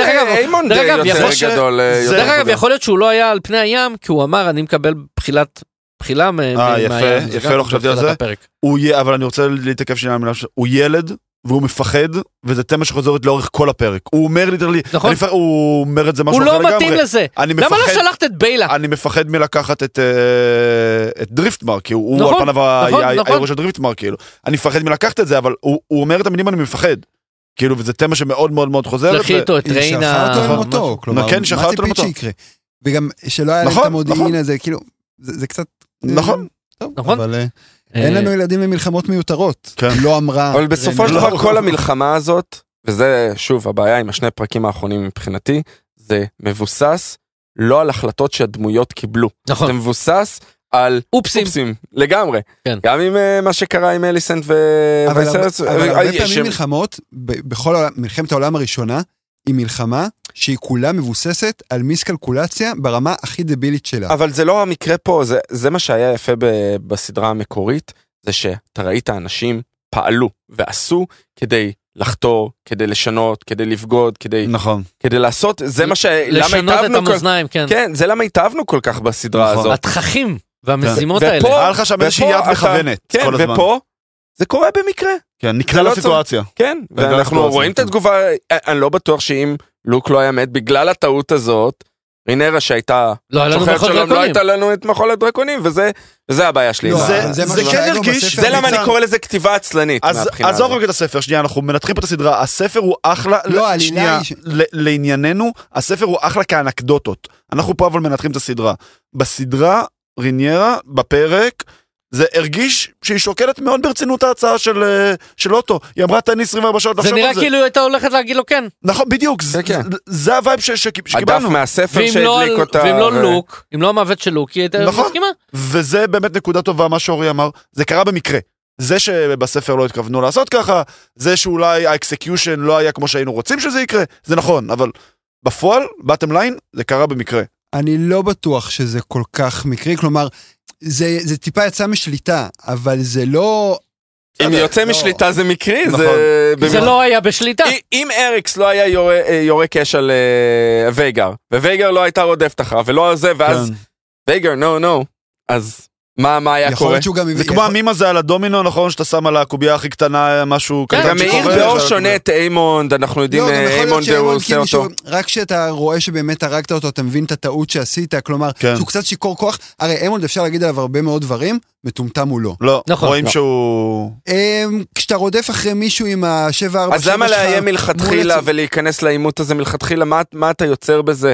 אגב, יכול להיות שהוא לא היה על פני הים, כי הוא אמר, אני מקבל בחילה מהים. יפה, לא חשבתי על זה. אבל אני רוצה להתעכב שנייה על מילה, הוא ילד, והוא מפחד, וזה תמה שחוזרת לאורך כל הפרק. הוא אומר לי, הוא אומר את זה משהו אחר לגמרי. הוא לא מתאים לזה. למה לא שלחת את ביילה? אני מפחד מלקחת את דריפטמר, כי הוא על פניו היורש של דריפטמר, כאילו. אני מפחד מלקחת את זה, אבל הוא אומר את המילים, אני מפחד. כאילו, וזה תמה שמאוד מאוד מאוד חוזרת. שלחי אותו את ריינה. שחרר אותו אל מותו. כלומר, מה ציפית שיקרה? וגם שלא היה להם את המודיעין הזה, כאילו, זה קצת... נכון. אבל... אין לנו ילדים למלחמות מיותרות. לא אמרה... אבל בסופו של דבר כל המלחמה הזאת, וזה שוב הבעיה עם השני פרקים האחרונים מבחינתי, זה מבוסס לא על החלטות שהדמויות קיבלו. נכון. זה מבוסס על אופסים. לגמרי. כן. גם עם מה שקרה עם אליסנט אבל וייסרס. הרבה פעמים מלחמות, בכל מלחמת העולם הראשונה, היא מלחמה שהיא כולה מבוססת על מיסקלקולציה ברמה הכי דבילית שלה. אבל זה לא המקרה פה, זה מה שהיה יפה בסדרה המקורית, זה שאתה ראית אנשים פעלו ועשו כדי לחתור, כדי לשנות, כדי לבגוד, נכון. כדי לעשות, זה מה לשנות את המאזניים, כן. כן, זה למה התאהבנו כל כך בסדרה הזאת. התככים והמשימות ופה- האלה. היה לך שם איזושהי יד מכוונת כן, כל הזמן. ופה זה קורה במקרה. כן, נקרא לא לסיטואציה. כן, ואנחנו הסיטואציה, רואים את כן. התגובה, אני לא בטוח שאם לוק לא היה מת בגלל הטעות הזאת, רינרה שהייתה לא היה לנו שוחרת מחול שלום, לא דרקונים. הייתה לנו את מחול הדרקונים, וזה הבעיה שלי. לא, זה- זה זה משהו כן שהיה גם הרגיש- בספר. זה למה אני ניצן. קורא לזה כתיבה עצלנית מהבחינה עזוב הזאת. רק את הספר, שנייה, אנחנו מנתחים פה את הסדרה, הספר הוא אחלה, לא, העלילה שנייה, היא לענייננו, הספר הוא אחלה כאנקדוטות, אנחנו פה אבל מנתחים את הסדרה. בסדרה, ריניירה, בפרק, זה הרגיש שהיא שוקלת מאוד ברצינות ההצעה של אוטו, היא אמרה תן לי 24 שעות זה לחשוב נראה על זה. כאילו הייתה הולכת להגיד לו כן. נכון, בדיוק, כן. זה הווייב הדף שקיבלנו. מהספר ואם לא שהדליק אותה. ואם לא לוק, אם לא המוות של לוק, היא הייתה נכון. מסכימה. וזה באמת נקודה טובה, מה שאורי אמר, זה קרה במקרה. זה שבספר לא התכוונו לעשות ככה, זה שאולי האקסקיושן לא היה כמו שהיינו רוצים שזה יקרה, זה נכון, אבל בפועל, bottom line, זה קרה במקרה. אני לא בטוח שזה כל כך מקרי, כלומר, זה טיפה יצא משליטה, אבל זה לא... אם יוצא לא. משליטה זה מקרי, נכון. זה לא היה בשליטה. אם אריקס לא היה יורק אש על וייגר, ווייגר לא הייתה רודפת אחריו, ולא זה, ואז כן. וייגר, נו, אז מה היה יכול קורה? להיות שהוא גם... זה כמו המים הזה על הדומינו, נכון, שאתה שם על הקובייה הכי קטנה, משהו כן, קטן גם מאיר שקורה, באור זה- שונה את איימונד, אנחנו יודעים לא, גם יכול איימונד להיות הוא שאיימונד עושה כאילו אותו. שהוא, רק כשאתה רואה שבאמת הרגת אותו, אתה מבין את הטעות שעשית, כלומר, כן. שהוא קצת שיקור כוח, הרי איימונד אפשר להגיד עליו הרבה מאוד דברים, מטומטם הוא לא. לא, נכון, רואים לא. שהוא... כשאתה רודף אחרי מישהו עם ה-747 אז למה לאיים מלכתחילה ולהיכנס לעימות הזה מלכתחילה, מה אתה יוצר בזה?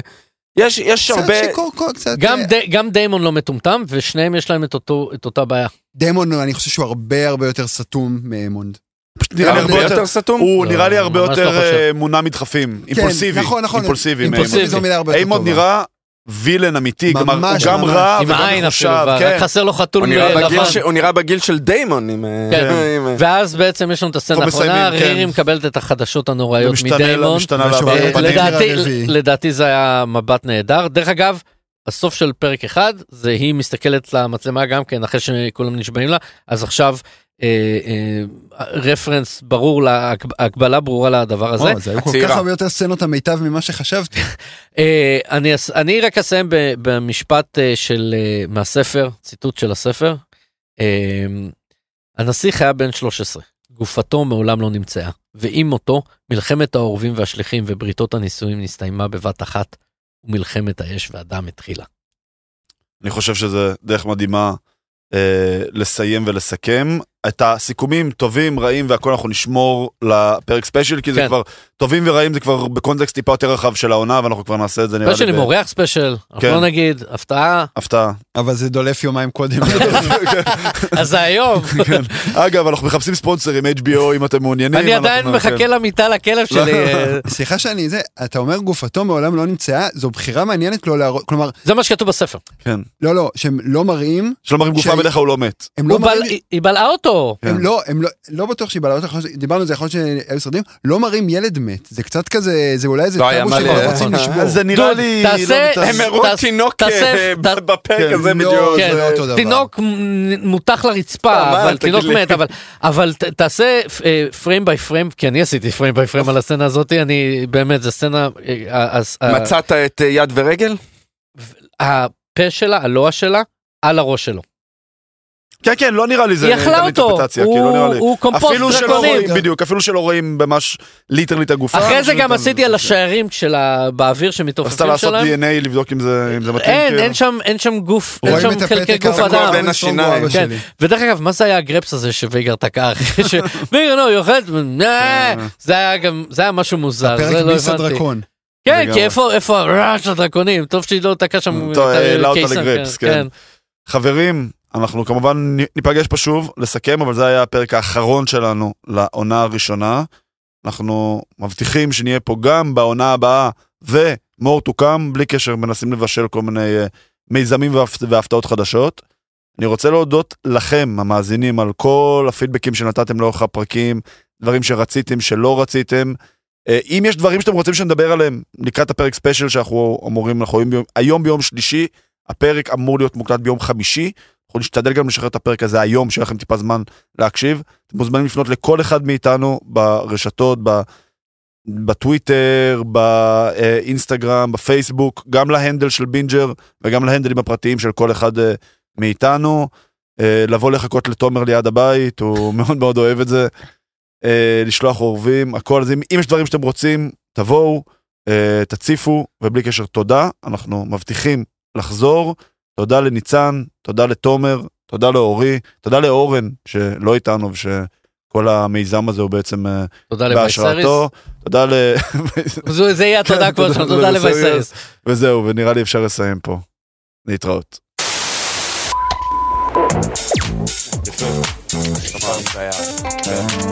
יש הרבה... קצת שיקור כוח, קצת... גם דיימון לא מטומטם, ושניהם יש להם את אותה בעיה. דיימון, אני חושב שהוא הרבה הרבה יותר סתום מאיימונד. נראה לי הרבה יותר... סתום? הוא לא, נראה לי הרבה ממש לא יותר חושב. מונע מדחפים, אימפולסיבי. נכון. אימפולסיבי. אימפולסיבי. זו מילה הרבה יותר איימונד טובה. נראה וילן אמיתי, כלומר, הוא ממש, גם ממש. רע עם וגם העין אפילו, מחושב, כן. רק חסר לו חתול לבן. הוא נראה בגיל של דיימון. כן. ואז בעצם יש לנו את הסצנה אנחנו האחרונה, מסיימים, כן. רירי מקבלת את החדשות הנוראיות מדיימון. משתנה משהו לה בפנים. בפנים. לדעתי זה היה מבט נהדר. דרך אגב, הסוף של פרק אחד, זה היא מסתכלת למצלמה גם כן, אחרי שכולם נשבעים לה, אז עכשיו רפרנס ברור, הקבלה ברורה לדבר הזה. זה היו כל הצעירה. כך הרבה יותר סצנות המיטב ממה שחשבתי. אני רק אסיים במשפט מהספר, ציטוט של הספר. הנסיך היה בן 13, גופתו מעולם לא נמצאה, ועם מותו מלחמת העורבים והשליחים ובריתות הנישואים נסתיימה בבת אחת, ומלחמת האש והדם התחילה. אני חושב שזה דרך מדהימה לסיים ולסכם. את הסיכומים טובים, רעים והכל אנחנו נשמור לפרק ספיישל, כי זה כן. כבר טובים ורעים, זה כבר בקונטקסט טיפה יותר רחב של העונה, ואנחנו כבר נעשה את זה נראה לי. ספיישל עם אורח ספיישל, אנחנו כן. לא נגיד, הפתעה, הפתעה. אבל זה דולף יומיים קודם. אז זה היום. אגב, אנחנו מחפשים ספונסרים, HBO, אם אתם מעוניינים. אני עדיין אנחנו- מחכה למיטה לכלב שלי. סליחה שאני זה, אתה אומר גופתו מעולם לא נמצאה, זו בחירה מעניינת לא להראות, כלומר, זה מה שכתוב בספר. כן. לא, שהם לא מראים, שלא מראים גופה שהיא- בדרך כלל הוא לא מת. הם לא מראים, היא בלעה אותו. הם לא בטוח שהיא בלעה אותה, דיברנו על זה, יכול להיות שהיו סרטים, לא מראים ילד מת, זה קצת כזה, זה אולי איזה לא היה טאבו מה שלא ל- רוצים לשבור. אז זה נראה דוד, לי... תעשה- לא הם הראו תינוק בפרק כן, הזה לא, בדיוק. זה לא אותו דבר. תינוק מותח לרצפה, מה, אבל תגיד תינוק לי. מת, אבל תעשה פריים ביי פריים, כי אני עשיתי פריים ביי פריים על הסצנה הזאת, אני באמת, זו סצנה, מצאת את יד ורגל? הפה שלה, הלוע שלה, על הראש שלו. כן, כן, לא נראה לי זה... היא אכלה אין אותו, אינטרפרטציה, כי לא נראה לי. הוא קומפוסט אפילו שלא דרקוני. רואים, בדיוק, אפילו שלא רואים ממש ליטרלי את הגופה. אחרי זה פשוט גם אתה- עשיתי על השיירים באוויר רצית שמתעופפים לעשות שלהם. DNA, לבדוק אם זה מתאים. אין שם גוף, אין רואים שם את חלקי הפתק גוף הזה, אדם. בין השיניים. כן. ודרך אגב, מה זה היה הגרפס הזה שוויגר תקע אחרי שוויגר לא יוכל, זה היה משהו מוזר, זה הפרק לא ביס הבנתי. הדרקון. כן, לגמרי. כי איפה הרעש הדרקונים, טוב שהיא לא תקע שם. טוב, את העלה אותה הקיסר, לגרפס, כן. חברים, אנחנו כמובן ניפגש פה שוב לסכם, אבל זה היה הפרק האחרון שלנו לעונה הראשונה. אנחנו מבטיחים שנהיה פה גם בעונה הבאה, ומור תוקם, בלי קשר, מנסים לבשל כל מיני מיזמים והפתעות חדשות. אני רוצה להודות לכם, המאזינים, על כל הפידבקים שנתתם לאורך הפרקים, דברים שרציתם, שלא רציתם. אם יש דברים שאתם רוצים שנדבר עליהם, לקראת הפרק ספיישל שאנחנו אמורים, היום ביום שלישי, הפרק אמור להיות מוקלט ביום חמישי, אנחנו נשתדל גם לשחרר את הפרק הזה היום, שיהיה לכם טיפה זמן להקשיב. אתם מוזמנים לפנות לכל אחד מאיתנו ברשתות, בטוויטר, באינסטגרם, בפייסבוק, גם להנדל של בינג'ר, וגם להנדלים הפרטיים של כל אחד מאיתנו. לבוא לחכות לתומר ליד הבית, הוא מאוד מאוד אוהב את זה. לשלוח עורבים, הכל. אז אם יש דברים שאתם רוצים, תבואו, תציפו, ובלי קשר תודה. אנחנו מבטיחים לחזור. תודה לניצן, תודה לתומר, תודה לאורי, תודה לאורן שלא איתנו ושכל המיזם הזה הוא בעצם בהשראתו. תודה זה יהיה התודה כבר שלנו, תודה לבייסריס. וזהו, ונראה לי אפשר לסיים פה. להתראות. יפה.